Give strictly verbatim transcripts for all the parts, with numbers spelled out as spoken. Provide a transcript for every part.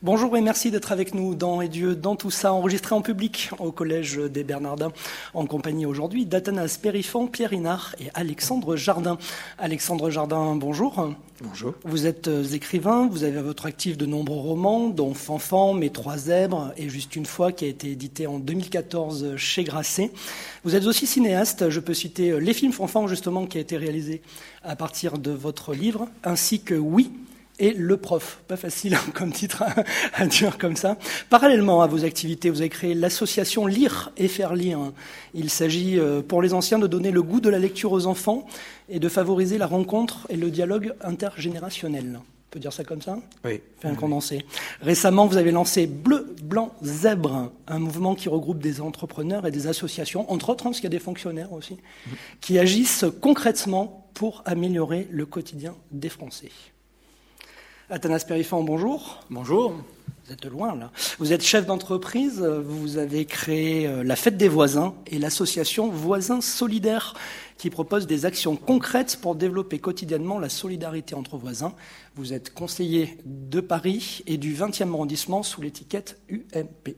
Bonjour et merci d'être avec nous dans Et Dieu, dans tout ça, enregistré en public au Collège des Bernardins, en compagnie aujourd'hui d'Athanas Périfan, Pierre Inard et Alexandre Jardin. Alexandre Jardin, bonjour. Bonjour. Vous êtes écrivain, vous avez à votre actif de nombreux romans, dont Fanfan, Mes Trois Zèbres et Juste une fois, qui a été édité en deux mille quatorze chez Grasset. Vous êtes aussi cinéaste, je peux citer les films Fanfan, justement, qui a été réalisé à partir de votre livre, ainsi que Oui, et Le Prof. Pas facile hein, comme titre à, à dire comme ça. Parallèlement à vos activités, vous avez créé l'association Lire et Faire Lire. Il s'agit pour les anciens de donner le goût de la lecture aux enfants et de favoriser la rencontre et le dialogue intergénérationnel. On peut dire ça comme ça ? Oui. Fait un condensé. Récemment, vous avez lancé Bleu, Blanc, Zèbre, un mouvement qui regroupe des entrepreneurs et des associations, entre autres, parce qu'il y a des fonctionnaires aussi, mmh. qui agissent concrètement pour améliorer le quotidien des Français. Athanas Périfan, bonjour. Bonjour. Vous êtes loin, là. Vous êtes chef d'entreprise, vous avez créé la Fête des voisins et l'association Voisins Solidaires qui propose des actions concrètes pour développer quotidiennement la solidarité entre voisins. Vous êtes conseiller de Paris et du vingtième arrondissement sous l'étiquette U M P.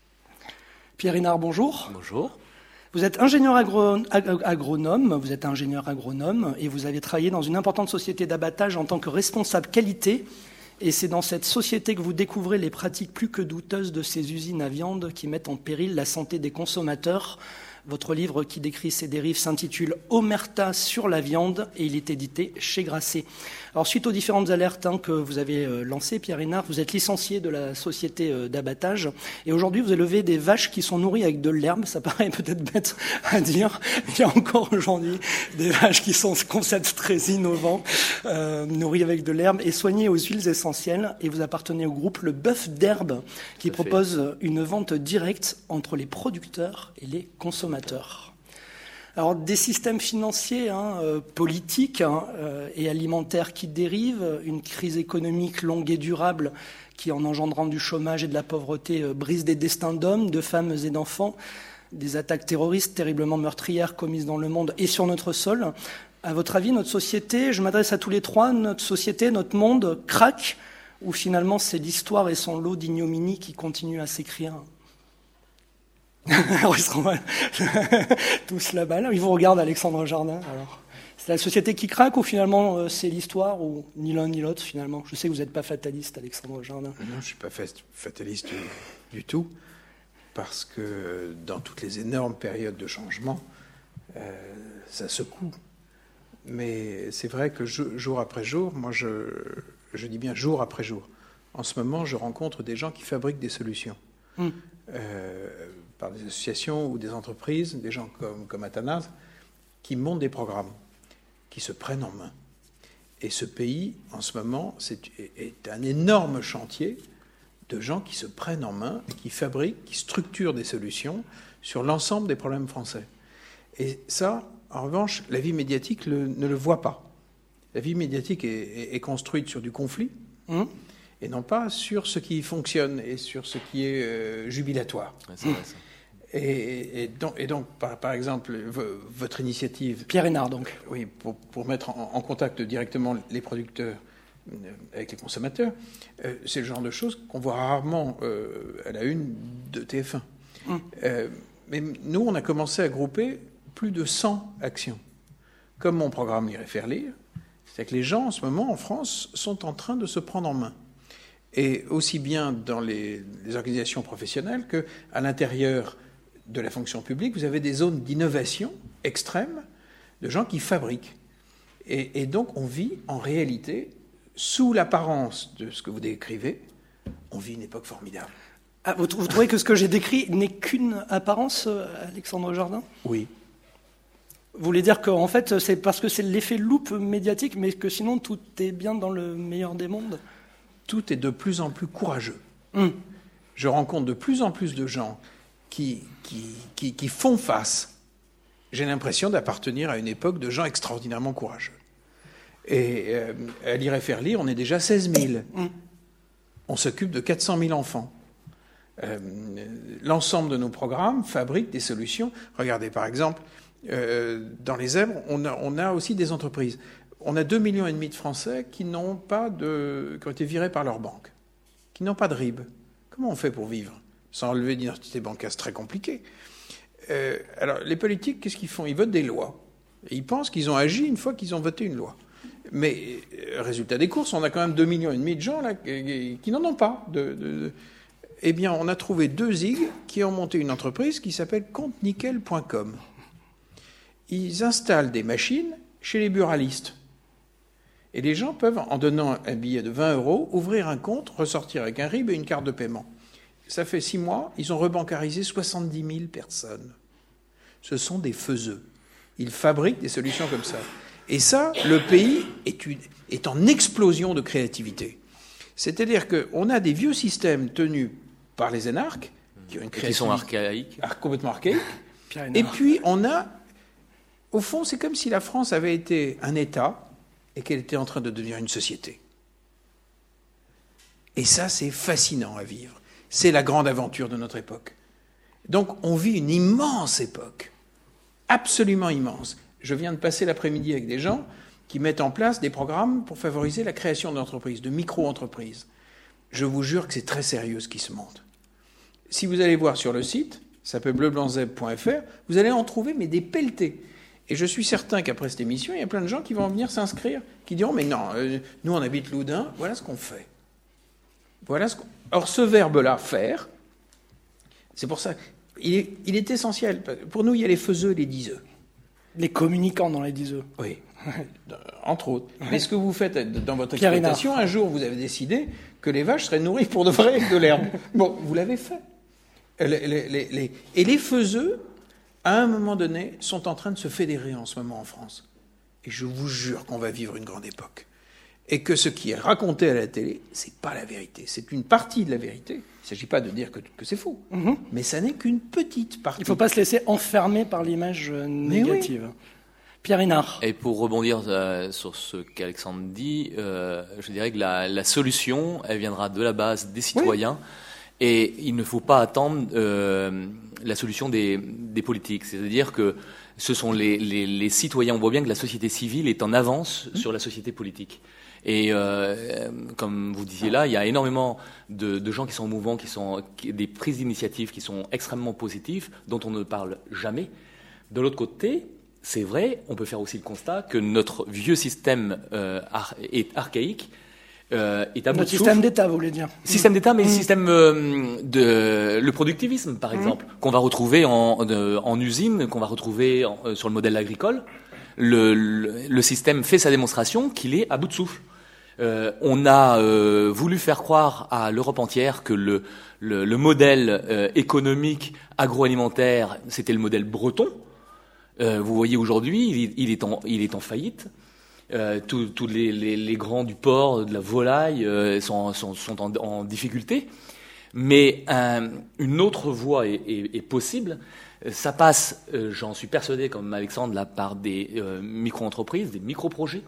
Pierre Inard, bonjour. Bonjour. Vous êtes ingénieur agro- ag- agronome, vous êtes ingénieur agronome et vous avez travaillé dans une importante société d'abattage en tant que responsable qualité. Et c'est dans cette société que vous découvrez les pratiques plus que douteuses de ces usines à viande qui mettent en péril la santé des consommateurs. Votre livre qui décrit ces dérives s'intitule « Omerta sur la viande » et il est édité chez Grasset. Alors, suite aux différentes alertes hein, que vous avez euh, lancées, Pierre Inard, vous êtes licencié de la société euh, d'abattage et aujourd'hui, vous élevez des vaches qui sont nourries avec de l'herbe. Ça paraît peut-être bête à dire. Il y a encore aujourd'hui des vaches qui sont ce concept très innovant, euh, nourries avec de l'herbe et soignées aux huiles essentielles. Et vous appartenez au groupe Le Bœuf d'Herbe qui propose une vente directe entre les producteurs et les consommateurs. Alors, des systèmes financiers, hein, euh, politiques hein, euh, et alimentaires qui dérivent, une crise économique longue et durable qui, en engendrant du chômage et de la pauvreté, euh, brise des destins d'hommes, de femmes et d'enfants, des attaques terroristes terriblement meurtrières commises dans le monde et sur notre sol. À votre avis, notre société, je m'adresse à tous les trois, notre société, notre monde craque ou finalement c'est l'histoire et son lot d'ignominie qui continuent à s'écrire ? Alors, ils seront tous là-bas. Là. Ils vous regardent, Alexandre Jardin. Alors, c'est la société qui craque ou finalement euh, c'est l'histoire ou ni l'un ni l'autre finalement ? Je sais que vous n'êtes pas fataliste, Alexandre Jardin. Non, je ne suis pas fataliste du, du tout, parce que dans toutes les énormes périodes de changement, euh, ça secoue. Mais c'est vrai que jour après jour, moi je, je dis bien jour après jour, en ce moment je rencontre des gens qui fabriquent des solutions. Hum. Euh, par des associations ou des entreprises, des gens comme, comme Athanas, qui montent des programmes, qui se prennent en main. Et ce pays, en ce moment, c'est, est un énorme chantier de gens qui se prennent en main, qui fabriquent, qui structurent des solutions sur l'ensemble des problèmes français. Et ça, en revanche, la vie médiatique le, ne le voit pas. La vie médiatique est, est, est construite sur du conflit, mmh. et non pas sur ce qui fonctionne et sur ce qui est euh, jubilatoire. Ouais, c'est vrai, ça. Et, et donc, et donc par, par exemple, v- votre initiative... Pierre Inard, donc. Oui, pour, pour mettre en, en contact directement les producteurs euh, avec les consommateurs, euh, c'est le genre de choses qu'on voit rarement euh, à la une de T F un. Mmh. Euh, mais nous, on a commencé à grouper plus de cent actions. Comme mon programme Lire et Faire Lire, c'est-à-dire que les gens, en ce moment, en France, sont en train de se prendre en main. Et aussi bien dans les, les organisations professionnelles qu'à l'intérieur de la fonction publique, vous avez des zones d'innovation extrême de gens qui fabriquent. Et, et donc, on vit en réalité, sous l'apparence de ce que vous décrivez, on vit une époque formidable. Ah, vous, vous trouvez que ce que j'ai décrit n'est qu'une apparence, Alexandre Jardin ? Oui. Vous voulez dire qu'en fait, c'est parce que c'est l'effet loupe médiatique, mais que sinon, tout est bien dans le meilleur des mondes ? Tout est de plus en plus courageux. Mmh. Je rencontre de plus en plus de gens qui, qui, qui, qui font face. J'ai l'impression d'appartenir à une époque de gens extraordinairement courageux. Et euh, à Lire et Faire Lire, on est déjà seize mille. Mmh. On s'occupe de quatre cent mille enfants. Euh, l'ensemble de nos programmes fabriquent des solutions. Regardez, par exemple, euh, dans les zèbres, on a, on a aussi des entreprises. On a deux millions et demi de Français qui n'ont pas de, qui ont été virés par leur banque, qui n'ont pas de R I B. Comment on fait pour vivre sans relevé d'identité bancaire? C'est très compliqué. Euh, alors, les politiques, qu'est-ce qu'ils font? Ils votent des lois. Et ils pensent qu'ils ont agi une fois qu'ils ont voté une loi. Mais, euh, résultat des courses, on a quand même deux millions et demi de gens là, qui, qui n'en ont pas. De, de, de... Eh bien, on a trouvé deux zig qui ont monté une entreprise qui s'appelle compte nickel point com. Ils installent des machines chez les buralistes. Et les gens peuvent, en donnant un billet de vingt euros, ouvrir un compte, ressortir avec un R I B et une carte de paiement. Ça fait six mois, ils ont rebancarisé soixante-dix mille personnes. Ce sont des faiseux. Ils fabriquent des solutions comme ça. Et ça, le pays est, une, est en explosion de créativité. C'est-à-dire qu'on a des vieux systèmes tenus par les énarques, qui ont une créativité... Qui sont archaïques. Complètement archaïques. Et puis, on a... Au fond, c'est comme si la France avait été un État et qu'elle était en train de devenir une société. Et ça, c'est fascinant à vivre. C'est la grande aventure de notre époque. Donc, on vit une immense époque. Absolument immense. Je viens de passer l'après-midi avec des gens qui mettent en place des programmes pour favoriser la création d'entreprises, de micro-entreprises. Je vous jure que c'est très sérieux ce qui se monte. Si vous allez voir sur le site, ça s'appelle bleu blanc zeb point f r, vous allez en trouver mais des pelletés. Et je suis certain qu'après cette émission, il y a plein de gens qui vont venir s'inscrire, qui diront « Mais non, euh, nous on habite Loudun, voilà ce qu'on fait. » Voilà ce qu'on... Or, ce verbe-là, faire, c'est pour ça qu'il est, il est essentiel. Pour nous, il y a les faiseux et les diseux. Les communicants dans les diseux. Oui, entre autres. Mais ce que vous faites dans votre exploitation, un jour, vous avez décidé que les vaches seraient nourries pour de vrai avec de l'herbe. Bon, vous l'avez fait. Les, les, les, les... Et les faiseux, à un moment donné, sont en train de se fédérer en ce moment en France. Et je vous jure qu'on va vivre une grande époque. Et que ce qui est raconté à la télé, c'est pas la vérité. C'est une partie de la vérité. Il ne s'agit pas de dire que, que c'est faux. Mm-hmm. Mais ça n'est qu'une petite partie. Il ne faut pas se laisser enfermer par l'image négative. Oui. Pierre Hénard. Et pour rebondir euh, sur ce qu'Alexandre dit, euh, je dirais que la, la solution, elle viendra de la base des citoyens. Oui. Et il ne faut pas attendre euh, la solution des, des politiques. C'est-à-dire que ce sont les, les, les citoyens. On voit bien que la société civile est en avance mmh. sur la société politique. Et euh, comme vous disiez là, il y a énormément de, de gens qui sont en mouvement, qui sont qui, des prises d'initiative qui sont extrêmement positives, dont on ne parle jamais. De l'autre côté, c'est vrai, on peut faire aussi le constat que notre vieux système euh, ar- est archaïque. Euh, est à bout de souffle. Système d'État, vous voulez dire. Système d'État, mais mmh. système euh, de le productivisme, par exemple, mmh. qu'on va retrouver en, de, en usine, qu'on va retrouver en, euh, sur le modèle agricole. Le, le, le système fait sa démonstration qu'il est à bout de souffle. Euh, on a euh, voulu faire croire à l'Europe entière que le, le, le modèle euh, économique agroalimentaire, c'était le modèle breton. Euh, vous voyez aujourd'hui, il, il, est en, il est en faillite. Euh, tous tous les, les, les grands du porc, de la volaille, euh, sont, sont, sont en, en difficulté. Mais un, une autre voie est, est, est possible. Ça passe, euh, j'en suis persuadé, comme Alexandre, là, par des euh, micro-entreprises, des micro-projets.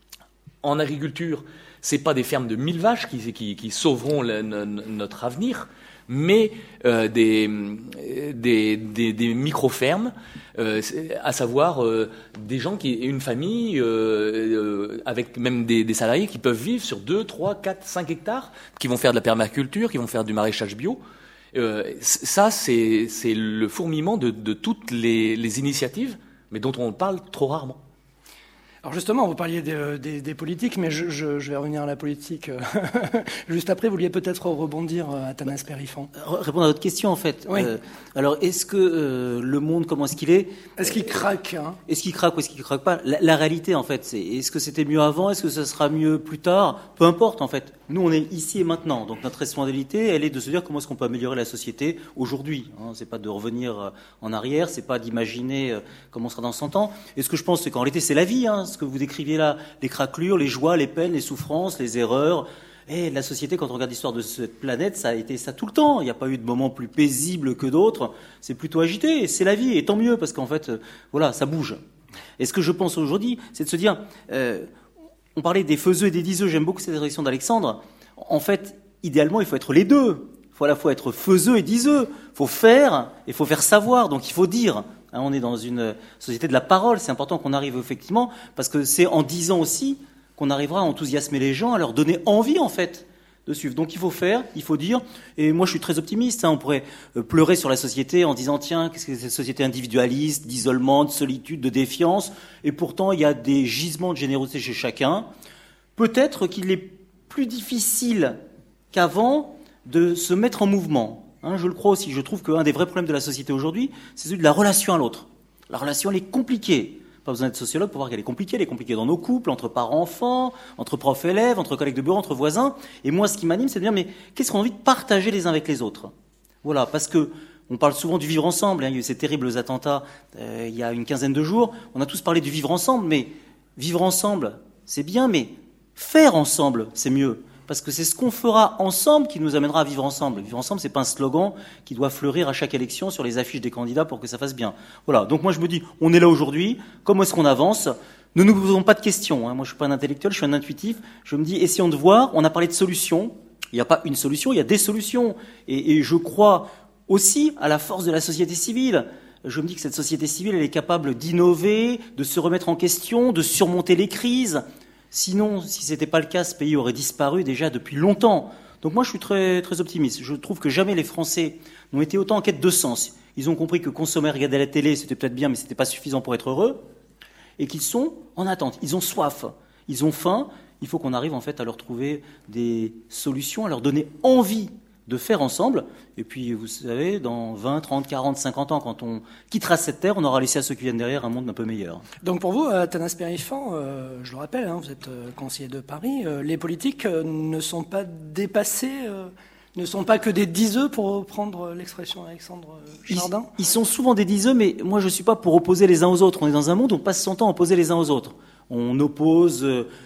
En agriculture, c'est pas des fermes de mille vaches qui, qui, qui sauveront le, no, notre avenir, mais euh, des, des, des, des micro-fermes, euh, à savoir euh, des gens qui, une famille, euh, euh, avec même des, des salariés qui peuvent vivre sur deux, trois, quatre, cinq hectares, qui vont faire de la permaculture, qui vont faire du maraîchage bio. Euh, ça, c'est, c'est le fourmillement de, de toutes les, les initiatives, mais dont on parle trop rarement. Alors justement, vous parliez des, des, des politiques, mais je, je, je vais revenir à la politique juste après. Vous vouliez peut-être rebondir, Athanas Périfan. Répondre à votre question, en fait. Oui. Euh, alors, est-ce que euh, le monde, comment est-ce qu'il est Est-ce qu'il craque hein Est-ce qu'il craque ou est-ce qu'il craque pas la, la réalité, en fait, c'est est-ce que c'était mieux avant? Est-ce que ça sera mieux plus tard? Peu importe, en fait. Nous, on est ici et maintenant. Donc, notre responsabilité, elle est de se dire comment est-ce qu'on peut améliorer la société aujourd'hui. Hein, c'est pas de revenir en arrière, c'est pas d'imaginer comment on sera dans cent ans. Et ce que je pense, c'est qu'en réalité, c'est la vie. Hein, ce que vous décriviez là, les craquelures, les joies, les peines, les souffrances, les erreurs. Et la société, quand on regarde l'histoire de cette planète, ça a été ça tout le temps. Il n'y a pas eu de moments plus paisibles que d'autres. C'est plutôt agité. Et c'est la vie. Et tant mieux, parce qu'en fait, euh, voilà, ça bouge. Et ce que je pense aujourd'hui, c'est de se dire, euh, on parlait des faiseux et des diseux. J'aime beaucoup cette réflexion d'Alexandre. En fait, idéalement, il faut être les deux. Il faut à la fois être faiseux et diseux. Il faut faire et il faut faire savoir. Donc il faut dire. Hein, on est dans une société de la parole. C'est important qu'on arrive effectivement, parce que c'est en disant aussi qu'on arrivera à enthousiasmer les gens, à leur donner envie, en fait, de suivre. Donc il faut faire, il faut dire, et moi je suis très optimiste, hein, on pourrait euh, pleurer sur la société en disant tiens, qu'est-ce que c'est cette société individualiste, d'isolement, de solitude, de défiance, et pourtant il y a des gisements de générosité chez chacun. Peut-être qu'il est plus difficile qu'avant de se mettre en mouvement. Hein, je le crois aussi, je trouve qu'un des vrais problèmes de la société aujourd'hui, c'est celui de la relation à l'autre. La relation, elle est compliquée. Pas besoin d'être sociologue pour voir qu'elle est compliquée. Elle est compliquée dans nos couples, entre parents-enfants, entre profs-élèves, entre collègues de bureau, entre voisins. Et moi, ce qui m'anime, c'est de dire, mais qu'est-ce qu'on a envie de partager les uns avec les autres? Voilà, parce que on parle souvent du vivre ensemble. Hein. Il y a eu ces terribles attentats euh, il y a une quinzaine de jours. On a tous parlé du vivre ensemble, mais vivre ensemble, c'est bien, mais faire ensemble, c'est mieux. Parce que c'est ce qu'on fera ensemble qui nous amènera à vivre ensemble. Vivre ensemble, c'est pas un slogan qui doit fleurir à chaque élection sur les affiches des candidats pour que ça fasse bien. Voilà. Donc moi, je me dis, on est là aujourd'hui. Comment est-ce qu'on avance? Ne nous posons pas de questions. Hein. Moi, je suis pas un intellectuel, je suis un intuitif. Je me dis, essayons de voir. On a parlé de solutions. Il n'y a pas une solution, il y a des solutions. Et, et je crois aussi à la force de la société civile. Je me dis que cette société civile, elle est capable d'innover, de se remettre en question, de surmonter les crises. Sinon, si ce n'était pas le cas, ce pays aurait disparu déjà depuis longtemps. Donc moi, je suis très, très optimiste. Je trouve que jamais les Français n'ont été autant en quête de sens. Ils ont compris que consommer, regarder la télé, c'était peut-être bien, mais ce n'était pas suffisant pour être heureux. Et qu'ils sont en attente. Ils ont soif. Ils ont faim. Il faut qu'on arrive en fait à leur trouver des solutions, à leur donner envie de faire ensemble. Et puis, vous savez, dans vingt, trente, quarante, cinquante ans, quand on quittera cette terre, on aura laissé à ceux qui viennent derrière un monde un peu meilleur. Donc pour vous, Athanas Périfan, euh, je le rappelle, hein, vous êtes euh, conseiller de Paris, euh, les politiques euh, ne sont pas dépassés, euh, ne sont pas que des diseux, pour reprendre l'expression d'Alexandre Jardin? Ils, ils sont souvent des diseux, mais moi je ne suis pas pour opposer les uns aux autres. On est dans un monde où on passe son temps à opposer les uns aux autres. On oppose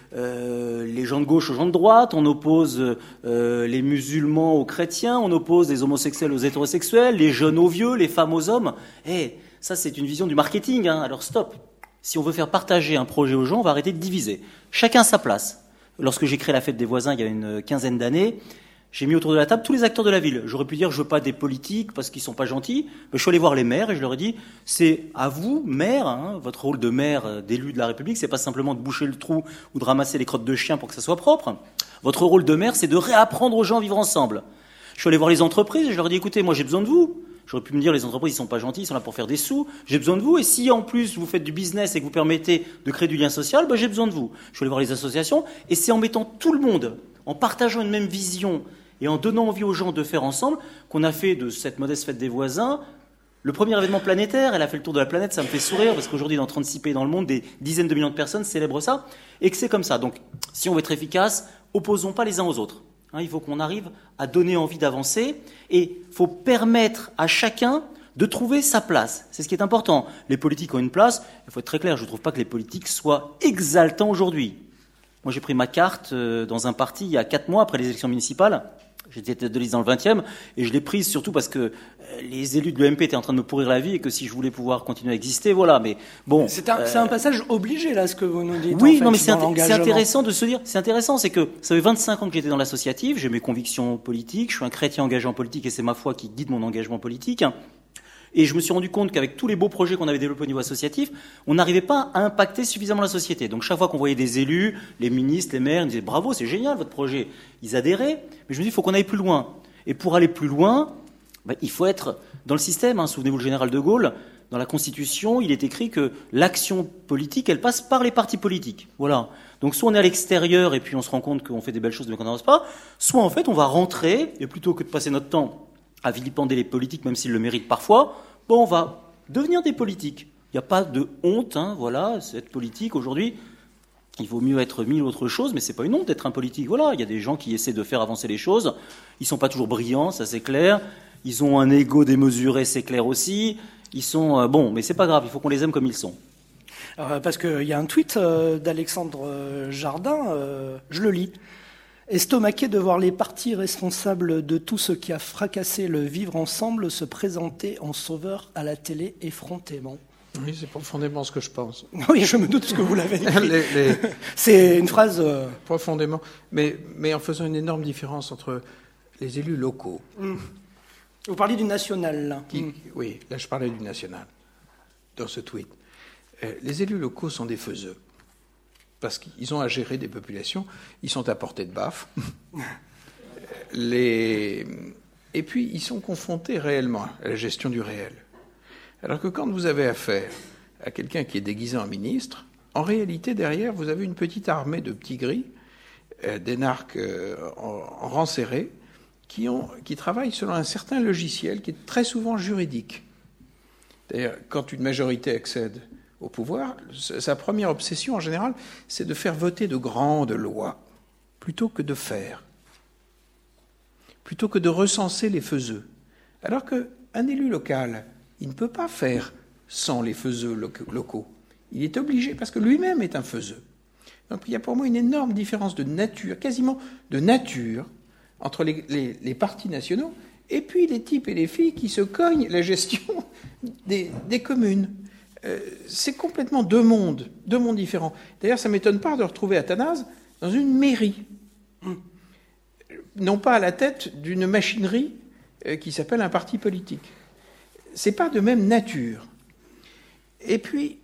euh, les gens de gauche aux gens de droite, on oppose euh, les musulmans aux chrétiens, on oppose les homosexuels aux hétérosexuels, les jeunes aux vieux, les femmes aux hommes. Eh, ça c'est une vision du marketing, hein. Alors stop. Si on veut faire partager un projet aux gens, on va arrêter de diviser. Chacun à sa place. Lorsque j'ai créé la fête des voisins il y a une quinzaine d'années, j'ai mis autour de la table tous les acteurs de la ville. J'aurais pu dire je veux pas des politiques parce qu'ils sont pas gentils. Mais je suis allé voir les maires et je leur ai dit c'est à vous, maire, hein, votre rôle de maire, d'élu de la République, c'est pas simplement de boucher le trou ou de ramasser les crottes de chiens pour que ça soit propre. Votre rôle de maire, c'est de réapprendre aux gens à vivre ensemble. Je suis allé voir les entreprises et je leur ai dit écoutez, moi j'ai besoin de vous. J'aurais pu me dire les entreprises ils sont pas gentils, ils sont là pour faire des sous. J'ai besoin de vous et si en plus vous faites du business et que vous permettez de créer du lien social, ben j'ai besoin de vous. Je suis allé voir les associations et c'est en mettant tout le monde, en partageant une même vision et en donnant envie aux gens de faire ensemble, qu'on a fait de cette modeste fête des voisins le premier événement planétaire. Elle a fait le tour de la planète, ça me fait sourire, parce qu'aujourd'hui, dans trente-six pays dans le monde, des dizaines de millions de personnes célèbrent ça, et que c'est comme ça. Donc, si on veut être efficace, opposons pas les uns aux autres. Hein, il faut qu'on arrive à donner envie d'avancer, et il faut permettre à chacun de trouver sa place. C'est ce qui est important. Les politiques ont une place, il faut être très clair, je ne trouve pas que les politiques soient exaltants aujourd'hui. Moi, j'ai pris ma carte dans un parti il y a quatre mois, après les élections municipales. J'étais tête de liste dans le vingtième et je l'ai prise surtout parce que les élus de l'E M P étaient en train de me pourrir la vie et que si je voulais pouvoir continuer à exister, voilà. Mais bon, c'est un, euh... c'est un passage obligé là, ce que vous nous dites. Oui, en fait, non, mais c'est, int- c'est intéressant de se dire. C'est intéressant, c'est que ça fait vingt-cinq ans que j'étais dans l'associatif, j'ai mes convictions politiques, je suis un chrétien engagé en politique et c'est ma foi qui guide mon engagement politique. Et je me suis rendu compte qu'avec tous les beaux projets qu'on avait développés au niveau associatif, on n'arrivait pas à impacter suffisamment la société. Donc chaque fois qu'on voyait des élus, les ministres, les maires, ils disaient « Bravo, c'est génial votre projet ». Ils adhéraient, mais je me dis « Il faut qu'on aille plus loin ». Et pour aller plus loin, ben, il faut être dans le système. Hein. Souvenez-vous le général de Gaulle, dans la Constitution, il est écrit que l'action politique, elle passe par les partis politiques. Voilà. Donc soit on est à l'extérieur et puis on se rend compte qu'on fait des belles choses mais qu'on n'avance pas, soit en fait on va rentrer et plutôt que de passer notre temps à vilipender les politiques, même s'ils le méritent parfois, bon, on va devenir des politiques. Il n'y a pas de honte, hein, voilà, c'est être politique aujourd'hui. Il vaut mieux être mille autres choses, mais c'est pas une honte d'être un politique. Voilà, il y a des gens qui essaient de faire avancer les choses. Ils sont pas toujours brillants, ça c'est clair. Ils ont un ego démesuré, c'est clair aussi. Ils sont euh, bon, mais c'est pas grave. Il faut qu'on les aime comme ils sont. Alors, parce qu'il y a un tweet euh, d'Alexandre Jardin, euh, je le lis. Estomaqué de voir les partis responsables de tout ce qui a fracassé le vivre ensemble se présenter en sauveurs à la télé effrontément. Oui, c'est profondément ce que je pense. Oui, je me doute ce que vous l'avez écrit. les, les... C'est une phrase... Euh... Profondément. Mais, mais en faisant une énorme différence entre les élus locaux. Mmh. Vous parliez du national, là. Qui... Mmh. Oui, là je parlais du national, dans ce tweet. Euh, les élus locaux sont des faiseux. Parce qu'ils ont à gérer des populations, ils sont à portée de baffe. Les... Et puis, ils sont confrontés réellement à la gestion du réel. Alors que quand vous avez affaire à quelqu'un qui est déguisé en ministre, en réalité, derrière, vous avez une petite armée de petits gris, euh, d'énarques euh, en, en rang serré, qui, ont, qui travaillent selon un certain logiciel qui est très souvent juridique. D'ailleurs, quand une majorité accède au pouvoir, sa première obsession, en général, c'est de faire voter de grandes lois, plutôt que de faire, plutôt que de recenser les faiseux. Alors qu'un élu local, il ne peut pas faire sans les faiseux locaux. Il est obligé, parce que lui-même est un faiseux. Donc il y a pour moi une énorme différence de nature, quasiment de nature, entre les, les, les partis nationaux et puis les types et les filles qui se cognent la gestion des, des communes. Euh, c'est complètement deux mondes, deux mondes différents. D'ailleurs, ça ne m'étonne pas de retrouver Athanase dans une mairie, non pas à la tête d'une machinerie euh, qui s'appelle un parti politique. C'est pas de même nature. Et puis,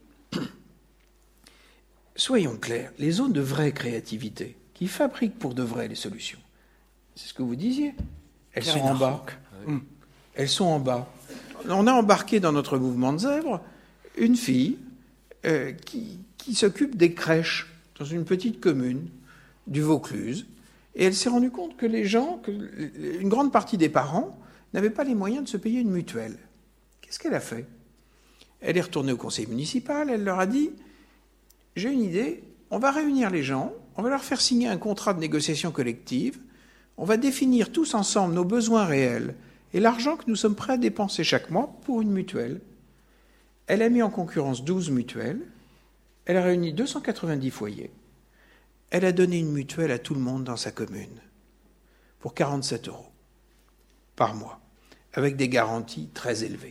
soyons clairs, les zones de vraie créativité, qui fabriquent pour de vrai les solutions, c'est ce que vous disiez, elles sont en bas. Mmh. Elles sont en bas. On a embarqué dans notre mouvement de zèbres une fille euh, qui, qui s'occupe des crèches dans une petite commune du Vaucluse, et elle s'est rendue compte que les gens, que une grande partie des parents n'avaient pas les moyens de se payer une mutuelle. Qu'est-ce qu'elle a fait ? Elle est retournée au conseil municipal, elle leur a dit « J'ai une idée, on va réunir les gens, on va leur faire signer un contrat de négociation collective, on va définir tous ensemble nos besoins réels et l'argent que nous sommes prêts à dépenser chaque mois pour une mutuelle. » Elle a mis en concurrence douze mutuelles, elle a réuni deux cent quatre-vingt-dix foyers, elle a donné une mutuelle à tout le monde dans sa commune pour quarante-sept euros par mois, avec des garanties très élevées.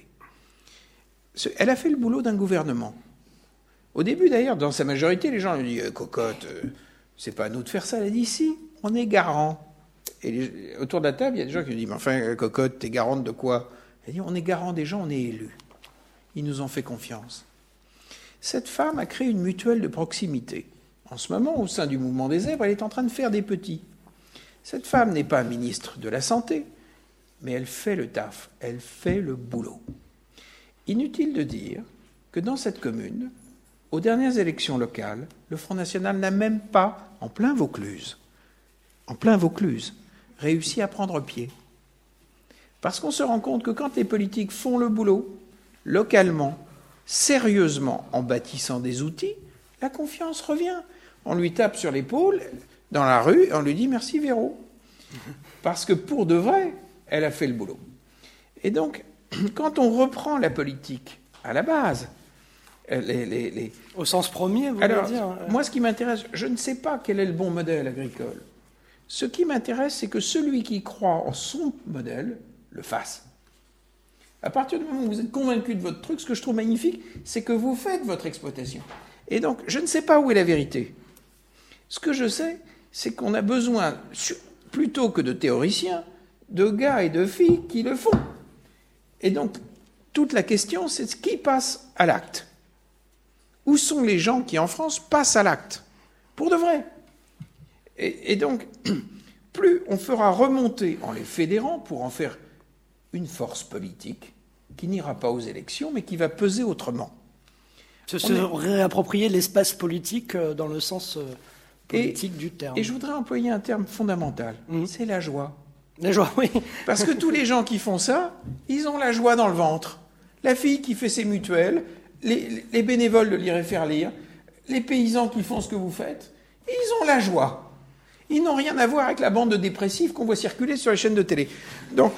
Elle a fait le boulot d'un gouvernement. Au début, d'ailleurs, dans sa majorité, les gens lui disent eh, « Cocotte, euh, c'est pas à nous de faire ça. » Elle a dit « Si, on est garant. » Et les, autour de la table, il y a des gens qui lui disent « Mais enfin, Cocotte, t'es garante de quoi ?» Elle dit « On est garant des gens, on est élus. Ils nous ont fait confiance. » Cette femme a créé une mutuelle de proximité. En ce moment, au sein du mouvement des zèbres, elle est en train de faire des petits. Cette femme n'est pas ministre de la Santé, mais elle fait le taf, elle fait le boulot. Inutile de dire que dans cette commune, aux dernières élections locales, le Front National n'a même pas, en plein Vaucluse, en plein Vaucluse, réussi à prendre pied. Parce qu'on se rend compte que quand les politiques font le boulot, localement, sérieusement, en bâtissant des outils, la confiance revient. On lui tape sur l'épaule dans la rue et on lui dit « Merci Véro ». Parce que pour de vrai, elle a fait le boulot. Et donc, quand on reprend la politique à la base, les, les, les... au sens premier, vous Alors, voulez dire moi, ce qui m'intéresse, je ne sais pas quel est le bon modèle agricole. Ce qui m'intéresse, c'est que celui qui croit en son modèle le fasse. À partir du moment où vous êtes convaincu de votre truc, ce que je trouve magnifique, c'est que vous faites votre exploitation. Et donc, je ne sais pas où est la vérité. Ce que je sais, c'est qu'on a besoin, plutôt que de théoriciens, de gars et de filles qui le font. Et donc, toute la question, c'est ce qui passe à l'acte. Où sont les gens qui, en France, passent à l'acte ? Pour de vrai. Et, et donc, plus on fera remonter en les fédérant pour en faire une force politique qui n'ira pas aux élections, mais qui va peser autrement. Se, se est... réapproprier l'espace politique dans le sens politique et, du terme. Et je voudrais employer un terme fondamental, mmh. c'est la joie. La joie, oui. Parce que tous les gens qui font ça, ils ont la joie dans le ventre. La fille qui fait ses mutuelles, les, les bénévoles de Lire et Faire Lire, les paysans qui font ce que vous faites, ils ont la joie. Ils n'ont rien à voir avec la bande de dépressifs qu'on voit circuler sur les chaînes de télé. Donc,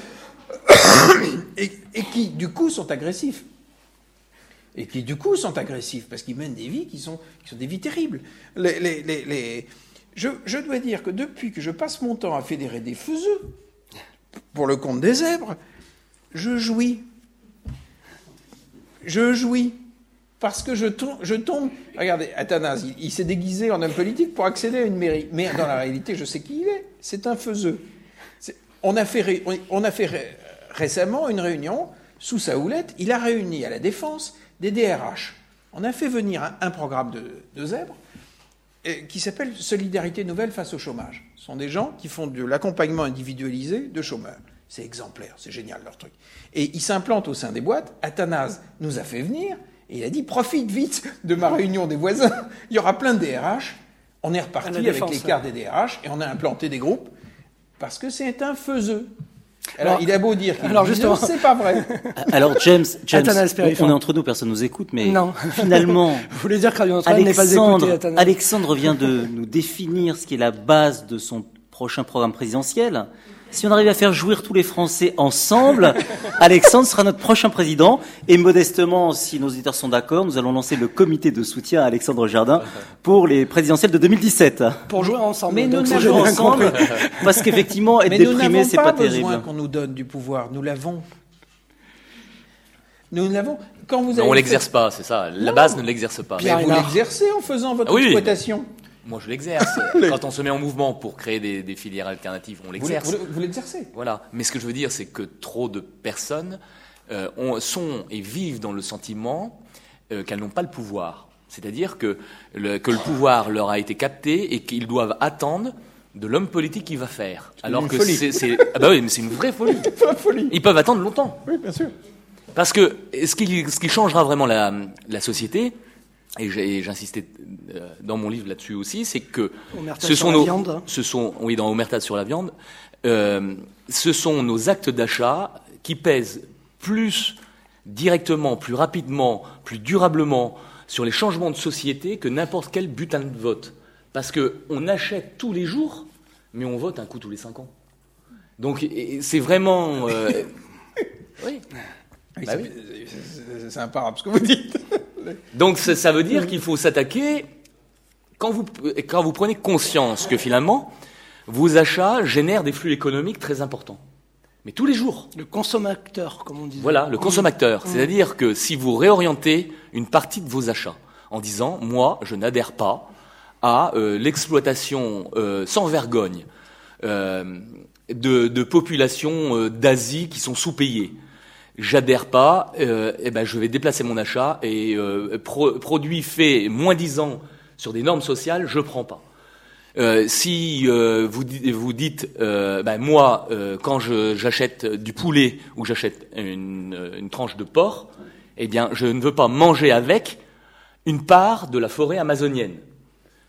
et, et qui, du coup, sont agressifs. Et qui, du coup, sont agressifs, parce qu'ils mènent des vies qui sont, qui sont des vies terribles. Les, les, les, les... Je, je dois dire que depuis que je passe mon temps à fédérer des faiseux, pour le compte des zèbres, je jouis. Je jouis. Parce que je tombe... Je tombe regardez, Athanase, il, il s'est déguisé en homme politique pour accéder à une mairie. Mais dans la réalité, je sais qui il est. C'est un faiseux. C'est, on, a fait, on a fait ré, récemment une réunion sous sa houlette. Il a réuni à la Défense des D R H. On a fait venir un, un programme de, de zèbres. qui s'appelle Solidarité Nouvelle face au chômage. Ce sont des gens qui font de l'accompagnement individualisé de chômeurs. C'est exemplaire, c'est génial leur truc. Et ils s'implantent au sein des boîtes. Athanase nous a fait venir et il a dit « Profite vite de ma réunion des voisins, il y aura plein de D R H ». On est reparti avec défense, les cartes des D R H et on a implanté des groupes parce que c'est un faiseux. Alors, alors il a beau dire qu'il alors, justement, c'est pas vrai. Alors James, James on, on est entre nous, personne nous écoute, mais non. Finalement, vous voulez dire qu'Alexandre n'est pas écouté, Athanase. Alexandre vient de nous définir ce qui est la base de son prochain programme présidentiel. Si on arrive à faire jouir tous les Français ensemble, Alexandre sera notre prochain président. Et modestement, si nos auditeurs sont d'accord, nous allons lancer le comité de soutien à Alexandre Jardin pour les présidentielles de deux mille dix-sept. Pour jouer ensemble. Mais nous jouer ensemble, parce qu'effectivement, être déprimé, c'est pas, pas terrible. Mais nous n'avons pas besoin qu'on nous donne du pouvoir. Nous l'avons. Nous l'avons. Quand vous avez non, on l'exerce fait... pas, c'est ça. La non. base ne l'exerce pas. Mais vous l'exercez en faisant votre ah, oui, exploitation. Oui. Moi, je l'exerce. Quand on se met en mouvement pour créer des, des filières alternatives, on l'exerce. Vous, vous, vous l'exercez. Voilà. Mais ce que je veux dire, c'est que trop de personnes euh, ont, sont et vivent dans le sentiment euh, qu'elles n'ont pas le pouvoir. C'est-à-dire que le, que le pouvoir leur a été capté et qu'ils doivent attendre de l'homme politique qui va faire. C'est Alors une que folie. c'est, c'est, ah bah oui, mais c'est une vraie folie. C'est pas une folie. Ils peuvent attendre longtemps. Oui, bien sûr. Parce que ce qui, ce qui changera vraiment la, la société, et j'ai, j'insistais dans mon livre là-dessus aussi, c'est que Omerta ce sur sont la nos, viande. ce sont, oui, dans Omerta sur la viande, euh, ce sont nos actes d'achat qui pèsent plus directement, plus rapidement, plus durablement sur les changements de société que n'importe quel butin de vote. Parce que on achète tous les jours, mais on vote un coup tous les cinq ans. Donc c'est vraiment, euh, oui. Oui, bah oui. C'est, c'est imparable ce que vous dites. Donc ça, ça veut dire qu'il faut s'attaquer quand vous, quand vous prenez conscience que finalement vos achats génèrent des flux économiques très importants. Mais tous les jours. Le consommateur, comme on dit. Voilà, le consommateur. Mmh. C'est-à-dire que si vous réorientez une partie de vos achats en disant « moi, je n'adhère pas à euh, l'exploitation euh, sans vergogne euh, de, de populations euh, d'Asie qui sont sous-payées », j'adhère pas, euh, eh ben je vais déplacer mon achat et euh, pro, produit fait moins disant sur des normes sociales, je prends pas. Euh, si euh, vous, vous dites, euh, ben moi, euh, quand je, j'achète du poulet ou j'achète une, une tranche de porc, eh bien, je ne veux pas manger avec une part de la forêt amazonienne. Pourquoi ?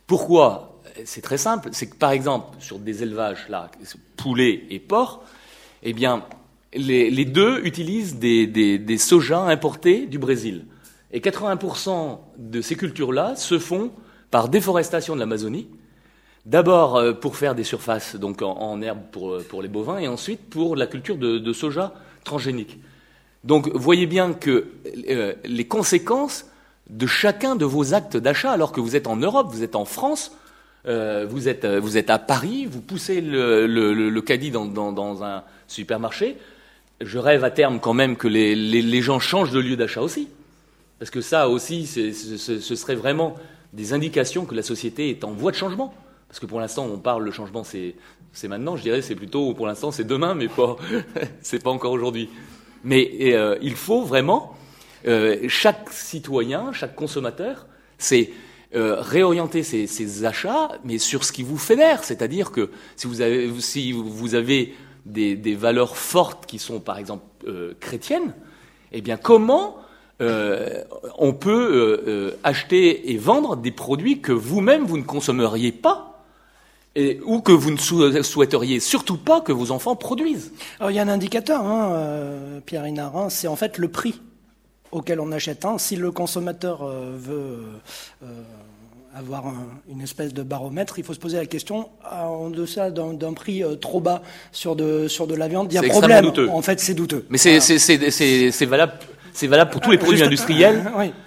C'est très simple. C'est que par exemple, sur des élevages là, poulet et porc, eh bien Les, les deux utilisent des, des, des sojas importés du Brésil. Et quatre-vingts pour cent de ces cultures-là se font par déforestation de l'Amazonie. D'abord euh, pour faire des surfaces donc en, en herbe pour, pour les bovins et ensuite pour la culture de, de soja transgénique. Donc voyez bien que euh, les conséquences de chacun de vos actes d'achat, alors que vous êtes en Europe, vous êtes en France, euh, vous, êtes, vous êtes à Paris, vous poussez le, le, le, le caddie dans, dans, dans un supermarché. Je rêve à terme quand même que les, les, les gens changent de lieu d'achat aussi. Parce que ça aussi, c'est, ce, ce serait vraiment des indications que la société est en voie de changement. Parce que pour l'instant, on parle, le changement, c'est, c'est maintenant. Je dirais, c'est plutôt, pour l'instant, c'est demain, mais pas, c'est pas encore aujourd'hui. Mais euh, il faut vraiment, euh, chaque citoyen, chaque consommateur, c'est euh, réorienter ses, ses achats, mais sur ce qui vous fédère. C'est-à-dire que si vous avez, si vous avez Des, des valeurs fortes qui sont, par exemple, euh, chrétiennes, eh bien, comment euh, on peut euh, euh, acheter et vendre des produits que vous-même, vous ne consommeriez pas et, ou que vous ne sou- souhaiteriez surtout pas que vos enfants produisent ? Alors, il y a un indicateur, hein, euh, Pierre Inard, hein, c'est en fait le prix auquel on achète. Hein. Si le consommateur euh, veut... Euh, avoir un, une espèce de baromètre, il faut se poser la question, en deçà d'un, d'un prix euh, trop bas sur de, sur de la viande, il y a c'est problème. Douteux. En fait, c'est douteux. Mais c'est, voilà. c'est, c'est, c'est, c'est, valable, c'est valable pour tous les produits Juste, industriels, euh, oui.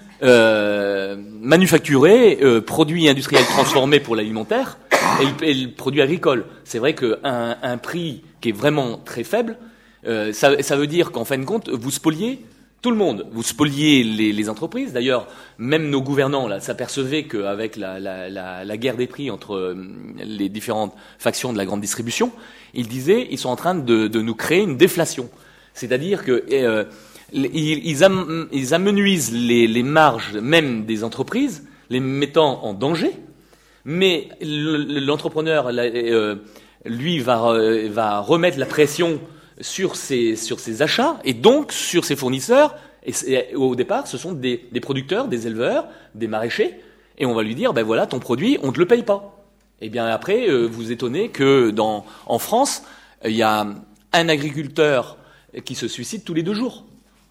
euh, manufacturés, euh, produits industriels transformés pour l'alimentaire, et le, et le produit agricole. C'est vrai qu'un un prix qui est vraiment très faible, euh, ça, ça veut dire qu'en fin de compte, vous spoliez tout le monde. Vous spoliez les, les entreprises. D'ailleurs, même nos gouvernants là, s'apercevaient qu'avec la, la, la, la guerre des prix entre les différentes factions de la grande distribution, ils disaient ils sont en train de, de nous créer une déflation. C'est-à-dire que euh, ils, ils, am, ils amenuisent les, les marges même des entreprises, les mettant en danger, Mais l'entrepreneur, euh, lui, va, va remettre la pression sur ses, sur ses achats et donc sur ses fournisseurs. Et, et au départ, ce sont des, des producteurs, des éleveurs, des maraîchers. Et on va lui dire, ben voilà, ton produit, on ne te le paye pas. Et bien après, euh, vous vous étonnez que dans, en France, il y a un agriculteur qui se suicide tous les deux jours.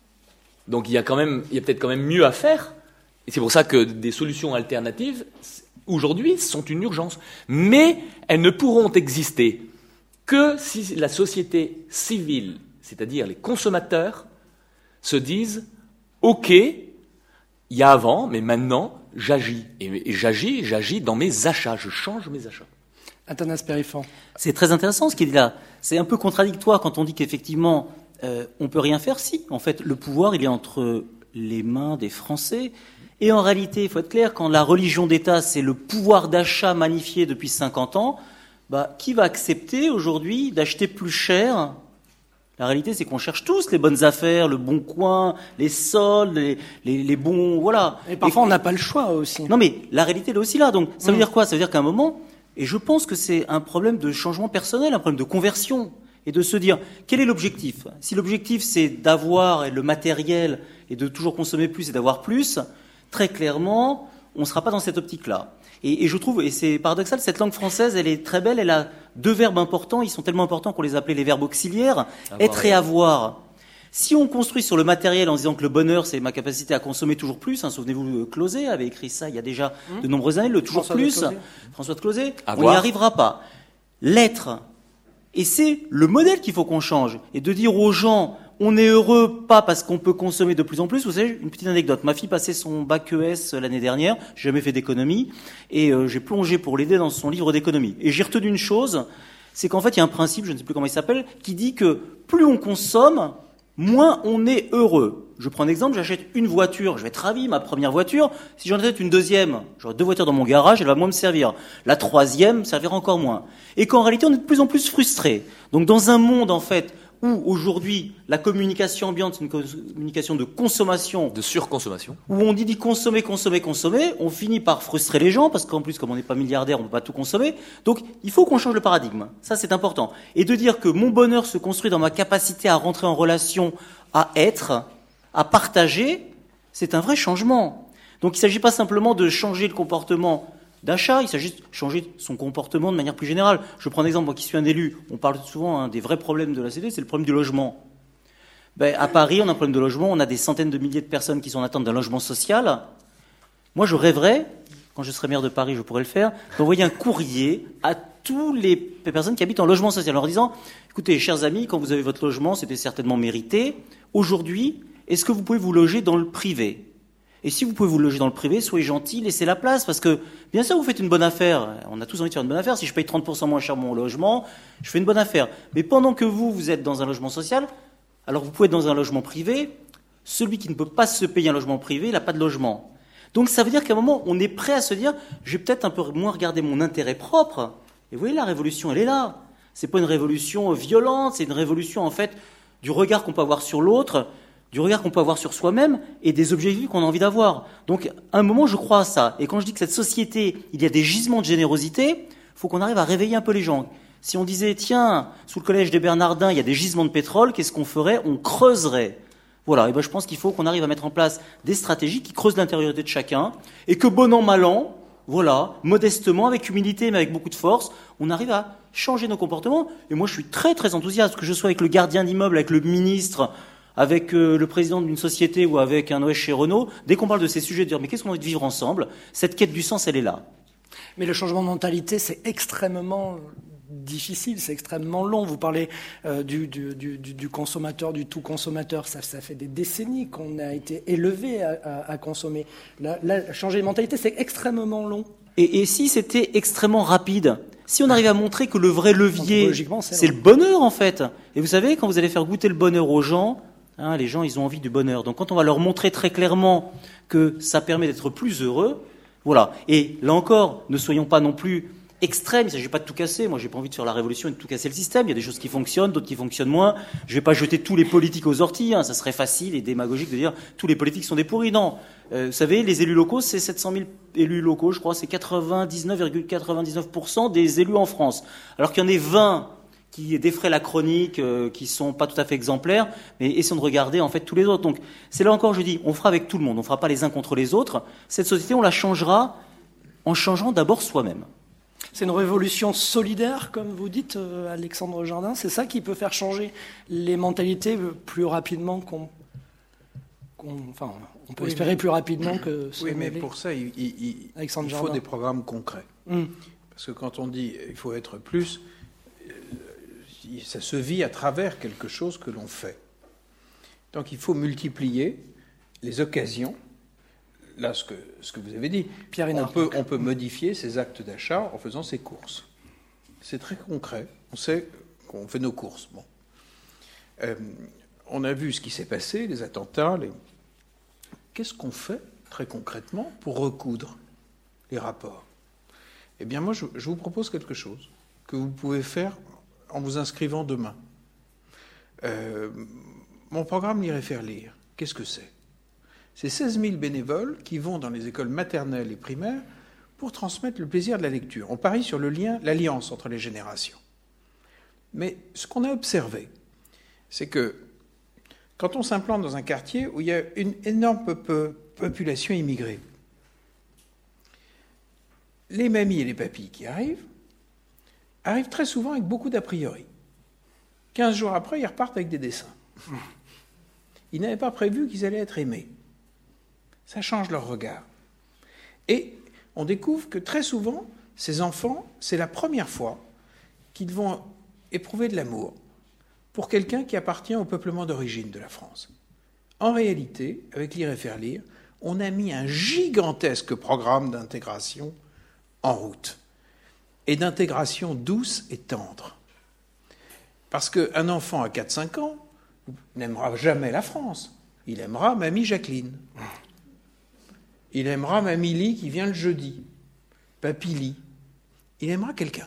Donc il y a quand même, il y a peut-être quand même mieux à faire. Et c'est pour ça que des solutions alternatives, aujourd'hui, sont une urgence. Mais elles ne pourront exister que si la société civile, c'est-à-dire les consommateurs, se disent « Ok, il y a avant, mais maintenant, j'agis. Et, et j'agis, j'agis dans mes achats. Je change mes achats. » Athanas Périfan. C'est très intéressant ce qu'il dit là. C'est un peu contradictoire quand on dit qu'effectivement, euh, on peut rien faire. Si, en fait, le pouvoir, il est entre les mains des Français. Et en réalité, il faut être clair, quand la religion d'État, c'est le pouvoir d'achat magnifié depuis cinquante ans, bah, qui va accepter aujourd'hui d'acheter plus cher ? La réalité, c'est qu'on cherche tous les bonnes affaires, le bon coin, les soldes, les, les, les bons... Voilà. Et parfois, et, on n'a pas le choix aussi. Non, mais la réalité, elle est aussi là. Donc, ça veut mmh. dire quoi ? Ça veut dire qu'à un moment... Et je pense que c'est un problème de changement personnel, un problème de conversion. Et de se dire, quel est l'objectif ? Si l'objectif, c'est d'avoir le matériel et de toujours consommer plus et d'avoir plus, très clairement, on ne sera pas dans cette optique-là. Et, et je trouve, et c'est paradoxal, cette langue française, elle est très belle, elle a deux verbes importants, ils sont tellement importants qu'on les appelait les verbes auxiliaires, avoir être et avoir. Si on construit sur le matériel en disant que le bonheur, c'est ma capacité à consommer toujours plus, hein, souvenez-vous, Clauset avait écrit ça il y a déjà mmh. de nombreuses années, le toujours François plus, de François de Clauset, on n'y arrivera pas. L'être, et c'est le modèle qu'il faut qu'on change, et de dire aux gens, on est heureux pas parce qu'on peut consommer de plus en plus. Vous savez, une petite anecdote, ma fille passait son bac E S l'année dernière, j'ai jamais fait d'économie, et euh, j'ai plongé pour l'aider dans son livre d'économie. Et j'ai retenu une chose, c'est qu'en fait, il y a un principe, je ne sais plus comment il s'appelle, qui dit que plus on consomme, moins on est heureux. Je prends un exemple, j'achète une voiture, je vais être ravi, ma première voiture. Si j'en achète une deuxième, j'aurai deux voitures dans mon garage, elle va moins me servir. La troisième me servira encore moins. Et qu'en réalité, on est de plus en plus frustré. Donc dans un monde, en fait, où aujourd'hui, la communication ambiante, c'est une communication de consommation. De surconsommation. Où on dit, dit consommer, consommer, consommer, on finit par frustrer les gens, parce qu'en plus, comme on n'est pas milliardaire, on ne peut pas tout consommer. Donc, il faut qu'on change le paradigme. Ça, c'est important. Et de dire que mon bonheur se construit dans ma capacité à rentrer en relation, à être, à partager, c'est un vrai changement. Donc, il ne s'agit pas simplement de changer le comportement d'achat, il s'agit de changer son comportement de manière plus générale. Je prends un exemple, moi qui suis un élu, on parle souvent hein, des vrais problèmes de la cité, c'est le problème du logement. Ben, à Paris, on a un problème de logement, on a des centaines de milliers de personnes qui sont en attente d'un logement social. Moi, je rêverais, quand je serai maire de Paris, je pourrais le faire, d'envoyer un courrier à toutes les personnes qui habitent en logement social, en leur disant, écoutez, chers amis, quand vous avez votre logement, c'était certainement mérité. Aujourd'hui, est-ce que vous pouvez vous loger dans le privé ? Et si vous pouvez vous loger dans le privé, soyez gentils, laissez la place, parce que, bien sûr, vous faites une bonne affaire. On a tous envie de faire une bonne affaire. Si je paye trente pour cent moins cher mon logement, je fais une bonne affaire. Mais pendant que vous, vous êtes dans un logement social, alors vous pouvez être dans un logement privé, celui qui ne peut pas se payer un logement privé, il n'a pas de logement. Donc ça veut dire qu'à un moment, on est prêt à se dire, je vais peut-être un peu moins regarder mon intérêt propre. Et vous voyez, la révolution, elle est là. C'est pas une révolution violente, c'est une révolution, en fait, du regard qu'on peut avoir sur l'autre, du regard qu'on peut avoir sur soi-même et des objectifs qu'on a envie d'avoir. Donc, à un moment, je crois à ça. Et quand je dis que cette société, il y a des gisements de générosité, il faut qu'on arrive à réveiller un peu les gens. Si on disait, tiens, sous le collège des Bernardins, il y a des gisements de pétrole, qu'est-ce qu'on ferait ? On creuserait. Voilà. Et ben, je pense qu'il faut qu'on arrive à mettre en place des stratégies qui creusent l'intériorité de chacun et que, bon an, mal an, voilà, modestement, avec humilité, mais avec beaucoup de force, on arrive à changer nos comportements. Et moi, je suis très, très enthousiaste, que je sois avec le gardien d'immeuble, avec le ministre, avec euh, le président d'une société ou avec un O S chez Renault, dès qu'on parle de ces sujets, de dire mais qu'est-ce qu'on a envie de vivre ensemble, cette quête du sens, elle est là. Mais le changement de mentalité, c'est extrêmement difficile, c'est extrêmement long. Vous parlez euh, du, du, du, du consommateur, du tout consommateur, ça, ça fait des décennies qu'on a été élevé à, à, à consommer. Là, là, changer de mentalité, c'est extrêmement long. Et, et si c'était extrêmement rapide, si on arrivait à montrer que le vrai levier, c'est, c'est le bonheur en fait. Et vous savez, quand vous allez faire goûter le bonheur aux gens, hein, les gens, ils ont envie du bonheur. Donc quand on va leur montrer très clairement que ça permet d'être plus heureux, voilà. Et là encore, ne soyons pas non plus extrême. Il ne s'agit pas de tout casser. Moi, j'ai pas envie de faire la révolution et de tout casser le système. Il y a des choses qui fonctionnent, d'autres qui fonctionnent moins. Je vais pas jeter tous les politiques aux orties. Hein. Ça serait facile et démagogique de dire tous les politiques sont des pourris. Non. Euh, vous savez, les élus locaux, c'est sept cent mille élus locaux, je crois. C'est quatre-vingt-dix-neuf virgule quatre-vingt-dix-neuf pour cent des élus en France. Alors qu'il y en ait vingt qui défraient la chronique, euh, qui sont pas tout à fait exemplaires, mais essayons de regarder en fait tous les autres. Donc c'est là encore, je dis, on fera avec tout le monde, on fera pas les uns contre les autres. Cette société, on la changera en changeant d'abord soi-même. C'est une révolution solidaire, comme vous dites, euh, Alexandre Jardin. C'est ça qui peut faire changer les mentalités plus rapidement qu'on, qu'on enfin, on peut oui, espérer mais, plus rapidement que. Oui, mais pour ça, il, il, il faut Jardin. des programmes concrets. Mm. Parce que quand on dit il faut être plus, ça se vit à travers quelque chose que l'on fait. Donc il faut multiplier les occasions. Là, ce que, ce que vous avez dit, Pierre on peut, on peut modifier ses actes d'achat en faisant ses courses. C'est très concret. On sait qu'on fait nos courses. Bon. Euh, on a vu ce qui s'est passé, les attentats. Les... Qu'est-ce qu'on fait, très concrètement, pour recoudre les rapports ? Eh bien, moi, je, je vous propose quelque chose que vous pouvez faire en vous inscrivant demain. Euh, mon programme Lire et faire lire, qu'est-ce que c'est ? C'est seize mille bénévoles qui vont dans les écoles maternelles et primaires pour transmettre le plaisir de la lecture. On parie sur le lien, l'alliance entre les générations. Mais ce qu'on a observé, c'est que quand on s'implante dans un quartier où il y a une énorme population immigrée, les mamies et les papis qui arrivent, arrivent très souvent avec beaucoup d'a priori. Quinze jours après, ils repartent avec des dessins. Ils n'avaient pas prévu qu'ils allaient être aimés. Ça change leur regard. Et on découvre que très souvent, ces enfants, c'est la première fois qu'ils vont éprouver de l'amour pour quelqu'un qui appartient au peuplement d'origine de la France. En réalité, avec Lire et faire lire, on a mis un gigantesque programme d'intégration en route. Et d'intégration douce et tendre. Parce qu'un enfant à quatre à cinq ans n'aimera jamais la France. Il aimera Mamie Jacqueline. Il aimera Mamie Lee qui vient le jeudi. Papy Lee. Il aimera quelqu'un.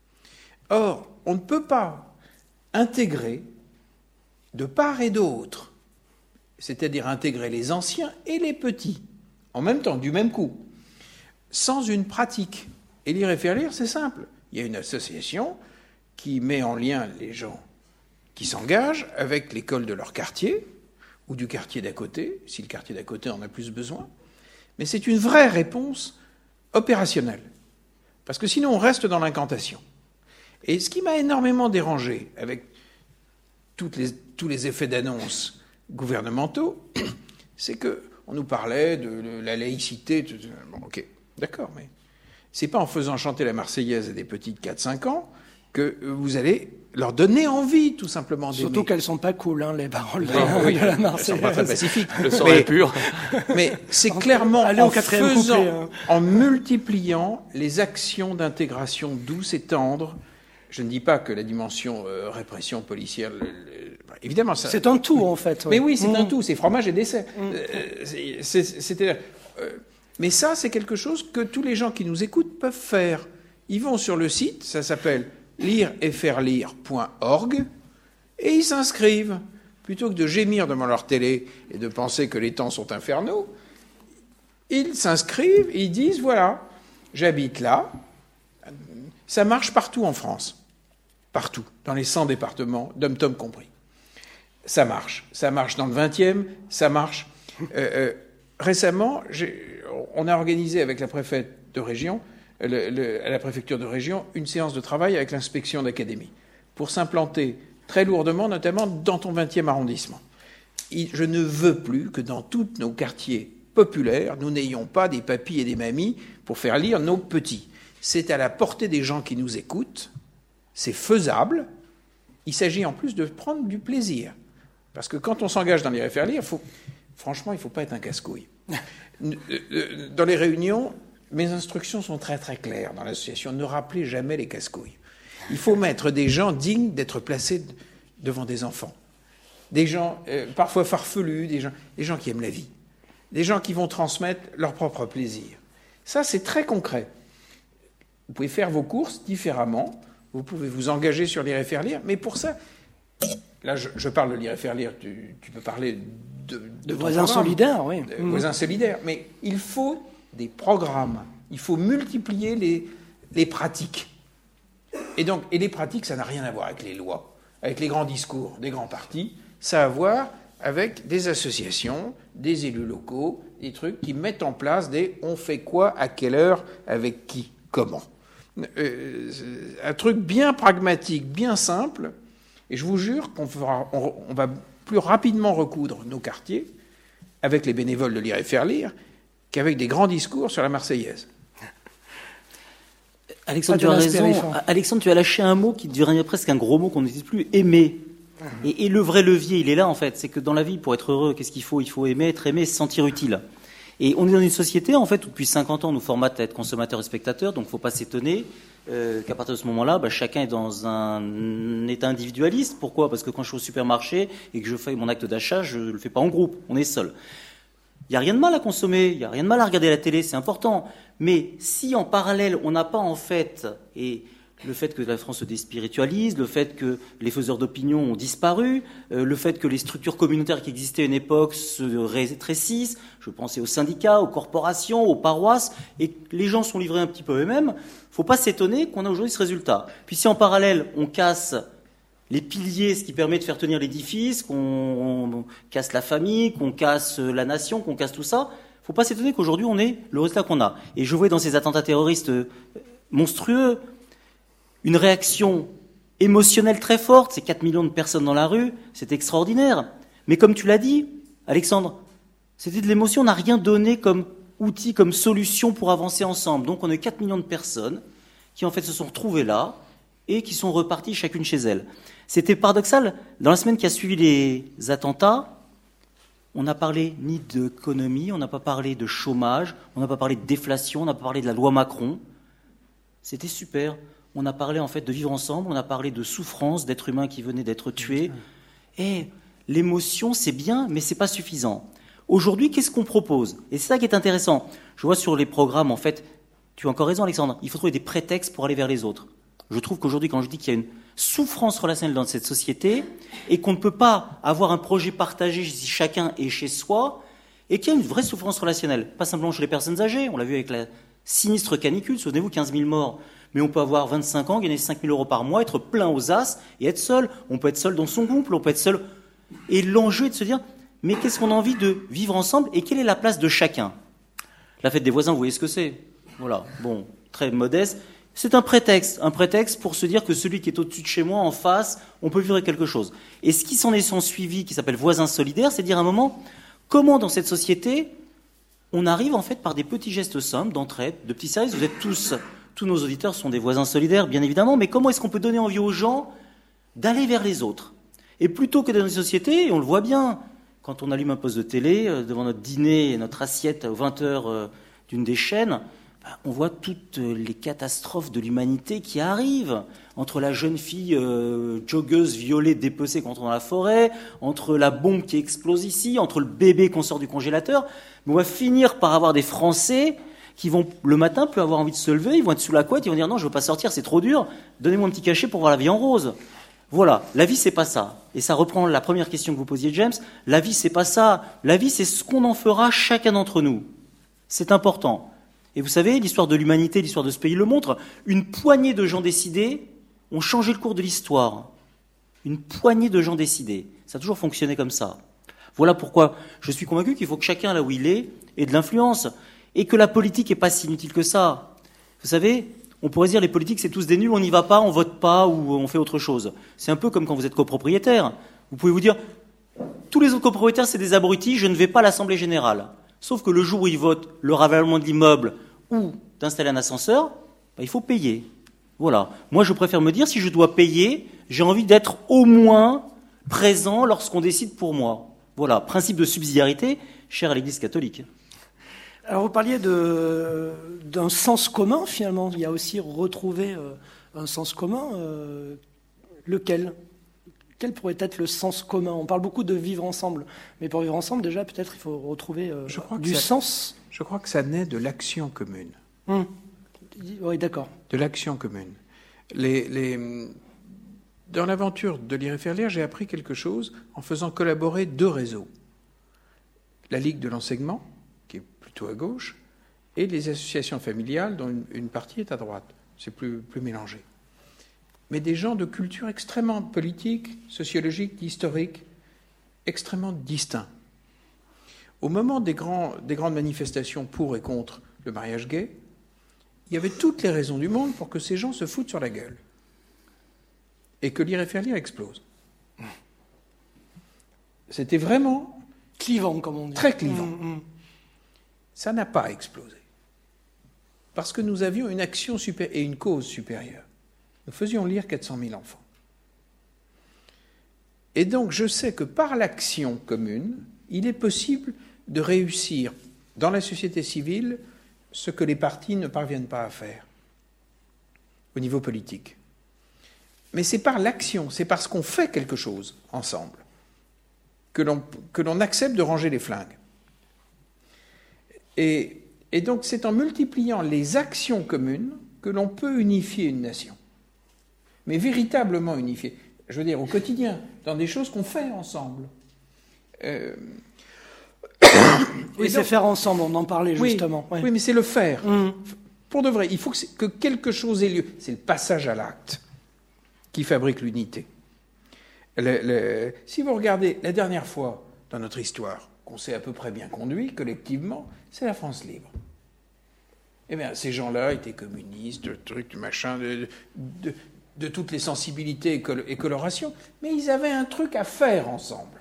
Or, on ne peut pas intégrer de part et d'autre, c'est-à-dire intégrer les anciens et les petits, en même temps, du même coup, sans une pratique. Et Lire et faire lire, c'est simple. Il y a une association qui met en lien les gens qui s'engagent avec l'école de leur quartier, ou du quartier d'à côté, si le quartier d'à côté en a plus besoin. Mais c'est une vraie réponse opérationnelle. Parce que sinon, on reste dans l'incantation. Et ce qui m'a énormément dérangé, avec toutes les, tous les effets d'annonce gouvernementaux, c'est qu'on nous parlait de la laïcité. De, de, bon, ok, d'accord, mais c'est pas en faisant chanter la Marseillaise à des petites quatre à cinq ans que vous allez leur donner envie, tout simplement, d'aimer. Surtout qu'elles sont pas cool, hein, les paroles de, non, oui, de la Marseillaise. Elles sont pas très pacifiques. Le sang est pur. Mais c'est clairement en, faisant, couplet, hein. en multipliant les actions d'intégration douces et tendres. Je ne dis pas que la dimension euh, répression policière, le, le, évidemment, ça. C'est un tout, en fait. Ouais. Mais oui, c'est mmh. un tout. C'est fromage et dessert. Mmh. Euh, c'est, c'est, euh, mais ça, c'est quelque chose que tous les gens qui nous écoutent peuvent faire. Ils vont sur le site, ça s'appelle lire et faire lire point org, et ils s'inscrivent. Plutôt que de gémir devant leur télé et de penser que les temps sont infernaux, ils s'inscrivent et ils disent, voilà, j'habite là. Ça marche partout en France. Partout. Dans les cent départements, dom-tom compris. Ça marche. Ça marche dans le vingtième, ça marche. Euh, euh, récemment, j'ai, on a organisé avec la préfète de région, le, le, à la préfecture de région, une séance de travail avec l'inspection d'académie pour s'implanter très lourdement, notamment dans ton vingtième arrondissement. Et je ne veux plus que dans tous nos quartiers populaires, nous n'ayons pas des papis et des mamies pour faire lire nos petits. C'est à la portée des gens qui nous écoutent, c'est faisable. Il s'agit en plus de prendre du plaisir. Parce que quand on s'engage dans les faire lire, faut, franchement, il ne faut pas être un casse-couille. Dans les réunions, mes instructions sont très très claires dans l'association. Ne rappelez jamais les casse-couilles. Il faut mettre des gens dignes d'être placés devant des enfants. Des gens euh, parfois farfelus, des gens, des gens qui aiment la vie. Des gens qui vont transmettre leur propre plaisir. Ça, c'est très concret. Vous pouvez faire vos courses différemment. Vous pouvez vous engager sur lire et faire lire. Mais pour ça, là, je, je parle de lire et faire lire. Tu, tu peux parler de, de, de voisins solidaires, oui. De mmh. voisins solidaires. Mais il faut des programmes. Il faut multiplier les, les pratiques. Et donc, et les pratiques, ça n'a rien à voir avec les lois, avec les grands discours des grands partis. Ça a à voir avec des associations, des élus locaux, des trucs qui mettent en place des « on fait quoi, à quelle heure, avec qui, comment ». Euh, un truc bien pragmatique, bien simple, et je vous jure qu'on fera, on, on va plus rapidement recoudre nos quartiers avec les bénévoles de lire et faire lire qu'avec des grands discours sur la Marseillaise. Alexandre, tu as raison. Alexandre, tu as lâché un mot qui devient presque un gros mot qu'on n'utilise plus, aimer. Mmh. Et, et le vrai levier, il est là en fait. C'est que dans la vie, pour être heureux, qu'est-ce qu'il faut ? Il faut aimer, être aimé, se sentir utile. Et on est dans une société, en fait, où depuis cinquante ans, on nous formate à être consommateur et spectateur, donc il ne faut pas s'étonner euh, qu'à partir de ce moment-là, bah, chacun est dans un état individualiste. Pourquoi ? Parce que quand je suis au supermarché et que je fais mon acte d'achat, je ne le fais pas en groupe, on est seul. Il n'y a rien de mal à consommer, il n'y a rien de mal à regarder la télé, c'est important. Mais si en parallèle, on n'a pas en fait... et le fait que la France se déspiritualise, le fait que les faiseurs d'opinion ont disparu, euh, le fait que les structures communautaires qui existaient à une époque se rétrécissent, je pensais aux syndicats, aux corporations, aux paroisses, et que les gens sont livrés un petit peu eux-mêmes, il ne faut pas s'étonner qu'on a aujourd'hui ce résultat. Puis si en parallèle, on casse les piliers, ce qui permet de faire tenir l'édifice, qu'on on casse la famille, qu'on casse la nation, qu'on casse tout ça, il ne faut pas s'étonner qu'aujourd'hui on ait le résultat qu'on a. Et je voyais dans ces attentats terroristes monstrueux, une réaction émotionnelle très forte, c'est quatre millions de personnes dans la rue, c'est extraordinaire. Mais comme tu l'as dit, Alexandre, c'était de l'émotion, on n'a rien donné comme outil, comme solution pour avancer ensemble. Donc on a eu quatre millions de personnes qui en fait se sont retrouvées là et qui sont reparties chacune chez elles. C'était paradoxal, dans la semaine qui a suivi les attentats, on n'a parlé ni d'économie, on n'a pas parlé de chômage, on n'a pas parlé de déflation, on n'a pas parlé de la loi Macron. C'était super. On a parlé en fait de vivre ensemble, on a parlé de souffrance, d'êtres humains qui venaient d'être tués. Et l'émotion, c'est bien, mais c'est pas suffisant. Aujourd'hui, qu'est-ce qu'on propose ? Et c'est ça qui est intéressant. Je vois sur les programmes, en fait, tu as encore raison, Alexandre, il faut trouver des prétextes pour aller vers les autres. Je trouve qu'aujourd'hui, quand je dis qu'il y a une souffrance relationnelle dans cette société et qu'on ne peut pas avoir un projet partagé si chacun est chez soi, et qu'il y a une vraie souffrance relationnelle, pas simplement chez les personnes âgées, on l'a vu avec la sinistre canicule, souvenez-vous, quinze mille morts. Mais on peut avoir vingt-cinq ans, gagner cinq mille euros par mois, être plein aux as et être seul. On peut être seul dans son couple, on peut être seul. Et l'enjeu est de se dire, mais qu'est-ce qu'on a envie de vivre ensemble et quelle est la place de chacun ? La fête des voisins, vous voyez ce que c'est ? Voilà, bon, très modeste. C'est un prétexte, un prétexte pour se dire que celui qui est au-dessus de chez moi, en face, on peut vivre quelque chose. Et ce qui s'en est sans suivi, qui s'appelle voisins solidaires, c'est dire à un moment, comment dans cette société, on arrive en fait par des petits gestes simples, d'entraide, de petits services. Vous êtes tous... Tous nos auditeurs sont des voisins solidaires, bien évidemment, mais comment est-ce qu'on peut donner envie aux gens d'aller vers les autres ? Et plutôt que dans une société, et on le voit bien, quand on allume un poste de télé, euh, devant notre dîner et notre assiette aux vingt heures euh, d'une des chaînes, bah, on voit toutes les catastrophes de l'humanité qui arrivent. Entre la jeune fille euh, joggeuse violée, dépecée contre dans la forêt, entre la bombe qui explose ici, entre le bébé qu'on sort du congélateur, mais on va finir par avoir des Français qui vont, le matin, plus avoir envie de se lever, ils vont être sous la couette, ils vont dire non, je veux pas sortir, c'est trop dur, donnez-moi un petit cachet pour voir la vie en rose. Voilà, la vie c'est pas ça. Et ça reprend la première question que vous posiez, James, la vie c'est pas ça. La vie c'est ce qu'on en fera chacun d'entre nous. C'est important. Et vous savez, l'histoire de l'humanité, l'histoire de ce pays le montre, une poignée de gens décidés ont changé le cours de l'histoire. Une poignée de gens décidés. Ça a toujours fonctionné comme ça. Voilà pourquoi je suis convaincu qu'il faut que chacun, là où il est, ait de l'influence. Et que la politique n'est pas si inutile que ça. Vous savez, on pourrait dire les politiques, c'est tous des nuls, on n'y va pas, on vote pas ou on fait autre chose. C'est un peu comme quand vous êtes copropriétaire. Vous pouvez vous dire, tous les autres copropriétaires, c'est des abrutis, je ne vais pas à l'Assemblée générale. Sauf que le jour où ils votent le ravalement de l'immeuble ou d'installer un ascenseur, bah, il faut payer. Voilà. Moi, je préfère me dire, si je dois payer, j'ai envie d'être au moins présent lorsqu'on décide pour moi. Voilà. Principe de subsidiarité, cher à l'Église catholique. Alors vous parliez de, d'un sens commun finalement, il y a aussi retrouvé euh, un sens commun, euh, lequel ? Quel pourrait être le sens commun ? On parle beaucoup de vivre ensemble, mais pour vivre ensemble déjà peut-être il faut retrouver euh, je crois du ça, sens. Je crois que ça naît de l'action commune. Hum. Oui, d'accord. De l'action commune. Les, les... Dans l'aventure de l'I R F R L I R, j'ai appris quelque chose en faisant collaborer deux réseaux. La Ligue de l'enseignement, qui est plutôt à gauche, et les associations familiales, dont une, une partie est à droite. C'est plus, plus mélangé. Mais des gens de culture extrêmement politique, sociologique, historique, extrêmement distincts. Au moment des, grands, des grandes manifestations pour et contre le mariage gay, il y avait toutes les raisons du monde pour que ces gens se foutent sur la gueule et que l'I R F R L I R explose. C'était vraiment clivant, comme on dit. Très clivant. Mmh, mmh. Ça n'a pas explosé. Parce que nous avions une action supérieure et une cause supérieure. Nous faisions lire quatre cent mille enfants. Et donc, je sais que par l'action commune, il est possible de réussir dans la société civile ce que les partis ne parviennent pas à faire au niveau politique. Mais c'est par l'action, c'est parce qu'on fait quelque chose ensemble que l'on, que l'on accepte de ranger les flingues. Et, et donc c'est en multipliant les actions communes que l'on peut unifier une nation. Mais véritablement unifier. Je veux dire, au quotidien, dans des choses qu'on fait ensemble. Euh... Oui, c'est faire ensemble, on en parlait justement. Oui, ouais. oui mais c'est le faire. Mmh. Pour de vrai, il faut que, que quelque chose ait lieu. C'est le passage à l'acte qui fabrique l'unité. Le, le, si vous regardez la dernière fois dans notre histoire qu'on s'est à peu près bien conduit collectivement, c'est la France libre. Eh bien, ces gens-là étaient communistes, truc, machin, de, de, de toutes les sensibilités et, col- et colorations, mais ils avaient un truc à faire ensemble.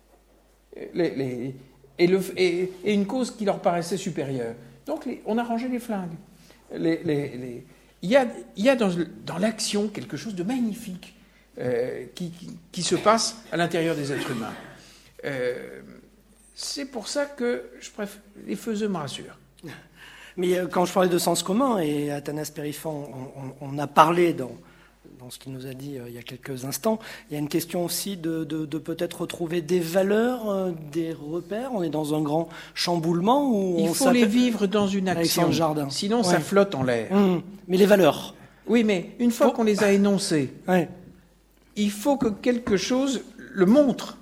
Les, les, et, le, et, et une cause qui leur paraissait supérieure. Donc, les, on a rangé les flingues. Les, les, les, il y a, il y a dans, dans l'action quelque chose de magnifique euh, qui, qui, qui se passe à l'intérieur des êtres humains. Euh, c'est pour ça que je préfère, les faiseux me rassurent. Mais euh, quand je parlais de sens commun, et Athanas Périfan, on, on, on a parlé dans, dans ce qu'il nous a dit euh, il y a quelques instants, il y a une question aussi de, de, de peut-être retrouver des valeurs, euh, des repères. On est dans un grand chamboulement où il on faut les vivre dans une action. Jardin. Sinon, ouais. Ça flotte en l'air. Mmh. Mais les valeurs. Oui, mais une fois oh. qu'on les a énoncées, ouais. il faut que quelque chose le montre.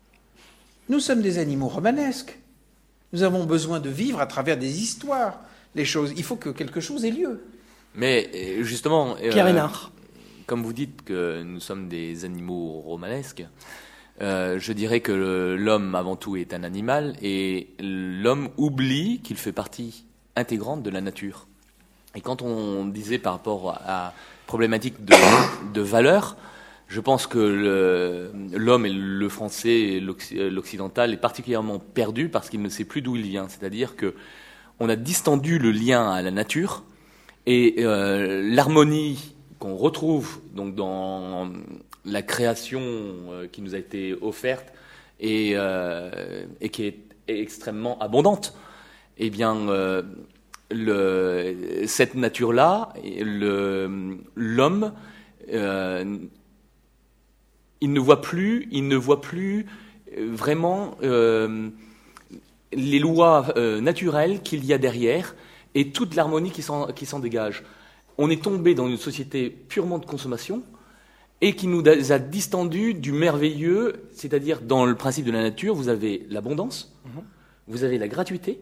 Nous sommes des animaux romanesques. Nous avons besoin de vivre à travers des histoires. Les choses. Il faut que quelque chose ait lieu. Mais justement, Pierre Hénard. Euh, comme vous dites que nous sommes des animaux romanesques, euh, je dirais que le, l'homme avant tout est un animal et l'homme oublie qu'il fait partie intégrante de la nature. Et quand on disait par rapport à la problématique de, de valeur, je pense que le, l'homme et le français et l'occidental est particulièrement perdu parce qu'il ne sait plus d'où il vient. C'est-à-dire que on a distendu le lien à la nature et euh, l'harmonie qu'on retrouve donc dans la création euh, qui nous a été offerte et, euh, et qui est extrêmement abondante. Eh bien, euh, le, cette nature-là, le, l'homme, euh, il ne voit plus, il ne voit plus vraiment. Euh, les lois euh, naturelles qu'il y a derrière et toute l'harmonie qui s'en, qui s'en dégage. On est tombé dans une société purement de consommation et qui nous a distendus du merveilleux, c'est-à-dire dans le principe de la nature, vous avez l'abondance, mmh. vous avez la gratuité,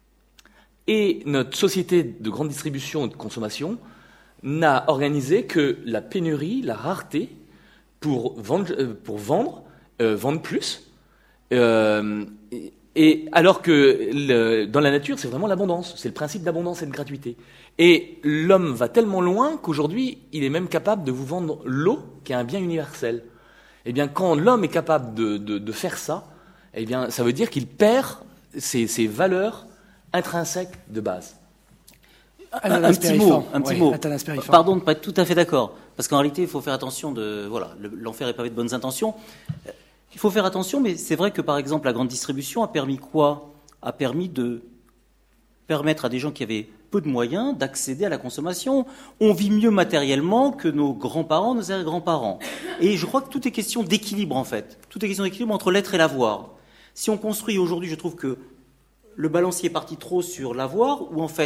et notre société de grande distribution et de consommation n'a organisé que la pénurie, la rareté, pour vendre, euh, pour vendre, euh, vendre plus, euh, et, Et alors que le, dans la nature, c'est vraiment l'abondance. C'est le principe d'abondance et de gratuité. Et l'homme va tellement loin qu'aujourd'hui, il est même capable de vous vendre l'eau, qui est un bien universel. Eh bien, quand l'homme est capable de, de, de faire ça, eh bien, ça veut dire qu'il perd ses, ses valeurs intrinsèques de base. Un, un petit mot, un petit oui, mot. Pardon de ne pas être tout à fait d'accord, parce qu'en réalité, il faut faire attention de voilà, l'enfer est pavé de bonnes intentions. Il faut faire attention, mais c'est vrai que, par exemple, la grande distribution a permis quoi ? A permis de permettre à des gens qui avaient peu de moyens d'accéder à la consommation. On vit mieux matériellement que nos grands-parents, nos arrière-grands-parents. Et je crois que tout est question d'équilibre, en fait. Tout est question d'équilibre entre l'être et l'avoir. Si on construit aujourd'hui, je trouve que le balancier est parti trop sur l'avoir, ou en fait,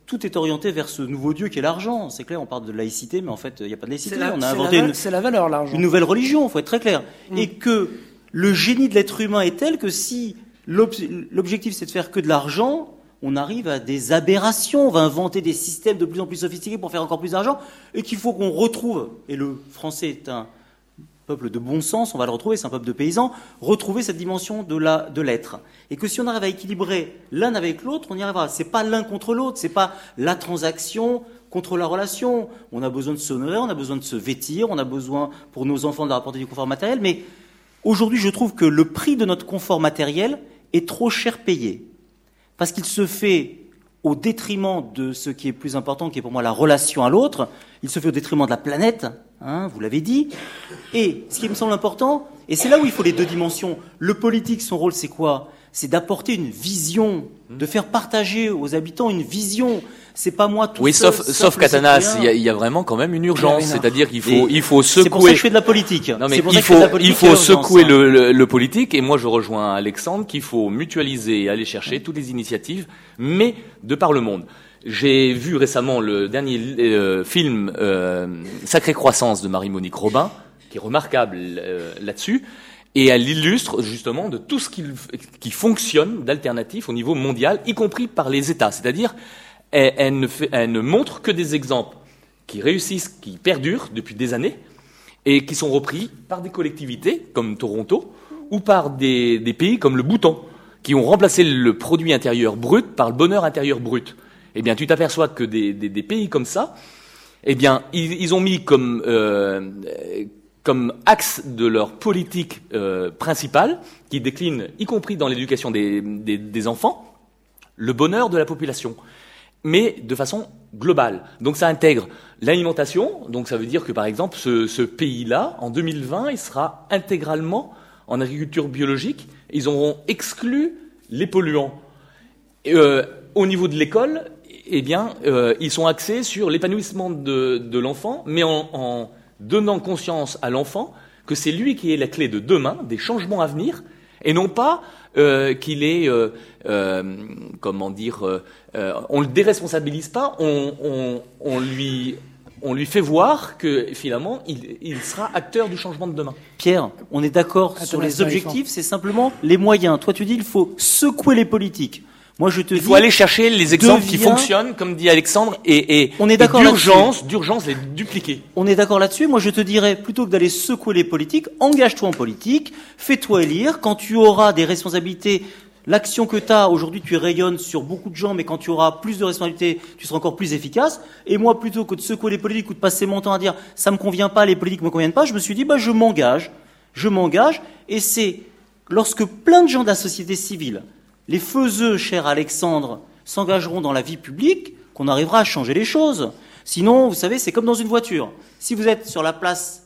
tout est orienté vers ce nouveau Dieu qui est l'argent. C'est clair, on parle de laïcité, mais en fait, il n'y a pas de laïcité. C'est la, on a c'est inventé la, une, c'est la valeur, l'argent. une nouvelle religion, il faut être très clair. Mm. Et que le génie de l'être humain est tel que si l'ob- l'objectif c'est de faire que de l'argent, on arrive à des aberrations. On va inventer des systèmes de plus en plus sophistiqués pour faire encore plus d'argent, et qu'il faut qu'on retrouve, et le français est un peuple de bon sens, on va le retrouver, c'est un peuple de paysans, retrouver cette dimension de la, de l'être. Et que si on arrive à équilibrer l'un avec l'autre, on y arrivera. C'est pas l'un contre l'autre, c'est pas la transaction contre la relation. On a besoin de s'honorer, on a besoin de se vêtir, on a besoin pour nos enfants de leur apporter du confort matériel, mais aujourd'hui je trouve que le prix de notre confort matériel est trop cher payé. Parce qu'il se fait au détriment de ce qui est plus important, qui est pour moi la relation à l'autre. Il se fait au détriment de la planète, hein, vous l'avez dit. Et ce qui me semble important, et c'est là où il faut les deux dimensions, le politique, son rôle c'est quoi ? C'est d'apporter une vision, de faire partager aux habitants une vision. C'est pas moi tout oui, seul. sauf, sauf Catanas, il y, a, il y a vraiment quand même une urgence, c'est-à-dire qu'il faut, il faut secouer. C'est pour ça que je fais de la politique. Non, mais c'est pour il ça que faut, je fais de la politique, il faut secouer hein. le, le, le politique, et moi je rejoins Alexandre qu'il faut mutualiser et aller chercher toutes les initiatives, mais de par le monde. J'ai vu récemment le dernier euh, film euh, Sacrée Croissance de Marie-Monique Robin, qui est remarquable euh, là-dessus. Et elle illustre justement de tout ce qui, qui fonctionne d'alternatif au niveau mondial, y compris par les États. C'est-à-dire, elle, elle, ne fait, elle ne montre que des exemples qui réussissent, qui perdurent depuis des années, et qui sont repris par des collectivités comme Toronto, ou par des, des pays comme le Bhoutan, qui ont remplacé le produit intérieur brut par le bonheur intérieur brut. Eh bien, tu t'aperçois que des, des, des pays comme ça, eh bien, ils, ils ont mis comme... Euh, comme axe de leur politique euh, principale, qui décline, y compris dans l'éducation des, des, des enfants, le bonheur de la population, mais de façon globale. Donc ça intègre l'alimentation, donc ça veut dire que par exemple ce, ce pays-là, en deux mille vingt, il sera intégralement en agriculture biologique, ils auront exclu les polluants. Et, euh, au niveau de l'école, eh bien, euh, ils sont axés sur l'épanouissement de, de l'enfant, mais en... en donnant conscience à l'enfant que c'est lui qui est la clé de demain, des changements à venir, et non pas euh, qu'il est, euh, euh, comment dire, euh, euh, on le déresponsabilise pas, on, on, on lui, on lui fait voir que finalement il, il sera acteur du changement de demain. Pierre, on est d'accord Attends, sur les attends, objectifs, c'est simplement les moyens. Toi, tu dis il faut secouer les politiques. Moi, je te Il dis, faut aller chercher les exemples qui deviens- fonctionnent, comme dit Alexandre, et, et, On est et d'accord d'urgence, d'urgence les dupliquer. On est d'accord là-dessus. Moi, je te dirais, plutôt que d'aller secouer les politiques, engage-toi en politique, fais-toi élire. Quand tu auras des responsabilités, l'action que tu as, aujourd'hui, tu rayonnes sur beaucoup de gens, mais quand tu auras plus de responsabilités, tu seras encore plus efficace. Et moi, plutôt que de secouer les politiques ou de passer mon temps à dire, ça me convient pas, les politiques me conviennent pas, je me suis dit, bah, je m'engage. Je m'engage. Et c'est lorsque plein de gens de la société civile, les faiseux, cher Alexandre, s'engageront dans la vie publique, qu'on arrivera à changer les choses. Sinon, vous savez, c'est comme dans une voiture. Si vous êtes sur la place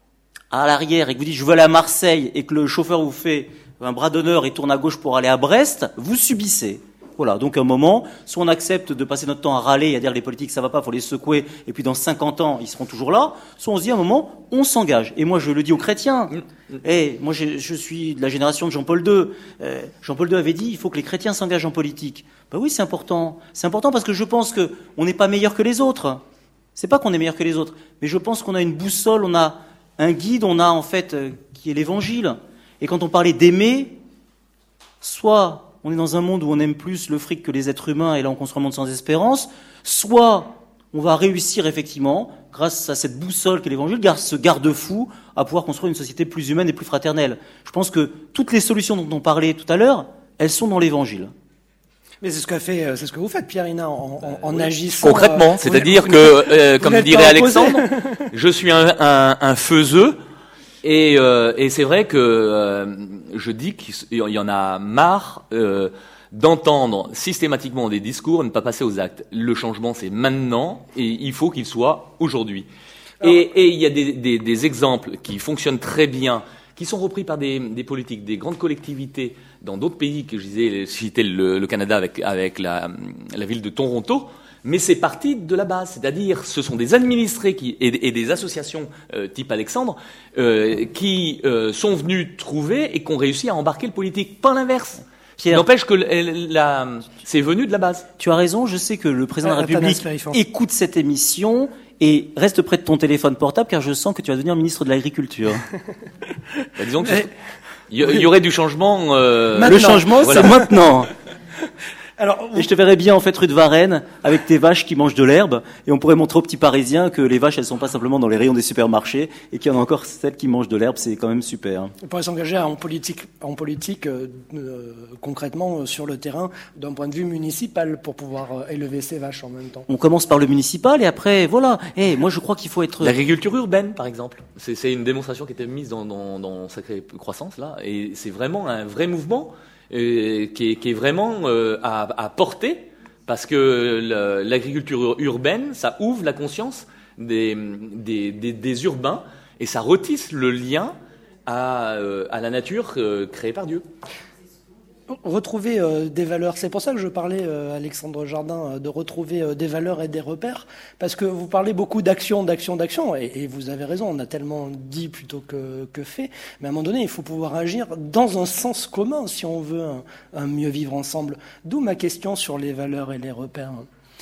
à l'arrière et que vous dites « je veux aller à Marseille » et que le chauffeur vous fait un bras d'honneur et tourne à gauche pour aller à Brest, vous subissez. Voilà, donc à un moment, soit on accepte de passer notre temps à râler et à dire les politiques ça va pas, faut les secouer, et puis dans cinquante ans, ils seront toujours là, soit on se dit à un moment, on s'engage. Et moi je le dis aux chrétiens, et moi je, je suis de la génération de Jean-Paul deux, euh, Jean-Paul deux avait dit, il faut que les chrétiens s'engagent en politique. Ben oui, c'est important, c'est important parce que je pense que on n'est pas meilleur que les autres. C'est pas qu'on est meilleur que les autres, mais je pense qu'on a une boussole, on a un guide, on a en fait, euh, qui est l'évangile. Et quand on parlait d'aimer, soit on est dans un monde où on aime plus le fric que les êtres humains, et là on construit un monde sans espérance, soit on va réussir effectivement, grâce à cette boussole qu'est l'évangile, grâce à ce garde-fou, à pouvoir construire une société plus humaine et plus fraternelle. Je pense que toutes les solutions dont on parlait tout à l'heure, elles sont dans l'évangile. Mais c'est ce qu'a fait, c'est ce que vous faites, Pierre Hénin, en, en, en agissant. Concrètement, euh, c'est-à-dire vous, que, euh, vous comme n'êtes dirait pas opposé. Alexandre, je suis un, un, un faiseux, et, euh, et c'est vrai que euh, je dis qu'il y en a marre euh, d'entendre systématiquement des discours et ne pas passer aux actes. Le changement, c'est maintenant, et il faut qu'il soit aujourd'hui. Et, et il y a des, des, des exemples qui fonctionnent très bien, qui sont repris par des, des politiques, des grandes collectivités dans d'autres pays, que je disais, citer le, le Canada avec, avec la, la ville de Toronto, mais c'est parti de la base, c'est-à-dire ce sont des administrés qui, et, et des associations euh, type Alexandre euh, qui euh, sont venus trouver et qui ont réussi à embarquer le politique, pas l'inverse. Pierre, n'empêche que l- la, c'est venu de la base. tu as raison, je sais que le président de la Ah, Athanas République Périfant. écoute cette émission et reste près de ton téléphone portable car je sens que tu vas devenir ministre de l'Agriculture. Bah, disons que Mais- il y, il y aurait du changement. Euh, Maintenant. Le changement, Voilà. c'est maintenant. Alors, Et je te verrais bien en fait rue de Varennes avec tes vaches qui mangent de l'herbe et on pourrait montrer aux petits Parisiens que les vaches elles sont pas simplement dans les rayons des supermarchés et qu'il y en a encore celles qui mangent de l'herbe, c'est quand même super. on pourrait s'engager en politique, en politique euh, euh, concrètement euh, sur le terrain, d'un point de vue municipal, pour pouvoir euh, élever ces vaches en même temps. On commence par le municipal et après voilà. Eh, moi je crois qu'il faut être L'agriculture urbaine, par exemple, c'est, c'est une démonstration qui était mise dans, dans, dans Sacrée Croissance là, et c'est vraiment un vrai mouvement euh, qui, est, qui est vraiment euh, à, à porter, parce que le- l'agriculture urbaine, ça ouvre la conscience des, des, des, des urbains et ça retisse le lien à, euh, à la nature euh, créée par Dieu. Retrouver euh, des valeurs, c'est pour ça que je parlais, euh, Alexandre Jardin, euh, de retrouver euh, des valeurs et des repères, parce que vous parlez beaucoup d'action, d'action, d'action, et, et vous avez raison, on a tellement dit plutôt que, que fait, mais à un moment donné, il faut pouvoir agir dans un sens commun si on veut un, un mieux vivre ensemble. D'où ma question sur les valeurs et les repères.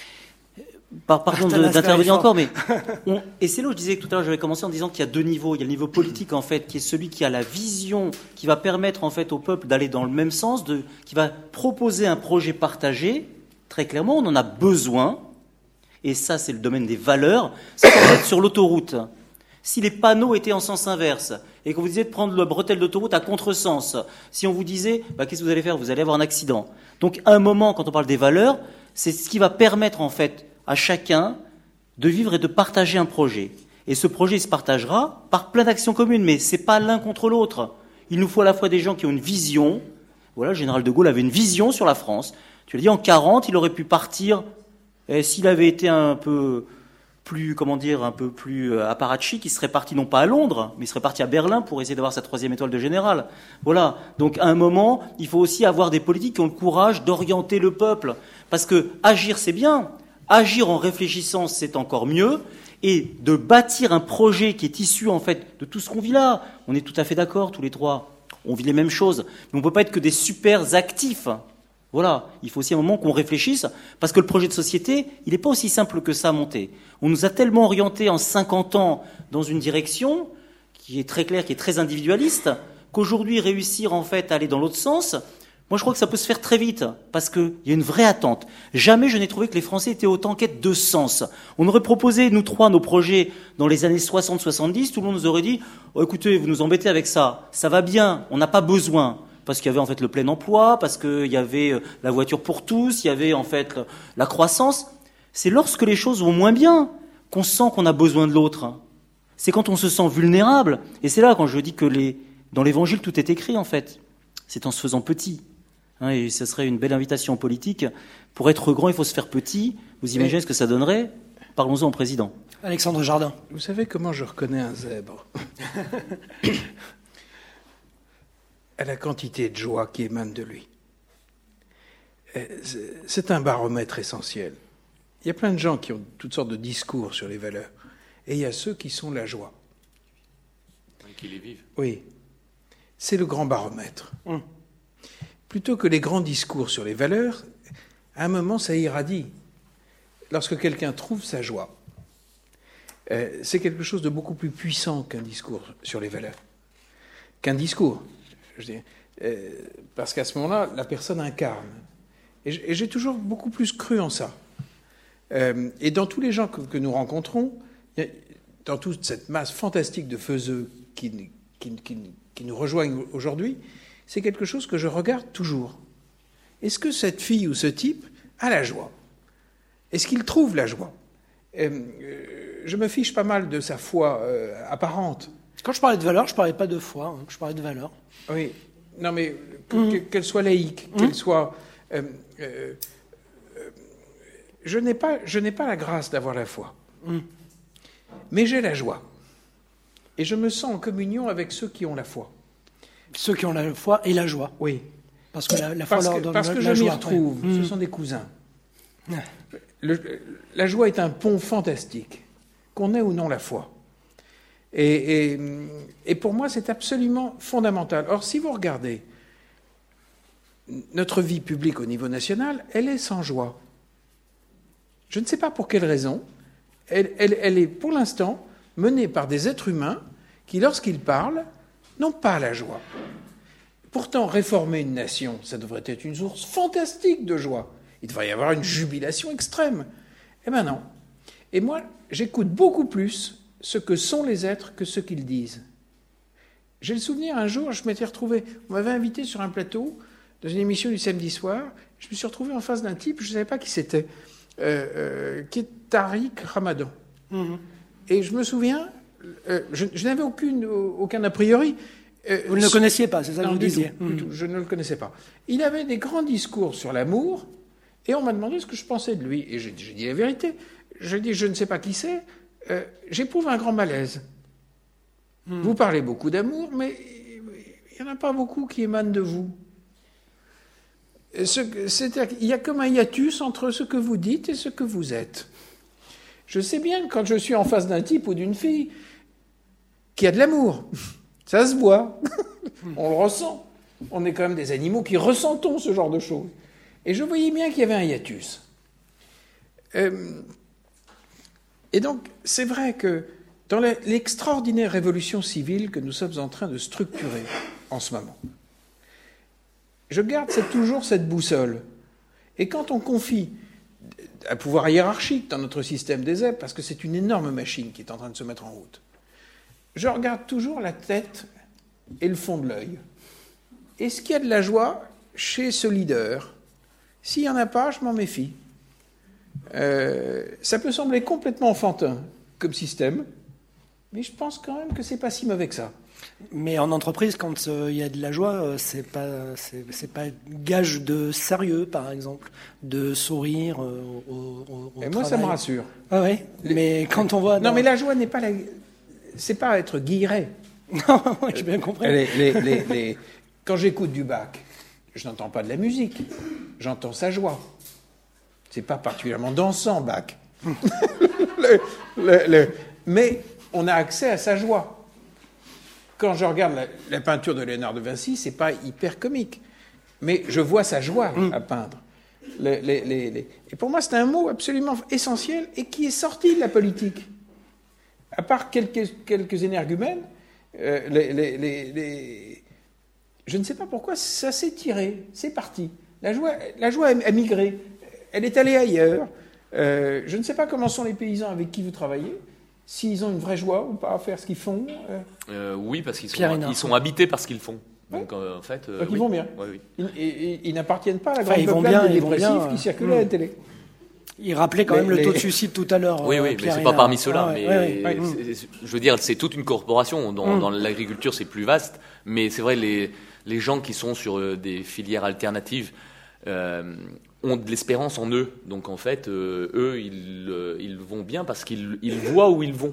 Par, pardon de- Athanas d'intervenir Périfant. encore, mais on- et c'est là où je disais que tout à l'heure, j'avais commencé en disant qu'il y a deux niveaux. Il y a le niveau politique en fait, qui est celui qui a la vision, qui va permettre en fait au peuple d'aller dans le même sens, de, qui va proposer un projet partagé. Très clairement, on en a besoin. Et ça, c'est le domaine des valeurs. C'est qu'en fait, sur l'autoroute, si les panneaux étaient en sens inverse et qu'on vous disait de prendre le bretelle d'autoroute à contresens, si on vous disait, bah, qu'est-ce que vous allez faire? Vous allez avoir un accident. Donc, à un moment, quand on parle des valeurs, c'est ce qui va permettre en fait à chacun de vivre et de partager un projet. Et ce projet, il se partagera par plein d'actions communes, mais c'est pas l'un contre l'autre. Il nous faut à la fois des gens qui ont une vision. Voilà, le général de Gaulle avait une vision sur la France. Tu l'as dit, en quarante, il aurait pu partir, et s'il avait été un peu plus, comment dire, un peu plus euh, apparatchik, il serait parti non pas à Londres, mais il serait parti à Berlin pour essayer d'avoir sa troisième étoile de général. Voilà. Donc, à un moment, il faut aussi avoir des politiques qui ont le courage d'orienter le peuple. Parce que agir, c'est bien. Agir en réfléchissant, c'est encore mieux. Et de bâtir un projet qui est issu, en fait, de tout ce qu'on vit là. On est tout à fait d'accord, tous les trois. On vit les mêmes choses. Mais on ne peut pas être que des super actifs. Voilà. Il faut aussi un moment qu'on réfléchisse. Parce que le projet de société, il n'est pas aussi simple que ça à monter. On nous a tellement orientés en cinquante ans dans une direction qui est très claire, qui est très individualiste, qu'aujourd'hui, réussir, en fait, à aller dans l'autre sens, moi, je crois que ça peut se faire très vite, parce qu'il y a une vraie attente. Jamais je n'ai trouvé que les Français étaient autant en quête de sens. On aurait proposé, nous trois, nos projets dans les années soixante soixante-dix, tout le monde nous aurait dit oh, « Écoutez, vous nous embêtez avec ça, ça va bien, on n'a pas besoin ». Parce qu'il y avait en fait le plein emploi, parce qu'il y avait la voiture pour tous, il y avait en fait la croissance. C'est lorsque les choses vont moins bien qu'on sent qu'on a besoin de l'autre. C'est quand on se sent vulnérable. Et c'est là quand je dis que les... dans l'Évangile, tout est écrit en fait. C'est en se faisant petit. Hein, et ce serait une belle invitation politique. Pour être grand, il faut se faire petit. Vous imaginez ce que ça donnerait? Parlons-en au président. Alexandre Jardin. Vous savez comment je reconnais un zèbre? À la quantité de joie qui émane de lui. C'est un baromètre essentiel. Il y a plein de gens qui ont toutes sortes de discours sur les valeurs. Et il y a ceux qui sont la joie. Qui les vivent. Oui. C'est le grand baromètre. Hum. Plutôt que les grands discours sur les valeurs, à un moment, ça irradie. Lorsque quelqu'un trouve sa joie, euh, c'est quelque chose de beaucoup plus puissant qu'un discours sur les valeurs. Qu'un discours. Je dis, euh, parce qu'à ce moment-là, la personne incarne. Et j'ai toujours beaucoup plus cru en ça. Euh, et dans tous les gens que, que nous rencontrons, il y a, dans toute cette masse fantastique de faiseux qui, qui, qui, qui nous rejoignent aujourd'hui, c'est quelque chose que je regarde toujours. Est-ce que cette fille ou ce type a la joie? Est-ce qu'il trouve la joie? euh, Je me fiche pas mal de sa foi euh, apparente. Quand je parlais de valeurs, je parlais pas de foi, hein, je parlais de valeurs. Oui, non mais que, Mmh. qu'elle soit laïque, Mmh. qu'elle soit... Euh, euh, euh, je n'ai pas, je n'ai pas la grâce d'avoir la foi, Mmh. mais j'ai la joie. Et je me sens en communion avec ceux qui ont la foi. Ceux qui ont la foi et la joie. Oui. Parce que la, la foi Parce leur que, donne parce la, que la je m'y joie. retrouve. Ouais. Ce Mmh. sont des cousins. Ouais. Le- la joie est un pont fantastique, qu'on ait ou non la foi. Et, et, et pour moi, c'est absolument fondamental. Or, si vous regardez, notre vie publique au niveau national, elle est sans joie. Je ne sais pas pour quelle raison. Elle, elle, elle est, pour l'instant, menée par des êtres humains qui, lorsqu'ils parlent, n'ont pas la joie. Pourtant, réformer une nation, ça devrait être une source fantastique de joie. Il devrait y avoir une jubilation extrême. Eh bien non. Et moi, j'écoute beaucoup plus ce que sont les êtres que ce qu'ils disent. J'ai le souvenir, un jour, je m'étais retrouvé, on m'avait invité sur un plateau, dans une émission du samedi soir, je me suis retrouvé en face d'un type, je ne savais pas qui c'était, euh, euh, qui est Tariq Ramadan. Mmh. Et je me souviens, euh, je, je n'avais aucune, aucun a priori. Euh, vous ne le connaissiez pas, c'est ça que non, vous du disiez tout, mmh. du tout, je ne le connaissais pas. Il avait des grands discours sur l'amour, et on m'a demandé ce que je pensais de lui. Et j'ai, j'ai dit la vérité. J'ai dit, je ne sais pas qui c'est, euh, j'éprouve un grand malaise. Mmh. Vous parlez beaucoup d'amour, mais il n'y en a pas beaucoup qui émanent de vous. Ce, c'est-à-dire qu'il y a comme un hiatus entre ce que vous dites et ce que vous êtes. Je sais bien que quand je suis en face d'un type ou d'une fille qui a de l'amour, ça se voit, on le ressent. On est quand même des animaux qui ressentons ce genre de choses. Et je voyais bien qu'il y avait un hiatus. Euh, et donc, c'est vrai que dans l'extraordinaire révolution civile que nous sommes en train de structurer en ce moment, je garde cette, toujours cette boussole. Et quand on confie un pouvoir hiérarchique dans notre système des E P, parce que c'est une énorme machine qui est en train de se mettre en route, je regarde toujours la tête et le fond de l'œil. Est-ce qu'il y a de la joie chez ce leader ? S'il n'y en a pas, je m'en méfie. Euh, ça peut sembler complètement enfantin comme système, mais je pense quand même que c'est pas si mauvais que ça. Mais en entreprise, quand il euh, y a de la joie, euh, c'est pas c'est, c'est pas gage de sérieux, par exemple, de sourire euh, au, au, au Et moi, travail. ça me rassure. Ah ouais. Les... Mais quand on voit non, non mais la joie n'est pas la... c'est pas être guilleret. Non, j'ai bien compris. Les, les, les, les... Quand j'écoute du Bach, je n'entends pas de la musique, j'entends sa joie. C'est pas particulièrement dansant, Bach. le, le, le... Mais on a accès à sa joie. Quand je regarde la, la peinture de Léonard de Vinci, c'est pas hyper comique, mais je vois sa joie mm. à peindre. Les, les, les, les... Et pour moi, c'est un mot absolument essentiel et qui est sorti de la politique. À part quelques, quelques énergumènes, euh, les, les, les, les... je ne sais pas pourquoi ça s'est tiré, c'est parti. La joie, la joie a, a migré, elle est allée ailleurs. Euh, je ne sais pas comment sont les paysans avec qui vous travaillez. S'ils ont une vraie joie ou pas à faire ce qu'ils font euh... Euh, Oui, parce qu'ils sont, ils sont habités par ce qu'ils font. Donc, ouais. euh, en fait, euh, Donc oui. ils vont bien. Ouais, oui. Ils, ils, ils n'appartiennent pas à la enfin, grande peuplade des dépressifs bien, qui circulait euh, à la télé. Il rappelait quand les, même le les... taux de suicide tout à l'heure. Oui, oui, euh, mais Pierre c'est pas parmi ceux-là. Ah, mais ouais, ouais, c'est, c'est, je veux dire, c'est toute une corporation. Dans, mm. dans l'agriculture, c'est plus vaste. Mais c'est vrai, les, les gens qui sont sur euh, des filières alternatives euh, ont de l'espérance en eux. Donc en fait, euh, eux, ils, euh, ils vont bien parce qu'ils ils voient où ils vont.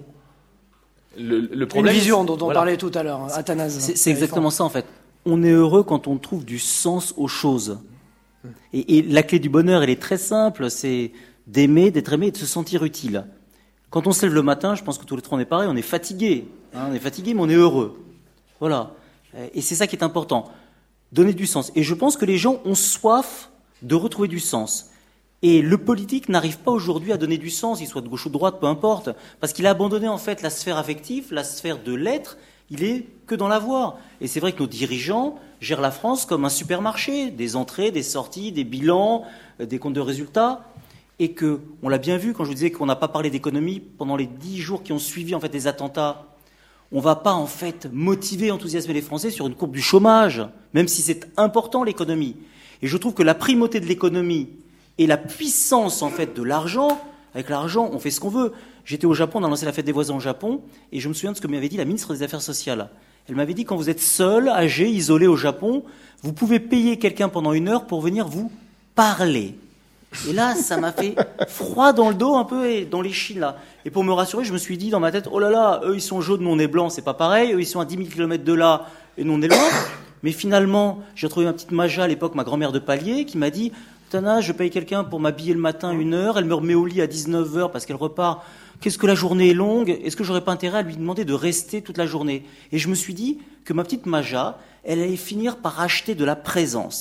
Le, le problème, une vision dont on voilà. parlait tout à l'heure, Athanase. C'est, c'est exactement ça en fait. On est heureux quand on trouve du sens aux choses. Et, et la clé du bonheur, elle est très simple, c'est d'aimer, d'être aimé et de se sentir utile. Quand on se lève le matin, je pense que tous les trois on est pareil, on est fatigué. Hein, on est fatigué, mais on est heureux. Voilà. Et c'est ça qui est important. Donner du sens. Et je pense que les gens ont soif de retrouver du sens. Et le politique n'arrive pas aujourd'hui à donner du sens, il soit de gauche ou de droite, peu importe, parce qu'il a abandonné en fait la sphère affective, la sphère de l'être, il est que dans l'avoir. Et c'est vrai que nos dirigeants gèrent la France comme un supermarché, des entrées, des sorties, des bilans, des comptes de résultats, et que, on l'a bien vu quand je vous disais qu'on n'a pas parlé d'économie pendant les dix jours qui ont suivi en fait les attentats. On ne va pas en fait motiver, enthousiasmer les Français sur une courbe du chômage, même si c'est important l'économie. Et je trouve que la primauté de l'économie et la puissance en fait de l'argent, avec l'argent, on fait ce qu'on veut. J'étais au Japon, on a lancé la fête des voisins au Japon, et je me souviens de ce que m'avait dit la ministre des Affaires sociales. Elle m'avait dit, quand vous êtes seul, âgé, isolé au Japon, vous pouvez payer quelqu'un pendant une heure pour venir vous parler. Et là, ça m'a fait froid dans le dos un peu et dans les chines là. Et pour me rassurer, je me suis dit dans ma tête, oh là là, eux ils sont jaunes, nous on est blancs, c'est pas pareil. Eux ils sont à dix mille kilomètres de là et nous on est loin. Mais finalement, j'ai retrouvé ma petite Maja à l'époque, ma grand-mère de Palier, qui m'a dit, Tana, je paye quelqu'un pour m'habiller le matin une heure, elle me remet au lit à dix-neuf heures parce qu'elle repart. Qu'est-ce que la journée est longue? Est-ce que j'aurais pas intérêt à lui demander de rester toute la journée? Et je me suis dit que ma petite Maja, elle allait finir par acheter de la présence.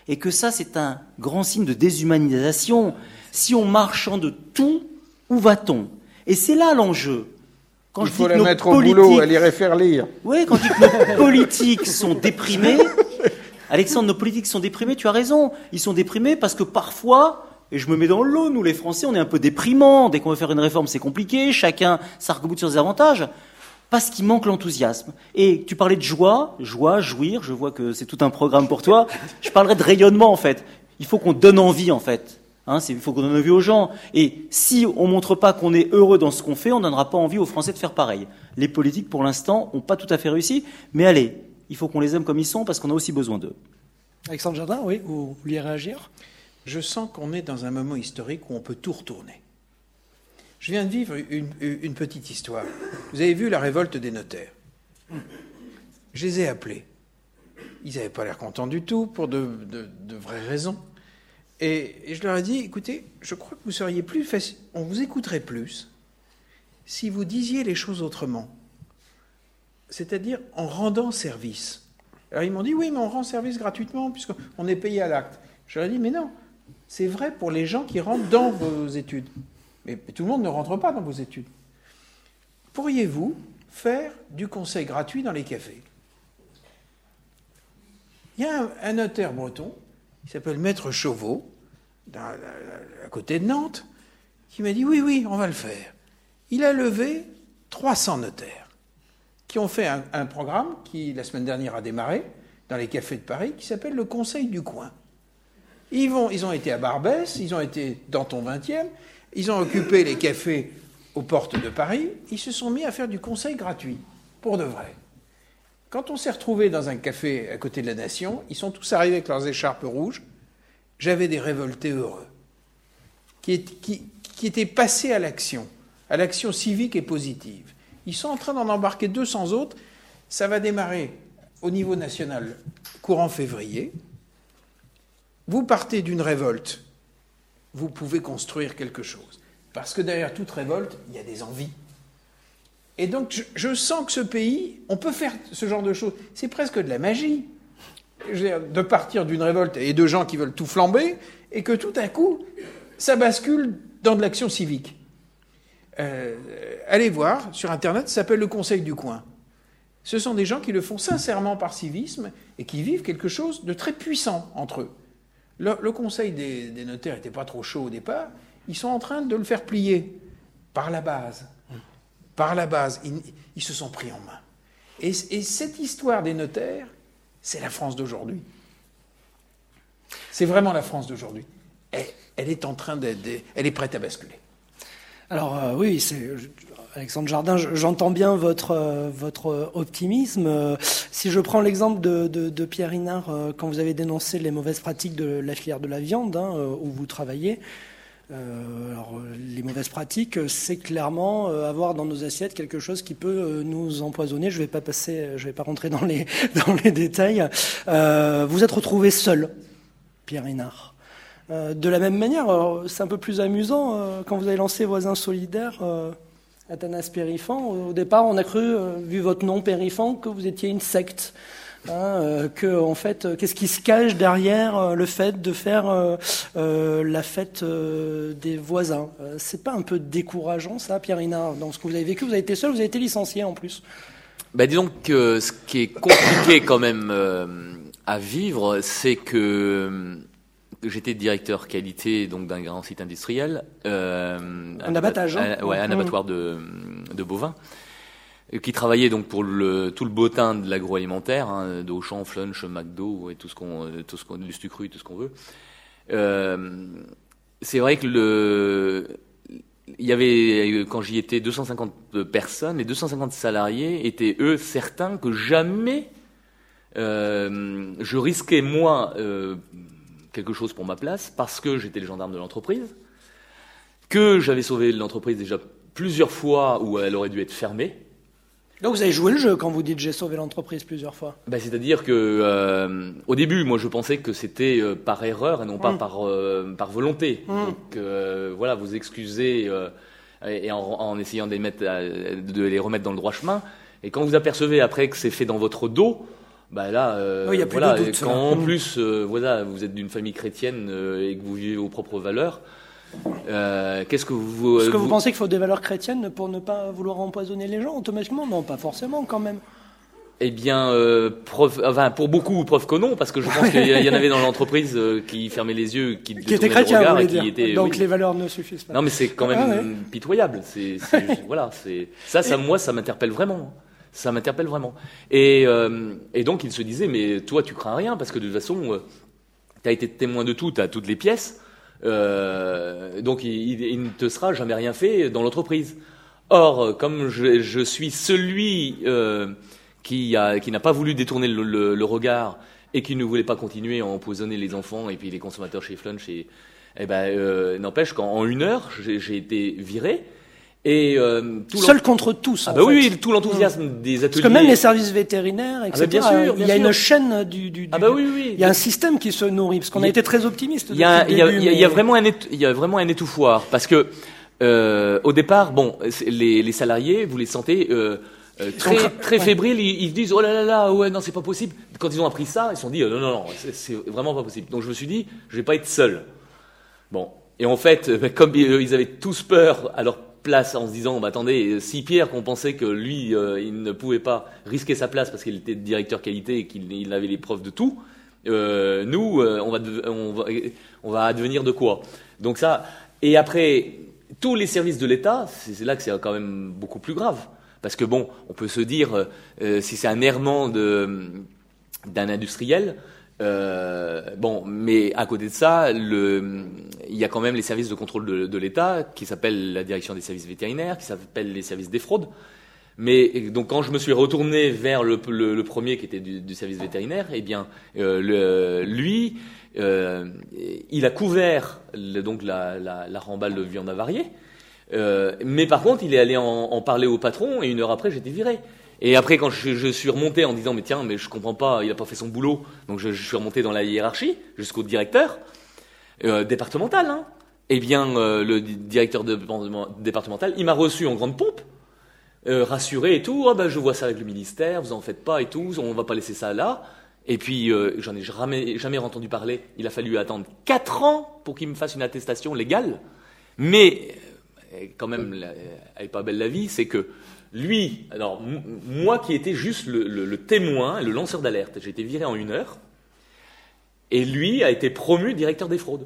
Et que ça, c'est un grand signe de déshumanisation. Si on marchande tout, où va-t-on? Et c'est là l'enjeu. Quand Il je faut la mettre au boulot, elle irait faire lire. Oui, quand je dis que nos politiques sont déprimés, Alexandre, nos politiques sont déprimés, tu as raison. Ils sont déprimés parce que parfois, et je me mets dans le lot, nous les Français, on est un peu déprimants. Dès qu'on veut faire une réforme, c'est compliqué. Chacun s'arc-boute sur ses avantages. Parce qu'il manque l'enthousiasme. Et tu parlais de joie, joie, jouir, je vois que c'est tout un programme pour toi. Je parlerais de rayonnement, en fait. Il faut qu'on donne envie, en fait. Hein, c'est, il faut qu'on donne envie aux gens. Et si on montre pas qu'on est heureux dans ce qu'on fait, on donnera pas envie aux Français de faire pareil. Les politiques, pour l'instant, ont pas tout à fait réussi. Mais allez, il faut qu'on les aime comme ils sont, parce qu'on a aussi besoin d'eux. Alexandre Jardin, oui, vous vouliez réagir? Je sens qu'on est dans un moment historique où on peut tout retourner. Je viens de vivre une, une petite histoire. Vous avez vu la révolte des notaires. Je les ai appelés. Ils n'avaient pas l'air contents du tout, pour de, de, de vraies raisons. Et, et je leur ai dit, écoutez, je crois que vous seriez plus facile, on vous écouterait plus si vous disiez les choses autrement. C'est-à-dire en rendant service. Alors ils m'ont dit, oui, mais on rend service gratuitement, puisqu'on est payé à l'acte. Je leur ai dit, mais non, c'est vrai pour les gens qui rentrent dans vos études. Mais tout le monde ne rentre pas dans vos études. Pourriez-vous faire du conseil gratuit dans les cafés? Il y a un, un notaire breton, il s'appelle Maître Chauveau, dans, à, à côté de Nantes, qui m'a dit oui, oui, on va le faire. Il a levé trois cents notaires qui ont fait un, un programme qui, la semaine dernière, a démarré dans les cafés de Paris, qui s'appelle le Conseil du coin. Ils, vont, ils ont été à Barbès, ils ont été dans ton vingtième, ils ont occupé les cafés aux portes de Paris, ils se sont mis à faire du conseil gratuit, pour de vrai. Quand on s'est retrouvés dans un café à côté de la Nation, ils sont tous arrivés avec leurs écharpes rouges, j'avais des révoltés heureux, qui, qui, qui étaient passés à l'action, à l'action civique et positive. Ils sont en train d'en embarquer deux cents autres, ça va démarrer au niveau national courant février. Vous partez d'une révolte, vous pouvez construire quelque chose. Parce que derrière toute révolte, il y a des envies. Et donc, je, je sens que ce pays, on peut faire ce genre de choses. C'est presque de la magie. Je veux dire, de partir d'une révolte et de gens qui veulent tout flamber, et que tout à coup, ça bascule dans de l'action civique. Euh, allez voir, sur Internet, ça s'appelle le Conseil du coin. Ce sont des gens qui le font sincèrement par civisme et qui vivent quelque chose de très puissant entre eux. Le, le conseil des, des notaires n'était pas trop chaud au départ. Ils sont en train de le faire plier par la base. Par la base. Ils, ils se sont pris en main. Et, et cette histoire des notaires, c'est la France d'aujourd'hui. C'est vraiment la France d'aujourd'hui. Elle, elle est en train d'être... Elle est prête à basculer. Alors euh, oui, c'est... Alexandre Jardin, j'entends bien votre euh, votre optimisme. Euh, si je prends l'exemple de, de, de Pierre Inard, euh, quand vous avez dénoncé les mauvaises pratiques de la filière de la viande, hein, euh, où vous travaillez, euh, alors, les mauvaises pratiques, c'est clairement euh, avoir dans nos assiettes quelque chose qui peut euh, nous empoisonner. Je vais pas passer, je vais pas rentrer dans les dans les détails. Euh, vous êtes retrouvé seul, Pierre Inard. Euh, de la même manière, c'est un peu plus amusant euh, quand vous avez lancé Voisins solidaires. Euh, Athanas Périfan, au départ, on a cru, euh, vu votre nom Périfan, que vous étiez une secte. Hein, euh, que, en fait, euh, qu'est-ce qui se cache derrière euh, le fait de faire euh, euh, la fête euh, des voisins? euh, C'est pas un peu décourageant, ça, Pierre Inard, dans ce que vous avez vécu? Vous avez été seul, vous avez été licencié en plus. Bah, disons que ce qui est compliqué quand même euh, à vivre, c'est que j'étais directeur qualité donc d'un grand site industriel, euh, un abattage, hein. un, ouais, un abattoir de, de bovins, qui travaillait donc pour le, tout le bottin de l'agroalimentaire, hein, d'Auchan, Flunch, McDo et tout ce qu'on, tout ce qu'on, du Stucru, tout ce qu'on veut. Euh, c'est vrai que le, il y avait, quand j'y étais, deux cent cinquante personnes. Les deux cent cinquante salariés étaient eux certains que jamais euh, je risquais moi euh, quelque chose pour ma place, parce que j'étais le gendarme de l'entreprise, que j'avais sauvé l'entreprise déjà plusieurs fois où elle aurait dû être fermée. Donc vous avez joué le jeu quand vous dites j'ai sauvé l'entreprise plusieurs fois. Ben, c'est-à-dire que euh, au début, moi je pensais que c'était euh, par erreur et non pas mmh. par euh, par volonté. Mmh. Donc euh, voilà, vous excusez euh, et, et en, en essayant de les mettre, à, de les remettre dans le droit chemin. Et quand vous apercevez après que c'est fait dans votre dos, Bah là, euh, Oui, il y a plus voilà, de doute, quand là. en Mm. plus, euh, voilà, vous êtes d'une famille chrétienne euh, et que vous vivez vos propres valeurs, euh, qu'est-ce que vous... Est-ce que vous, vous- pensez qu'il faut des valeurs chrétiennes pour ne pas vouloir empoisonner les gens automatiquement? Non, pas forcément quand même. Eh bien, euh, preuve, enfin, pour beaucoup, preuve que non, parce que je pense qu'il y, y en avait dans l'entreprise euh, qui fermaient les yeux, qui, Qui était détournaient le chrétien, vous regard voulez et qui dire. étaient... Donc oui. les valeurs ne suffisent pas. Non, mais c'est quand même Ah ouais. pitoyable. C'est, c'est juste- voilà, c'est ça, ça, moi, ça m'interpelle vraiment. Ça m'interpelle vraiment. Et, euh, et donc, il se disait, mais toi, tu crains rien, parce que de toute façon, tu as été témoin de tout, tu as toutes les pièces, euh, donc il, il, il ne te sera jamais rien fait dans l'entreprise. Or, comme je, je suis celui euh, qui, a, qui n'a pas voulu détourner le, le, le regard et qui ne voulait pas continuer à empoisonner les enfants et puis les consommateurs chez Flunch, et, et ben, euh, n'empêche qu'en une heure, j'ai, j'ai été viré. Et euh, tout Seul l'en- contre tous. ah en bah fait. oui, oui, tout l'enthousiasme des ateliers. Parce que même les services vétérinaires, et cetera. bah bien sûr, bien il y a sûr. une chaîne du. du, du Ah bah oui, oui, oui. Il y a un système qui se nourrit, parce qu'on Il a y a- été très optimiste. Il y a, depuis il le y a, début, il y a- il y a mais- vraiment un étou- il y a vraiment un étouffoir parce que euh, au départ, bon, c'est- les, les salariés, vous les sentez euh, euh, très sont cra- très ouais. fébriles. Ils, ils se disent oh là là là, ouais non c'est pas possible. Quand ils ont appris ça, ils se sont dit euh, non non non, c'est, c'est vraiment pas possible. Donc je me suis dit je vais pas être seul. Bon, et en fait, euh, comme euh, ils avaient tous peur à leur place en se disant bah attendez, si Pierre qu'on pensait que lui euh, il ne pouvait pas risquer sa place parce qu'il était directeur qualité et qu'il il avait les preuves de tout, euh, nous euh, on va de- on va on va advenir de quoi. Donc ça, et après tous les services de l'État, c'est, c'est là que c'est quand même beaucoup plus grave parce que bon, on peut se dire euh, si c'est un errement de d'un industriel. Euh, bon, mais à côté de ça, le, il y a quand même les services de contrôle de, de l'État qui s'appellent la direction des services vétérinaires, qui s'appellent les services des fraudes. Mais donc quand je me suis retourné vers le, le, le premier qui était du, du service vétérinaire, eh bien, euh, le, lui, euh, il a couvert le, donc la, la, la remballe de viande avariée. Euh, mais par contre, il est allé en, en parler au patron et une heure après, j'étais viré. Et après, quand je, je suis remonté en disant, mais tiens, mais je comprends pas, il a pas fait son boulot, donc je, je suis remonté dans la hiérarchie jusqu'au directeur euh, départemental. Hein. Eh bien, euh, le di- directeur de, départemental, il m'a reçu en grande pompe, euh, rassuré et tout. Ah ben, je vois ça avec le ministère, vous en faites pas et tout, on va pas laisser ça là. Et puis, euh, j'en ai jamais, jamais entendu parler. Il a fallu attendre quatre ans pour qu'il me fasse une attestation légale. Mais euh, quand même, la- elle est pas belle la vie, c'est que lui, alors m- moi qui étais juste le, le- le témoin, le lanceur d'alerte, j'ai été viré en une heure, et lui a été promu directeur des fraudes.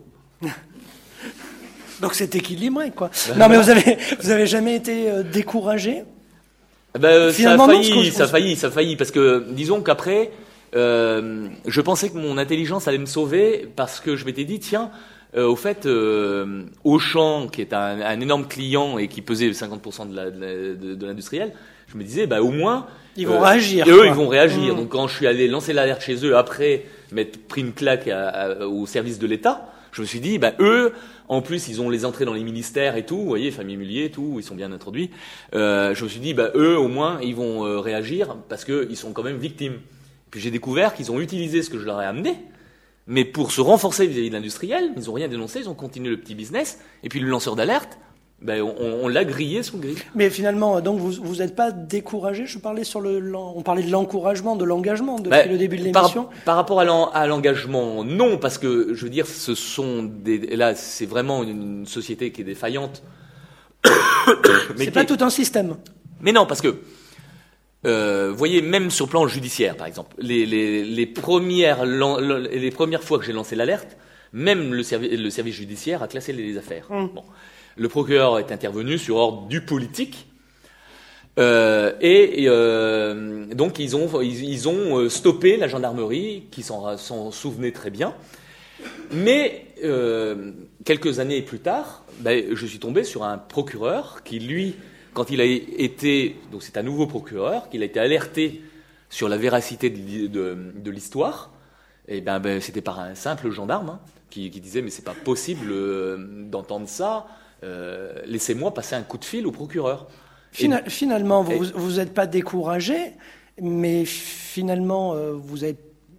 Donc c'est équilibré, quoi. Non, mais vous avez, vous avez jamais été euh, découragé? Eh ben, euh, ça a Finalement, non, failli, parce que je ça a pense- failli, ça a failli, parce que disons qu'après, euh, je pensais que mon intelligence allait me sauver parce que je m'étais dit tiens, euh, au fait, euh, Auchan, qui est un, un énorme client et qui pesait cinquante pour cent de, la, de, la- de- de l'industriel, je me disais bah au moins Ils vont réagir, Et eux, quoi. ils vont réagir. Mmh. Donc quand je suis allé lancer l'alerte chez eux après m'être pris une claque à- à- au service de l'État, je me suis dit bah eux, en plus ils ont les entrées dans les ministères et tout, vous voyez, famille Mullier et tout, ils sont bien introduits. Euh, je me suis dit bah eux au moins ils vont euh, réagir parce que ils sont quand même victimes. Puis j'ai découvert qu'ils ont utilisé ce que je leur ai amené, mais pour se renforcer vis-à-vis de l'industriel, ils n'ont rien dénoncé, ils ont continué le petit business. Et puis le lanceur d'alerte, ben, on, on l'a grillé sous grille. Mais finalement, donc vous vous n'êtes pas découragé. Je parlais sur le, l'en- on parlait de l'encouragement, de l'engagement depuis Ben, le début de par, l'émission. par rapport à, l'en- à l'engagement, non, parce que je veux dire, ce sont des. Et là, c'est vraiment une société qui est défaillante. C'est qui pas est- tout un système. Mais non, parce que, euh, vous voyez, même sur le plan judiciaire, par exemple, les, les, les, premières, lan- les premières fois que j'ai lancé l'alerte, même le, servi- le service judiciaire a classé les affaires. Mmh. Bon. Le procureur est intervenu sur ordre du politique. Euh, et et, euh, donc ils ont, ils, ils ont euh, stoppé la gendarmerie, qui s'en, s'en souvenait très bien. Mais euh, quelques années plus tard, ben, je suis tombé sur un procureur qui, lui, quand il a été, donc c'est un nouveau procureur, qu'il a été alerté sur la véracité de, de, de l'histoire, et ben, ben c'était par un simple gendarme hein, qui, qui disait mais c'est pas possible euh, d'entendre ça, euh, laissez-moi passer un coup de fil au procureur. Fina- Et- finalement, et- vous vous n'êtes pas découragé, mais finalement, euh, vous avez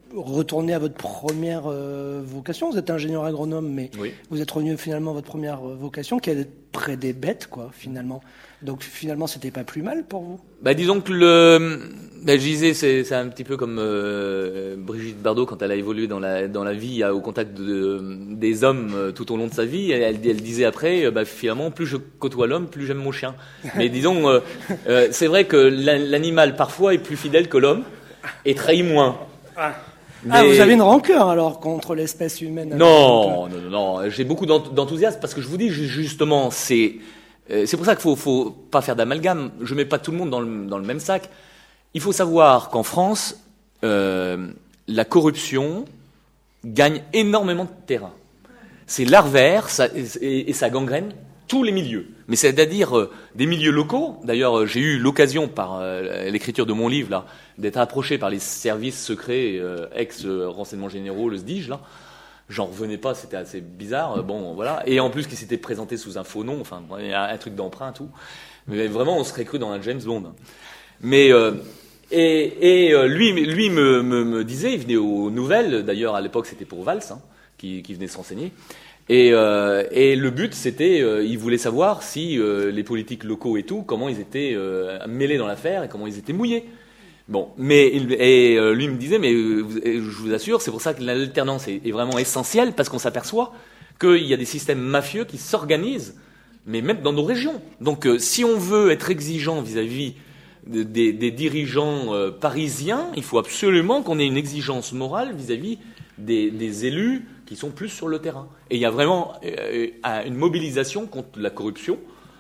retourner à votre première euh, vocation. Vous êtes ingénieur agronome, mais Oui. vous êtes revenu finalement à votre première euh, vocation, qui est d'être près des bêtes, quoi, finalement. Donc finalement, c'était pas plus mal pour vous. Bah, disons que le, bah, je disais, c'est, c'est un petit peu comme euh, Brigitte Bardot quand elle a évolué dans la dans la vie, au contact de, des hommes euh, tout au long de sa vie. Elle, elle, elle disait après, euh, bah, finalement, plus je côtoie l'homme, plus j'aime mon chien. Mais disons, euh, euh, c'est vrai que l'animal parfois est plus fidèle que l'homme et trahit moins. Ah, Mais... ah vous avez une rancœur alors contre l'espèce humaine. Non, non, non, non. J'ai beaucoup d'enthousiasme parce que je vous dis justement, c'est c'est pour ça qu'il faut, faut pas faire d'amalgame. Je mets pas tout le monde dans le, dans le même sac. Il faut savoir qu'en France, euh, la corruption gagne énormément de terrain. C'est larvaire ça, et, et ça gangrène tous les milieux. Mais c'est-à-dire euh, des milieux locaux. D'ailleurs, euh, j'ai eu l'occasion par euh, l'écriture de mon livre là d'être approché par les services secrets euh, ex-renseignements généraux, le S D I G là. J'en revenais pas, c'était assez bizarre. Bon, voilà. Et en plus, qui s'était présenté sous un faux nom, enfin, un, un truc d'emprunt, tout. Mais vraiment, on serait cru dans un James Bond. Mais euh, et, et euh, lui, lui me, me, me disait, il venait aux nouvelles. D'ailleurs, à l'époque, c'était pour Valls, hein, qui, qui venait se renseigner. Et, euh, et le but, c'était, euh, il voulait savoir si euh, les politiques locaux et tout, comment ils étaient euh, mêlés dans l'affaire et comment ils étaient mouillés. Bon, mais et euh, lui me disait, mais euh, je vous assure, c'est pour ça que l'alternance est, est vraiment essentielle, parce qu'on s'aperçoit qu'il y a des systèmes mafieux qui s'organisent, mais même dans nos régions. Donc, euh, si on veut être exigeant vis-à-vis de, des, des dirigeants euh, parisiens, il faut absolument qu'on ait une exigence morale vis-à-vis des, des élus qui sont plus sur le terrain. Et il y a vraiment euh, une mobilisation contre la corruption.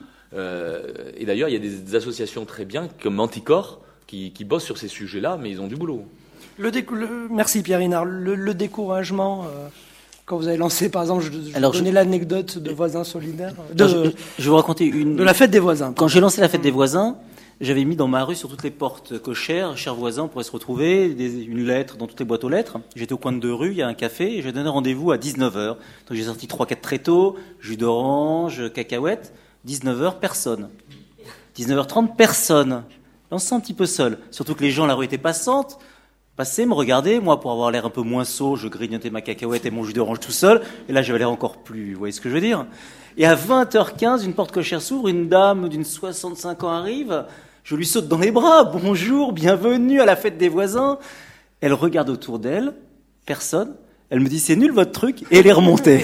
Euh, et d'ailleurs, il y a des associations très bien, comme Anticorps, Qui, qui bossent sur ces sujets-là, mais ils ont du boulot. Le décou- le, merci Pierre Inard. Le, le découragement, euh, quand vous avez lancé, par exemple, je, je Alors, donnais je... l'anecdote de voisins solidaires. De, Alors, je, je vais vous raconter une. De la fête des voisins. Quand j'ai lancé la fête des voisins, j'avais mis dans ma rue sur toutes les portes cochères, chers voisins, on pourrait se retrouver, des, une lettre dans toutes les boîtes aux lettres. J'étais au coin de deux rues, il y a un café, et je donnais rendez-vous à dix-neuf heures. Donc j'ai sorti trois quatre tréteaux, jus d'orange, cacahuètes. dix-neuf heures, personne. dix-neuf heures trente, personne. On se sent un petit peu seul. Surtout que les gens, la rue était passante, passaient, me regardaient. Moi, pour avoir l'air un peu moins sot, je grignotais ma cacahuète et mon jus d'orange tout seul. Et là, j'avais l'air encore plus, vous voyez ce que je veux dire? Et à vingt heures quinze, une porte cochère s'ouvre, une dame d'une soixante-cinq ans arrive. Je lui saute dans les bras. Bonjour, bienvenue à la fête des voisins. Elle regarde autour d'elle. Personne. Elle me dit, c'est nul votre truc. Et elle est remontée.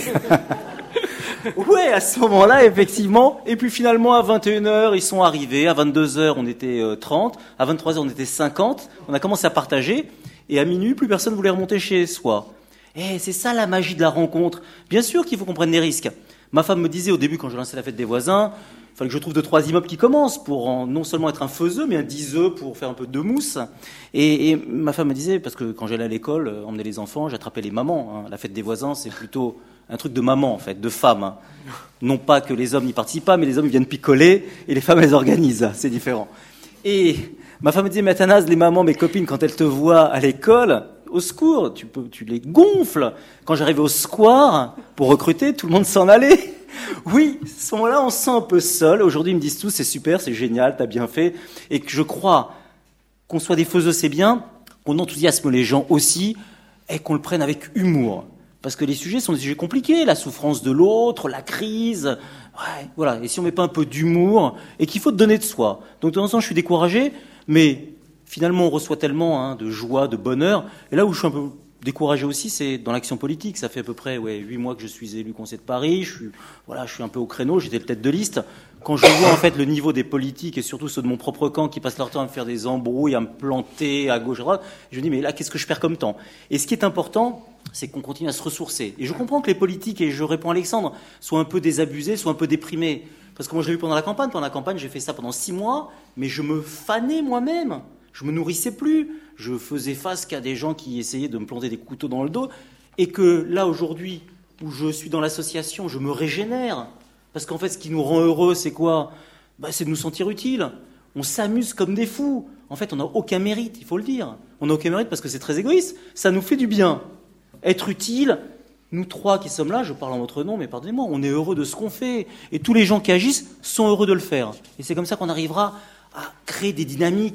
Ouais, à ce moment-là, effectivement. Et puis finalement, à vingt et une heures, ils sont arrivés. À vingt-deux heures, on était trente. À vingt-trois heures, on était cinquante. On a commencé à partager. Et à minuit, plus personne voulait remonter chez soi. Eh, c'est ça la magie de la rencontre. Bien sûr qu'il faut qu'on prenne des risques. Ma femme me disait au début, quand je lançais la fête des voisins, il fallait que je trouve deux, trois immeubles qui commencent pour en, non seulement être un faiseux, mais un diseux pour faire un peu de mousse. Et, et ma femme me disait, parce que quand j'allais à l'école, euh, emmener les enfants, j'attrapais les mamans. Hein. La fête des voisins, c'est plutôt un truc de maman, en fait, de femmes. Hein. Non pas que les hommes n'y participent pas, mais les hommes ils viennent picoler et les femmes, elles organisent. C'est différent. Et ma femme me disait, mais Athanase, les mamans, mes copines, quand elles te voient à l'école, au secours, tu peux, tu les gonfles. Quand j'arrivais au square pour recruter, tout le monde s'en allait. Oui, à ce moment-là, on se sent un peu seul. Aujourd'hui, ils me disent tous, c'est super, c'est génial, t'as bien fait. Et que je crois qu'on soit des faiseux, c'est bien, qu'on enthousiasme les gens aussi, et qu'on le prenne avec humour. Parce que les sujets sont des sujets compliqués, la souffrance de l'autre, la crise. Ouais, voilà. Et si on met pas un peu d'humour, et qu'il faut donner de soi. Donc, de temps en temps, je suis découragé, mais finalement, on reçoit tellement hein, de joie, de bonheur. Et là où je suis un peu découragé aussi, c'est dans l'action politique. Ça fait à peu près ouais, huit mois que je suis élu conseiller de Paris. Je suis, voilà, je suis un peu au créneau. J'étais le tête de liste. Quand je vois en fait le niveau des politiques et surtout ceux de mon propre camp qui passent leur temps à me faire des embrouilles, à me planter à gauche, à droite, je me dis mais là qu'est-ce que je perds comme temps? Et ce qui est important, c'est qu'on continue à se ressourcer. Et je comprends que les politiques, et je réponds à Alexandre, soient un peu désabusés, soient un peu déprimés. Parce que moi je l'ai vu pendant la campagne. Pendant la campagne, j'ai fait ça pendant six mois, mais je me fanais moi-même. Je me nourrissais plus. Je faisais face qu'à des gens qui essayaient de me planter des couteaux dans le dos. Et que là, aujourd'hui, où je suis dans l'association, je me régénère. Parce qu'en fait, ce qui nous rend heureux, c'est quoi? Bah, c'est de nous sentir utiles. On s'amuse comme des fous. En fait, on n'a aucun mérite, il faut le dire. On n'a aucun mérite parce que c'est très égoïste. Ça nous fait du bien. Être utile, nous trois qui sommes là, je parle en votre nom, mais pardonnez-moi, on est heureux de ce qu'on fait. Et tous les gens qui agissent sont heureux de le faire. Et c'est comme ça qu'on arrivera à créer des dynamiques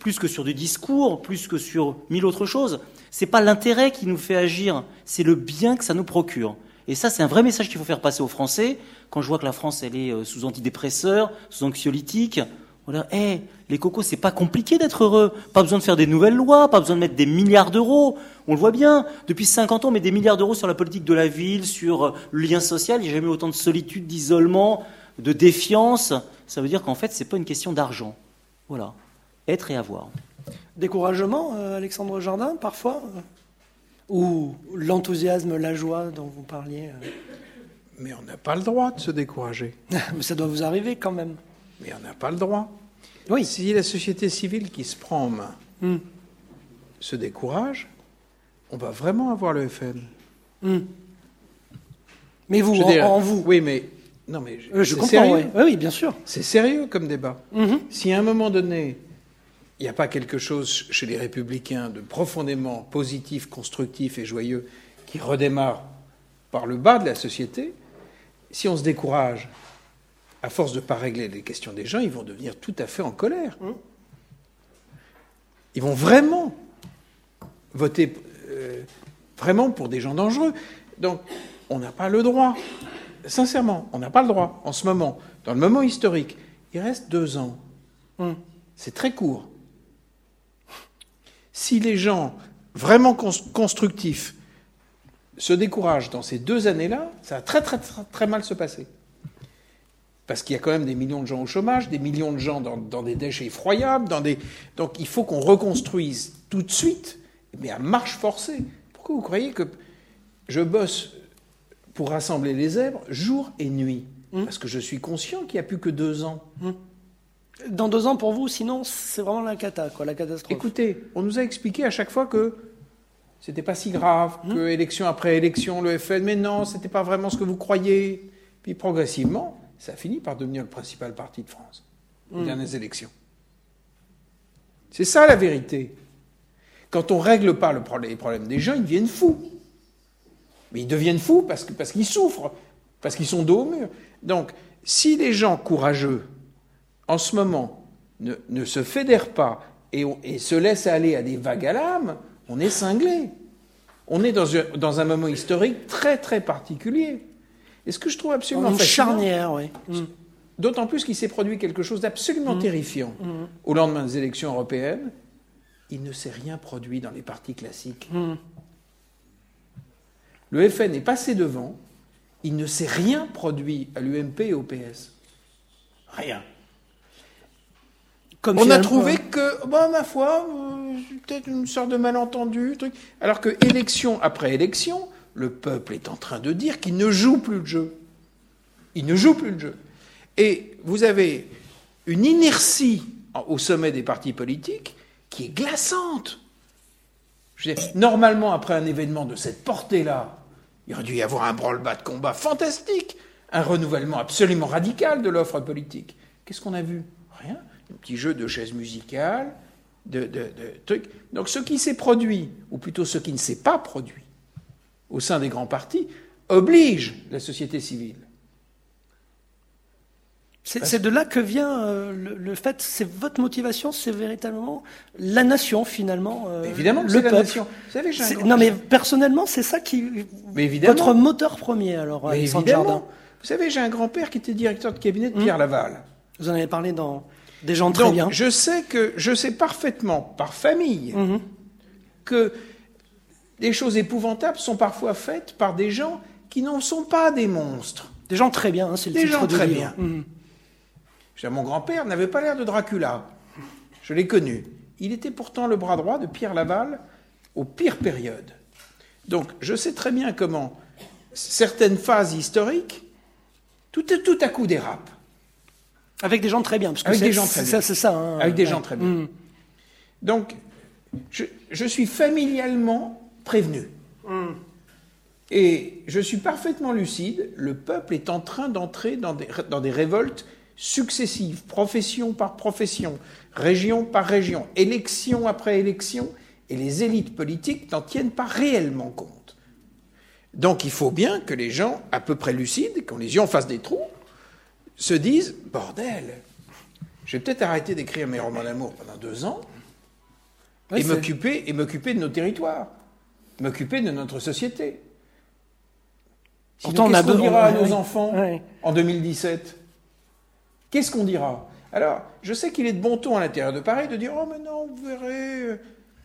plus que sur du discours, plus que sur mille autres choses. C'est pas l'intérêt qui nous fait agir, c'est le bien que ça nous procure. Et ça, c'est un vrai message qu'il faut faire passer aux Français. Quand je vois que la France, elle est sous antidépresseurs, sous anxiolytiques, voilà, hey, les cocos, c'est pas compliqué d'être heureux. Pas besoin de faire des nouvelles lois, pas besoin de mettre des milliards d'euros. On le voit bien. Depuis cinquante ans, on met des milliards d'euros sur la politique de la ville, sur le lien social. Il n'y a jamais eu autant de solitude, d'isolement, de défiance. Ça veut dire qu'en fait, c'est pas une question d'argent. Voilà. Être et avoir. Découragement, euh, Alexandre Jardin, parfois euh, ou l'enthousiasme, la joie dont vous parliez euh... Mais on n'a pas le droit de se décourager. Mais ça doit vous arriver quand même. Mais on n'a pas le droit. Oui. Si la société civile qui se prend en main mm. se décourage, on va vraiment avoir le F N. Mm. Mais vous, en, dire, en vous. Oui, mais... Non, mais euh, je comprends, sérieux. oui. oui, bien sûr. C'est sérieux comme débat. Mm-hmm. Si à un moment donné, il n'y a pas quelque chose chez les Républicains de profondément positif, constructif et joyeux qui redémarre par le bas de la société, si on se décourage, à force de ne pas régler les questions des gens, ils vont devenir tout à fait en colère. Mm. Ils vont vraiment voter euh, vraiment pour des gens dangereux. Donc, on n'a pas le droit. Sincèrement, on n'a pas le droit. En ce moment, dans le moment historique, il reste deux ans. Mm. C'est très court. Si les gens vraiment constructifs se découragent dans ces deux années-là, ça va très, très, très, très mal se passer. Parce qu'il y a quand même des millions de gens au chômage, des millions de gens dans, dans des déchets effroyables, dans des... donc il faut qu'on reconstruise tout de suite, mais à marche forcée. Pourquoi vous croyez que je bosse pour rassembler les zèbres jour et nuit? Mmh. Parce que je suis conscient qu'il n'y a plus que deux ans. Mmh. Dans deux ans pour vous, sinon c'est vraiment la cata, quoi, la catastrophe. Écoutez, on nous a expliqué à chaque fois que c'était pas si grave, mmh. que élection après élection, le F N, mais non, c'était pas vraiment ce que vous croyez. Puis progressivement, ça a fini par devenir le principal parti de France, aux mmh. dernières élections. C'est ça la vérité. Quand on ne règle pas le problème, les problèmes des gens, ils deviennent fous. Mais ils deviennent fous parce, que, parce qu'ils souffrent, parce qu'ils sont dos au mur. Donc, si les gens courageux, en ce moment, ne, ne se fédèrent pas et, et se laissent aller à des vagues à l'âme, on est cinglé. On est dans un, dans un moment historique très, très particulier. Et ce que je trouve absolument une fascinant, charnière, oui. Mm. D'autant plus qu'il s'est produit quelque chose d'absolument mmh. terrifiant mmh. au lendemain des élections européennes. Il ne s'est rien produit dans les partis classiques. Mmh. Le F N est passé devant. Il ne s'est rien produit à l'U M P et au P S. Rien. Comme On a trouvé que, bon, ma foi, euh, peut-être une sorte de malentendu, truc. Alors que élection après élection, le peuple est en train de dire qu'il ne joue plus le jeu. Il ne joue plus le jeu. Et vous avez une inertie au sommet des partis politiques qui est glaçante. Je veux dire, normalement, après un événement de cette portée-là, il aurait dû y avoir un branle-bas de combat fantastique, un renouvellement absolument radical de l'offre politique. Qu'est-ce qu'on a vu? Rien. Un petit jeu de chaises musicales, de, de, de trucs. Donc ce qui s'est produit, ou plutôt ce qui ne s'est pas produit, au sein des grands partis, oblige la société civile. C'est, c'est de là que vient euh, le, le fait, c'est votre motivation, c'est véritablement la nation finalement. Euh, évidemment que le c'est peuple. La nation. Vous savez, j'ai un grand... Non mais personnellement, c'est ça qui, mais évidemment. Votre moteur premier alors. Mais Alexandre évidemment. Jardin. Vous savez, j'ai un grand-père qui était directeur de cabinet de Pierre mmh. Laval. Vous en avez parlé dans des gens très Donc, bien. Je sais que je sais parfaitement par famille mmh. que des choses épouvantables sont parfois faites par des gens qui n'en sont pas des monstres. Des gens très bien, hein, c'est le des titre gens de très livre. bien. Mmh. Mon grand-père n'avait pas l'air de Dracula. Je l'ai connu. Il était pourtant le bras droit de Pierre Laval aux pires périodes. Donc, je sais très bien comment certaines phases historiques, tout, tout à coup dérapent. Avec des gens très bien. Parce que Avec c'est, des gens très c'est, bien. C'est ça. Hein, Avec des ouais. gens très bien. Mmh. Donc, je, je suis familialement prévenu. Mmh. Et je suis parfaitement lucide. Le peuple est en train d'entrer dans des, dans des révoltes successives, profession par profession, région par région, élection après élection, et les élites politiques n'en tiennent pas réellement compte. Donc il faut bien que les gens à peu près lucides, qui ont les yeux en face des trous, se disent « Bordel, je vais peut-être arrêter d'écrire mes romans d'amour pendant deux ans, Oui, et m'occuper et m'occuper de nos territoires, m'occuper de notre société. Sinon, qu'est-ce qu'on dira à nos oui. enfants oui. en deux mille dix-sept? Qu'est-ce qu'on dira? Alors, je sais qu'il est de bon ton à l'intérieur de Paris de dire « Oh, mais non, vous verrez... »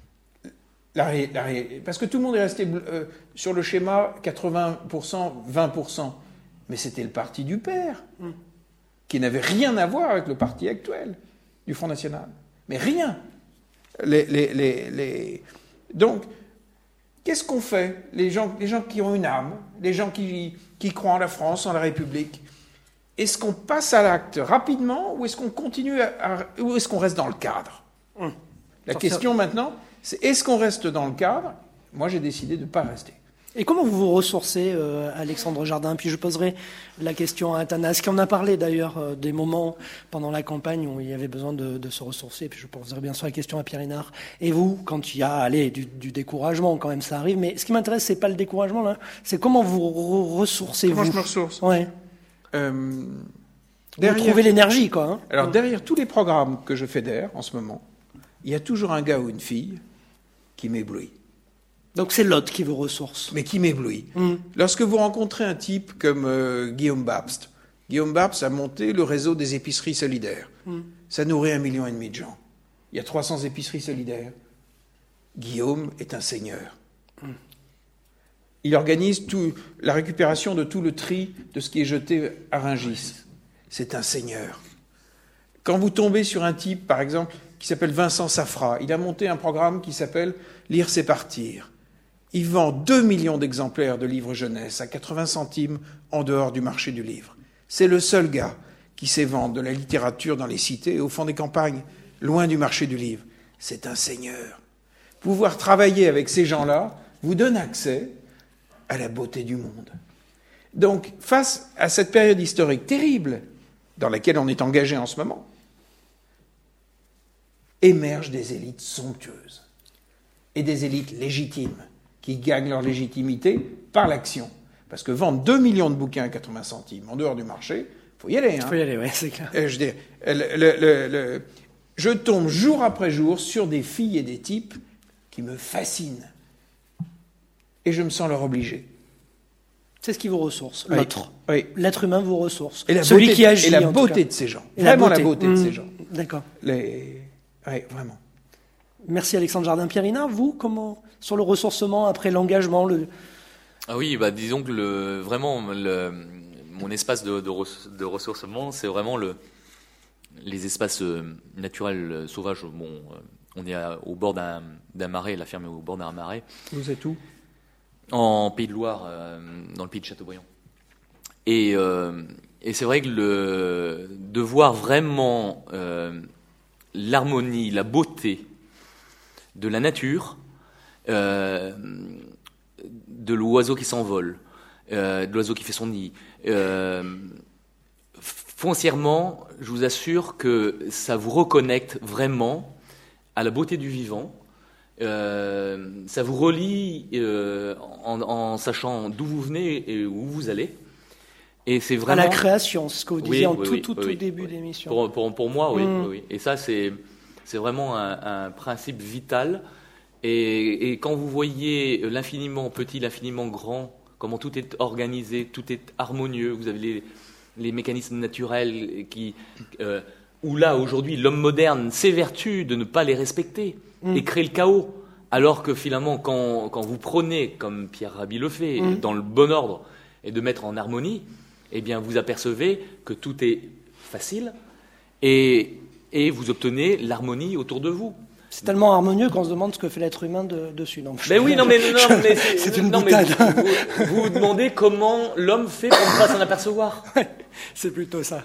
la ré... la ré... Parce que tout le monde est resté euh, sur le schéma quatre-vingts pour cent, vingt pour cent. Mais c'était le parti du père, mm. qui n'avait rien à voir avec le parti actuel du Front National. Mais rien. Les, les, les, les... Donc, qu'est-ce qu'on fait, les gens, les gens qui ont une âme, les gens qui, qui croient en la France, en la République, est-ce qu'on passe à l'acte rapidement ou est-ce qu'on continue à, à, ou est-ce qu'on reste dans le cadre? mmh. La Sur question ça. maintenant, c'est est-ce qu'on reste dans le cadre? Moi, j'ai décidé de ne pas rester. Et comment vous vous ressourcez, euh, Alexandre Jardin? Puis je poserai la question à Athanas, qui en a parlé d'ailleurs euh, des moments pendant la campagne où il y avait besoin de, de se ressourcer. Puis je poserai bien sûr la question à Pierre Hénard. Et vous, quand il y a allez, du, du découragement, quand même ça arrive, mais ce qui m'intéresse, c'est pas le découragement, là, c'est comment vous re- ressourcez-vous. Comment je me ressource ouais. euh, derrière, Vous trouvez l'énergie, quoi. Hein. Alors derrière tous les programmes que je fédère en ce moment, il y a toujours un gars ou une fille qui m'éblouit. Donc c'est l'autre qui vous ressource. Mais qui m'éblouit. Mmh. Lorsque vous rencontrez un type comme euh, Guillaume Babst, Guillaume Babst a monté le réseau des épiceries solidaires. Mmh. Ça nourrit un million et demi de gens. Il y a trois cents épiceries solidaires. Guillaume est un seigneur. Mmh. Il organise tout, la récupération de tout le tri de ce qui est jeté à Rungis. C'est un seigneur. Quand vous tombez sur un type, par exemple, qui s'appelle Vincent Safra, il a monté un programme qui s'appelle « Lire, c'est partir ». Il vend deux millions d'exemplaires de livres jeunesse à quatre-vingts centimes en dehors du marché du livre. C'est le seul gars qui sait vendre de la littérature dans les cités et au fond des campagnes, loin du marché du livre. C'est un seigneur. Pouvoir travailler avec ces gens-là vous donne accès à la beauté du monde. Donc, face à cette période historique terrible dans laquelle on est engagé en ce moment, émergent des élites somptueuses et des élites légitimes qui gagnent leur légitimité par l'action. Parce que vendre deux millions de bouquins à quatre-vingts centimes en dehors du marché, il faut y aller. Il hein. faut y aller, oui, c'est clair. Euh, je, dis, le, le, le, le, je tombe jour après jour sur des filles et des types qui me fascinent. Et je me sens leur obligé. C'est ce qui vous ressource, oui. l'autre. Oui. L'être humain vous ressource. Et la Celui beauté, qui agit, et la en beauté tout de ces gens. Et Vraiment la beauté, la beauté mmh. de ces gens. D'accord. Les... Oui, vraiment. Merci Alexandre Jardin. Pierre Hénard, vous, comment, sur le ressourcement après l'engagement le... Ah oui, bah, disons que le, vraiment, le, mon espace de, de, res, de ressourcement, c'est vraiment le, les espaces naturels sauvages. Bon, on est à, au bord d'un, d'un marais, la ferme est au bord d'un marais. Vous êtes où? En Pays de Loire, euh, dans le pays de Châteaubriand. Et, euh, et c'est vrai que le, de voir vraiment euh, l'harmonie, la beauté de la nature, euh, de l'oiseau qui s'envole, euh, de l'oiseau qui fait son nid. Euh, foncièrement, je vous assure que ça vous reconnecte vraiment à la beauté du vivant. Euh, ça vous relie euh, en, en sachant d'où vous venez et où vous allez. Et c'est vraiment... À la création, c'est ce que vous disiez oui, en oui, tout, oui, tout, oui, tout oui, début oui. d'émission. Pour, pour, pour moi, oui, mmh. oui. Et ça, c'est, c'est vraiment un, un principe vital. Et, et quand vous voyez l'infiniment petit, l'infiniment grand, comment tout est organisé, tout est harmonieux, vous avez les, les mécanismes naturels qui, euh, où là, aujourd'hui, l'homme moderne s'évertue de ne pas les respecter mmh. et crée le chaos. Alors que finalement, quand, quand vous prenez, comme Pierre Rabhi le fait, mmh. dans le bon ordre, et de mettre en harmonie, eh bien, vous apercevez que tout est facile et, et vous obtenez l'harmonie autour de vous. C'est tellement harmonieux qu'on se demande ce que fait l'être humain de, dessus. Donc, mais oui, non, mais, non, je, mais c'est, c'est une non, boutade. Mais vous, vous, vous vous demandez comment l'homme fait pour ne pas s'en apercevoir. C'est plutôt ça.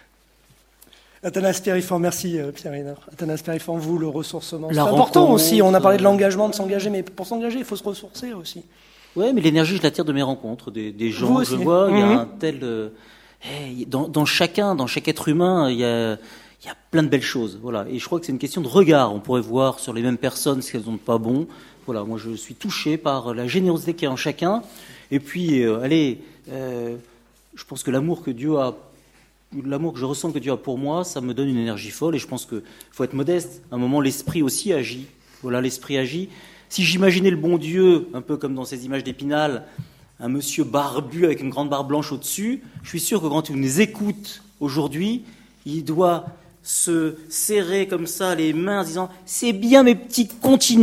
Athanas Périfan, merci Pierre Hénard. Athanas Périfan, vous, le ressourcement. C'est important aussi, on a parlé de l'engagement, de s'engager, mais pour s'engager, il faut se ressourcer aussi. Ouais, mais l'énergie, je la tire de mes rencontres, des, des gens que je vois. Il mmh. y a un tel, euh, hey, dans, dans chacun, dans chaque être humain, il y a, il y a plein de belles choses. Voilà. Et je crois que c'est une question de regard. On pourrait voir sur les mêmes personnes ce qu'elles ont de pas bon. Voilà. Moi, je suis touché par la générosité qu'il y a en chacun. Et puis, euh, allez, euh, je pense que l'amour que Dieu a, l'amour que je ressens que Dieu a pour moi, ça me donne une énergie folle. Et je pense que faut être modeste. À un moment, l'esprit aussi agit. Voilà, l'esprit agit. Si j'imaginais le bon Dieu, un peu comme dans ces images d'Épinal, un monsieur barbu avec une grande barbe blanche au-dessus, je suis sûr que quand il nous écoute aujourd'hui, il doit se serrer comme ça les mains en disant « C'est bien mes petits, continuez ».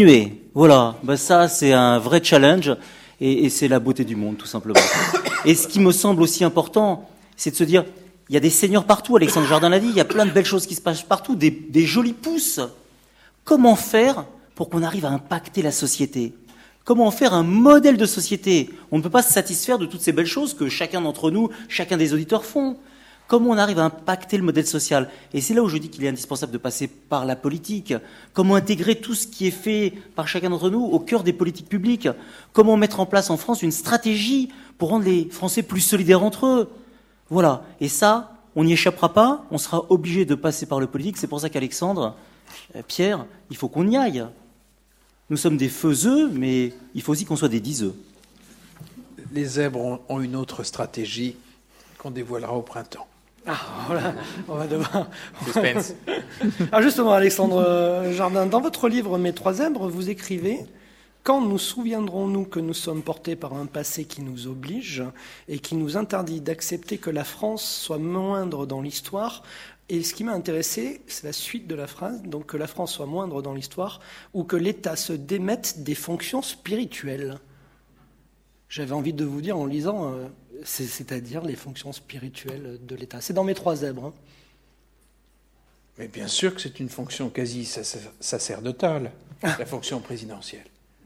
Voilà, ben ça c'est un vrai challenge et, et c'est la beauté du monde tout simplement. Et ce qui me semble aussi important, c'est de se dire, il y a des seigneurs partout, Alexandre Jardin l'a dit, il y a plein de belles choses qui se passent partout, des, des jolis pousses. Comment faire pour qu'on arrive à impacter la société ? Comment faire un modèle de société ? On ne peut pas se satisfaire de toutes ces belles choses que chacun d'entre nous, chacun des auditeurs font. Comment on arrive à impacter le modèle social ? Et c'est là où je dis qu'il est indispensable de passer par la politique. Comment intégrer tout ce qui est fait par chacun d'entre nous au cœur des politiques publiques ? Comment mettre en place en France une stratégie pour rendre les Français plus solidaires entre eux ? Voilà. Et ça, on n'y échappera pas. On sera obligé de passer par le politique. C'est pour ça qu'Alexandre, euh, Pierre, il faut qu'on y aille. Nous sommes des faiseux, mais il faut aussi qu'on soit des diseux. Les zèbres ont, ont une autre stratégie qu'on dévoilera au printemps. Ah, voilà, on va devoir... Suspense. Ah, justement, Alexandre Jardin, dans votre livre « Mes trois zèbres », vous écrivez « Quand nous souviendrons-nous que nous sommes portés par un passé qui nous oblige et qui nous interdit d'accepter que la France soit moindre dans l'histoire ?» Et ce qui m'a intéressé, c'est la suite de la phrase, donc que la France soit moindre dans l'histoire ou que l'État se démette des fonctions spirituelles. J'avais envie de vous dire en lisant, euh, c'est, c'est-à-dire les fonctions spirituelles de l'État. C'est dans Mes trois zèbres. Hein. Mais bien sûr que c'est une fonction quasi sacerdotale, ah. la fonction présidentielle.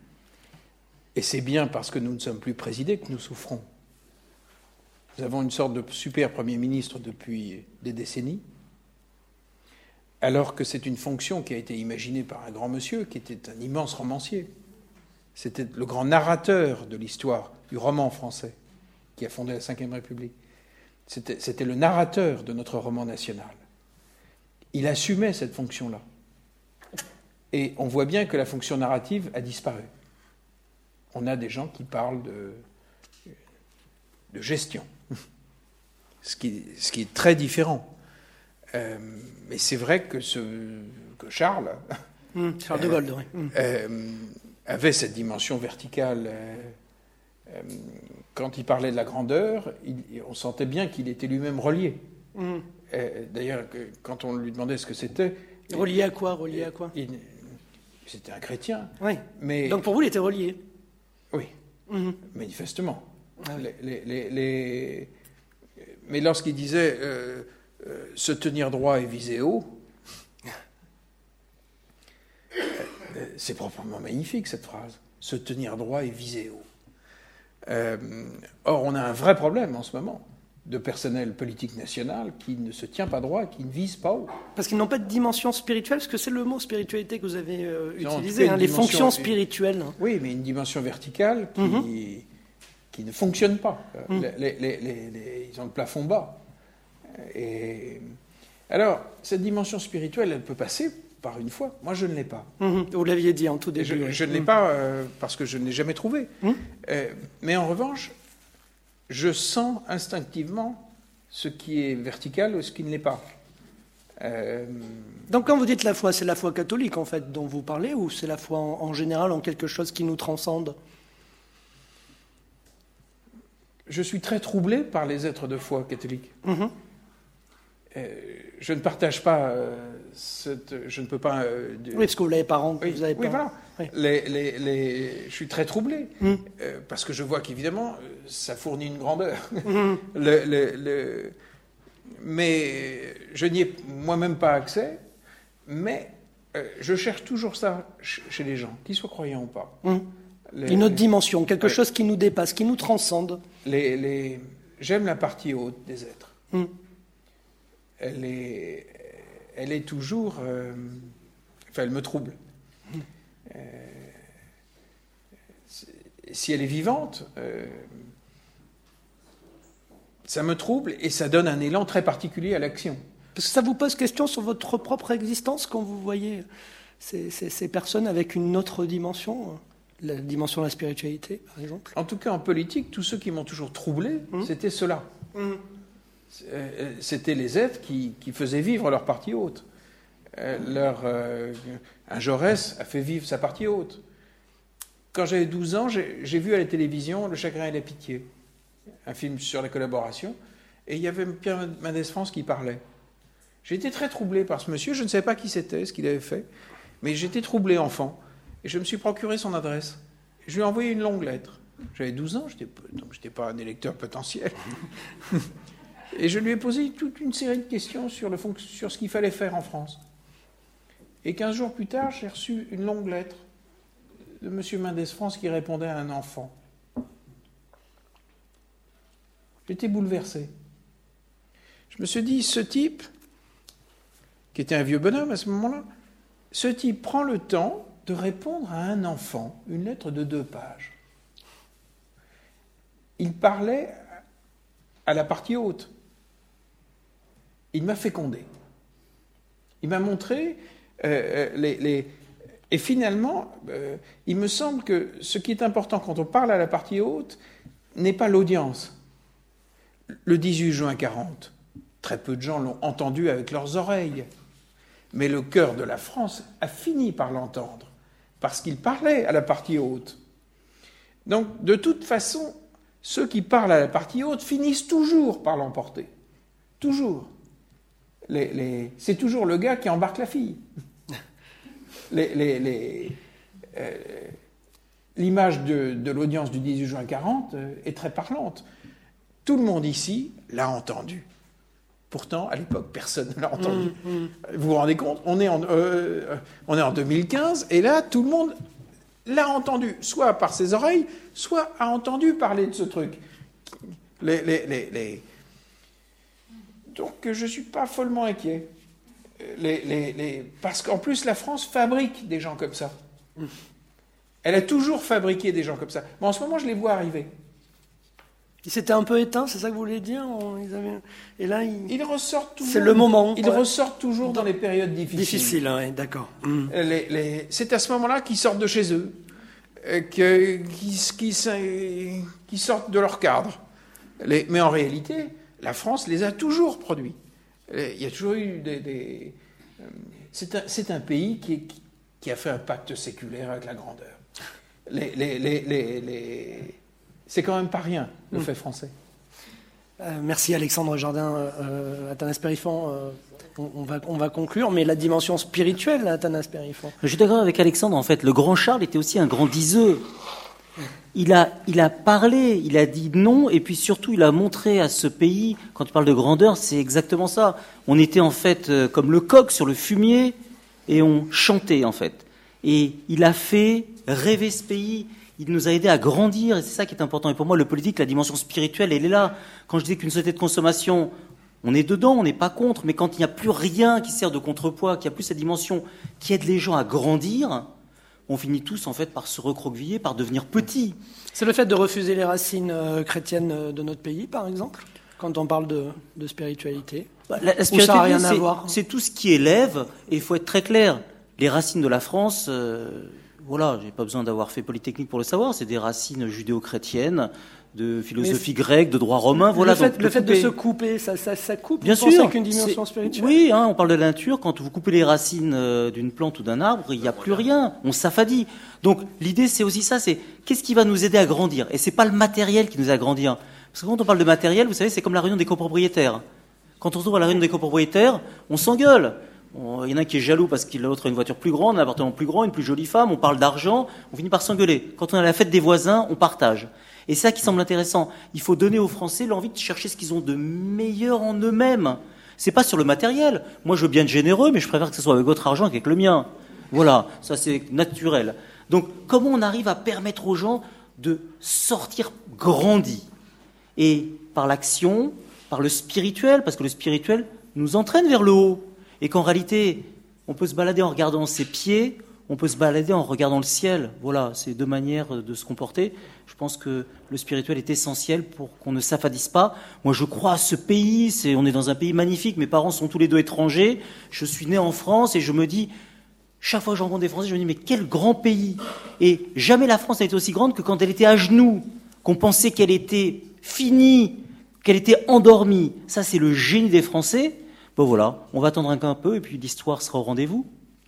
Et c'est bien parce que nous ne sommes plus présidés que nous souffrons. Nous avons une sorte de super Premier ministre depuis des décennies, alors que c'est une fonction qui a été imaginée par un grand monsieur qui était un immense romancier. C'était le grand narrateur de l'histoire du roman français qui a fondé la Cinquième République. C'était, c'était le narrateur de notre roman national. Il assumait cette fonction-là. Et on voit bien que la fonction narrative a disparu. On a des gens qui parlent de, de gestion, ce qui, ce qui est très différent. Euh, mais c'est vrai que, ce, que Charles, mmh, Charles de Gaulle, oui. Mmh. euh, avait cette dimension verticale. Euh, euh, quand il parlait de la grandeur, il, on sentait bien qu'il était lui-même relié. Mmh. Euh, d'ailleurs, quand on lui demandait ce que c'était... Relié à quoi Relié à quoi il, C'était un chrétien. Oui. Mais, donc pour vous, il était relié. Oui, mmh. manifestement. Ah oui. les, les, les, mais lorsqu'il disait euh, euh, se tenir droit et viser haut, euh, c'est proprement magnifique cette phrase. Se tenir droit et viser haut. Euh, or, on a un vrai problème en ce moment de personnel politique national qui ne se tient pas droit, qui ne vise pas haut. Parce qu'ils n'ont pas de dimension spirituelle, parce que c'est le mot spiritualité que vous avez euh, utilisé, hein, les fonctions spirituelles. Oui, mais une dimension verticale qui, mm-hmm. qui ne fonctionne pas. Mm. Les, les, les, les, ils ont le plafond bas. Et alors, cette dimension spirituelle, elle peut passer par une foi. Moi, je ne l'ai pas. Mm-hmm. Vous l'aviez dit en tout début. Je, oui. je ne l'ai mm. pas euh, parce que je ne l'ai jamais trouvé. Mm. Euh, mais en revanche, je sens instinctivement ce qui est vertical ou ce qui ne l'est pas. Euh... Donc quand vous dites la foi, c'est la foi catholique en fait dont vous parlez, ou c'est la foi en, en général en quelque chose qui nous transcende ? Je suis très troublé par les êtres de foi catholiques. Mm-hmm. Euh, je ne partage pas euh, cette... Je ne peux pas... Euh, oui, parce que vous l'avez pas rendu. Oui, vous avez oui pas... voilà. Oui. Les, les, les... Je suis très troublé, mm. euh, parce que je vois qu'évidemment, ça fournit une grandeur. Mm. le, le, le... Mais je n'y ai moi-même pas accès, mais euh, je cherche toujours ça chez les gens, qu'ils soient croyants ou pas. Mm. Les... Une autre dimension, quelque oui. chose qui nous dépasse, qui nous transcende. Les, les... J'aime la partie haute des êtres. Mm. Elle est, elle est toujours... Euh, enfin, elle me trouble. Euh, si elle est vivante, euh, ça me trouble et ça donne un élan très particulier à l'action. Parce que ça vous pose question sur votre propre existence quand vous voyez ces, ces, ces personnes avec une autre dimension, la dimension de la spiritualité, par exemple ? En tout cas, en politique, tous ceux qui m'ont toujours troublé, mmh. c'était ceux-là. Mmh. C'était les êtres qui, qui faisaient vivre leur partie haute. euh, leur, euh, un Jaurès a fait vivre sa partie haute. Quand j'avais douze ans, j'ai, j'ai vu à la télévision Le Chagrin et la Pitié, un film sur la collaboration, et il y avait Pierre Mendès France qui parlait. J'ai été très troublé par ce monsieur, je ne savais pas qui c'était, ce qu'il avait fait, mais j'étais troublé enfant, et je me suis procuré son adresse. Je lui ai envoyé une longue lettre. J'avais douze ans, j'étais, donc je n'étais pas un électeur potentiel. Et je lui ai posé toute une série de questions sur, le fonc- sur ce qu'il fallait faire en France. Et quinze jours plus tard, j'ai reçu une longue lettre de M. Mendès France qui répondait à un enfant. J'étais bouleversé. Je me suis dit, ce type, qui était un vieux bonhomme à ce moment-là, ce type prend le temps de répondre à un enfant, une lettre de deux pages. Il parlait à la partie haute. Il m'a fécondé. Il m'a montré euh, les, les... Et finalement, euh, il me semble que ce qui est important quand on parle à la partie haute n'est pas l'audience. Le dix-huit juin quarante, très peu de gens l'ont entendu avec leurs oreilles. Mais le cœur de la France a fini par l'entendre, parce qu'il parlait à la partie haute. Donc, de toute façon, ceux qui parlent à la partie haute finissent toujours par l'emporter. Toujours. Les, les... C'est toujours le gars qui embarque la fille. Les, les, les, euh, l'image de, de l'audience du dix-huit juin quarante est très parlante. Tout le monde ici l'a entendu. Pourtant, à l'époque, personne ne l'a entendu. Mmh, mmh. Vous vous rendez compte ? On est en, euh, on est en deux mille quinze, et là, tout le monde l'a entendu, soit par ses oreilles, soit a entendu parler de ce truc. Les, les, les, les... Donc, je ne suis pas follement inquiet. Les, les, les... Parce qu'en plus, la France fabrique des gens comme ça. Elle a toujours fabriqué des gens comme ça. Mais en ce moment, je les vois arriver. Ils s'étaient un peu éteints, c'est ça que vous voulez dire ? Ils avaient... Et là, ils... ils ressortent toujours. C'est le moment. Ils ouais. ressortent toujours dans, dans les périodes difficiles. Difficiles, oui, d'accord. Mmh. Les, les... C'est à ce moment-là qu'ils sortent de chez eux, euh, que, qu'ils, qu'ils, qu'ils sortent de leur cadre. Les... Mais en réalité, la France les a toujours produits. Il y a toujours eu des... des... C'est, un, c'est un pays qui, est, qui a fait un pacte séculaire avec la grandeur. Les... les, les, les, les... C'est quand même pas rien, le mmh. fait français. Euh, merci Alexandre Jardin. Euh, Athanas Périfan, euh, on, on, va, on va conclure, mais la dimension spirituelle, Athanas Périfan. Je suis d'accord avec Alexandre, en fait. Le grand Charles était aussi un grand diseux. Il a, il a parlé, il a dit non, et puis surtout, il a montré à ce pays, quand tu parles de grandeur, c'est exactement ça. On était en fait euh, comme le coq sur le fumier, et on chantait, en fait. Et il a fait rêver ce pays. Il nous a aidés à grandir, et c'est ça qui est important. Et pour moi, le politique, la dimension spirituelle, elle est là. Quand je dis qu'une société de consommation, on est dedans, on n'est pas contre, mais quand il n'y a plus rien qui sert de contrepoids, qu'il n'y a plus cette dimension qui aide les gens à grandir, on finit tous, en fait, par se recroqueviller, par devenir petits. C'est le fait de refuser les racines euh, chrétiennes de notre pays, par exemple, quand on parle de, de spiritualité. Bah, la, la spiritualité, ça n'a rien c'est, à voir. C'est tout ce qui élève, et il faut être très clair. Les racines de la France... Euh, Voilà, j'ai pas besoin d'avoir fait Polytechnique pour le savoir. C'est des racines judéo-chrétiennes, de philosophie grecque, de droit romain. Voilà. Le fait, donc, le fait de se couper, ça, ça, ça coupe. Bien sûr. sûr. Avec une dimension spirituelle. Oui, hein, on parle de la nature. Quand vous coupez les racines d'une plante ou d'un arbre, il n'y a plus rien. On s'affadit. Donc l'idée, c'est aussi ça. C'est qu'est-ce qui va nous aider à grandir. Et c'est pas le matériel qui nous aide à grandir. Parce que quand on parle de matériel, vous savez, c'est comme la réunion des copropriétaires. Quand on se trouve à la réunion des copropriétaires, on s'engueule. Il y en a un qui est jaloux parce que l'autre a une voiture plus grande, un appartement plus grand, une plus jolie femme, on parle d'argent, on finit par s'engueuler. Quand on est à la fête des voisins, on partage. Et c'est ça qui semble intéressant. Il faut donner aux Français l'envie de chercher ce qu'ils ont de meilleur en eux-mêmes. C'est pas sur le matériel. Moi, je veux bien être généreux, mais je préfère que ce soit avec votre argent qu'avec le mien. Voilà, ça c'est naturel. Donc, comment on arrive à permettre aux gens de sortir grandis ? Et par l'action, par le spirituel, parce que le spirituel nous entraîne vers le haut. Et qu'en réalité, on peut se balader en regardant ses pieds, on peut se balader en regardant le ciel. Voilà, c'est deux manières de se comporter. Je pense que le spirituel est essentiel pour qu'on ne s'affadisse pas. Moi, je crois à ce pays. C'est, on est dans un pays magnifique. Mes parents sont tous les deux étrangers. Je suis né en France et je me dis, chaque fois que je rencontre des Français, je me dis, mais quel grand pays. Et jamais la France n'a été aussi grande que quand elle était à genoux, qu'on pensait qu'elle était finie, qu'elle était endormie. Ça, c'est le génie des Français. Bon voilà, on va attendre un peu et puis l'histoire sera au rendez-vous.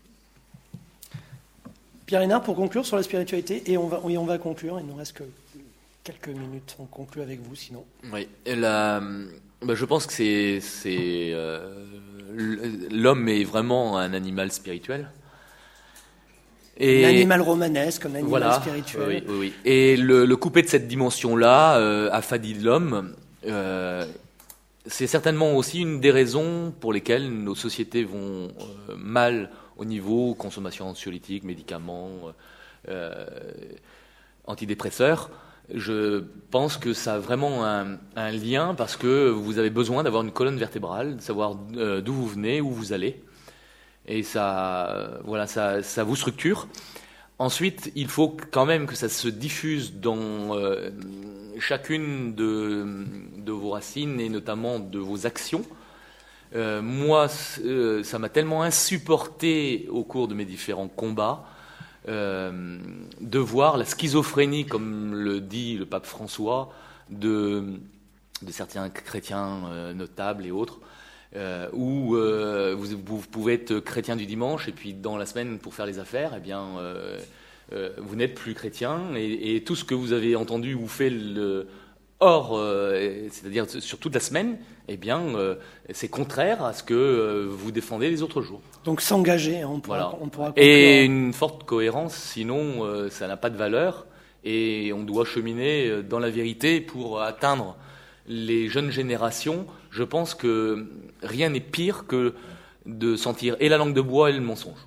Pierre Hénard, pour conclure sur la spiritualité, et on va, oui, on va conclure, il nous reste que quelques minutes, on conclut avec vous sinon. Oui, et la, bah, je pense que c'est, c'est euh, l'homme est vraiment un animal spirituel. Et l'animal romanesque, un animal voilà, spirituel. Oui, oui, oui. Et le, le couper de cette dimension-là, euh, affadie de l'homme, euh, c'est certainement aussi une des raisons pour lesquelles nos sociétés vont euh, mal au niveau consommation anxiolytique, médicaments, euh, antidépresseurs. Je pense que ça a vraiment un, un lien parce que vous avez besoin d'avoir une colonne vertébrale, de savoir euh, d'où vous venez, où vous allez. Et ça, euh, voilà, ça, ça vous structure. Ensuite, il faut quand même que ça se diffuse dans euh, chacune de, de vos racines et notamment de vos actions. Euh, moi, euh, ça m'a tellement insupporté au cours de mes différents combats euh, de voir la schizophrénie, comme le dit le pape François, de, de certains chrétiens euh, notables et autres, euh, où euh, vous, vous pouvez être chrétien du dimanche et puis dans la semaine pour faire les affaires, eh bien, euh, euh, vous n'êtes plus chrétien et, et tout ce que vous avez entendu ou fait le Or, euh, c'est-à-dire sur toute la semaine, eh bien, euh, c'est contraire à ce que euh, vous défendez les autres jours. Donc s'engager, on pourra, voilà. on pourra Et une forte cohérence, sinon euh, ça n'a pas de valeur et on doit cheminer dans la vérité pour atteindre les jeunes générations. Je pense que rien n'est pire que de sentir et la langue de bois et le mensonge.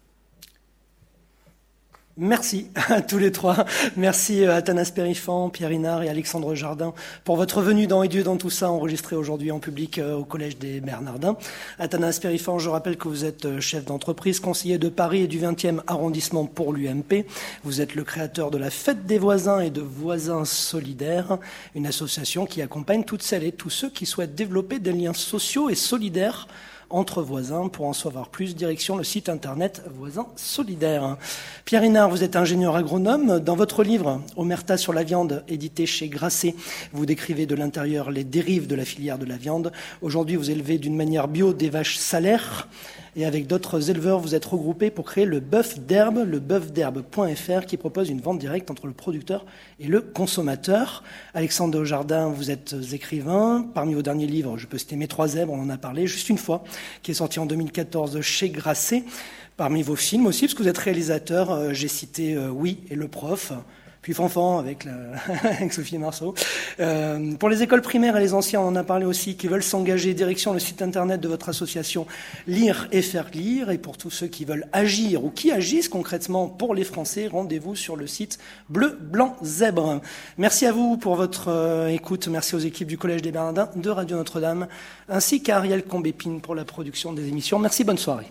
Merci à tous les trois. Merci à Athanas Périfan, Pierre Hénard et Alexandre Jardin pour votre venue dans Et Dieu dans tout ça, enregistré aujourd'hui en public au Collège des Bernardins. Athanas Périfan, je rappelle que vous êtes chef d'entreprise, conseiller de Paris et du vingtième arrondissement pour l'U M P. Vous êtes le créateur de la Fête des voisins et de Voisins solidaires, une association qui accompagne toutes celles et tous ceux qui souhaitent développer des liens sociaux et solidaires entre voisins. Pour en savoir plus, direction le site internet Voisins Solidaires. Pierre Hénard, vous êtes ingénieur agronome. Dans votre livre « Omerta sur la viande », édité chez Grasset, vous décrivez de l'intérieur les dérives de la filière de la viande. Aujourd'hui, vous élevez d'une manière bio des vaches salaires. Et avec d'autres éleveurs, vous êtes regroupés pour créer le bœuf d'herbe, le bœuf d'herbe point F R, qui propose une vente directe entre le producteur et le consommateur. Alexandre Jardin, vous êtes écrivain. Parmi vos derniers livres, je peux citer Mes trois zèbres, on en a parlé juste une fois, qui est sorti en deux mille quatorze chez Grasset. Parmi vos films aussi, parce que vous êtes réalisateur, euh, j'ai cité euh, Oui et le prof, puis Fanfan avec, la, avec Sophie Marceau. Euh, pour les écoles primaires et les anciens, on en a parlé aussi, qui veulent s'engager, direction le site internet de votre association Lire et faire lire. Et pour tous ceux qui veulent agir ou qui agissent concrètement pour les Français, rendez-vous sur le site Bleu, Blanc, Zèbre. Merci à vous pour votre euh, écoute. Merci aux équipes du Collège des Bernardins, de Radio Notre-Dame, ainsi qu'à Ariel Combépine pour la production des émissions. Merci, bonne soirée.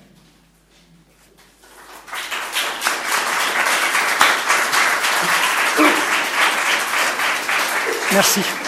Merci.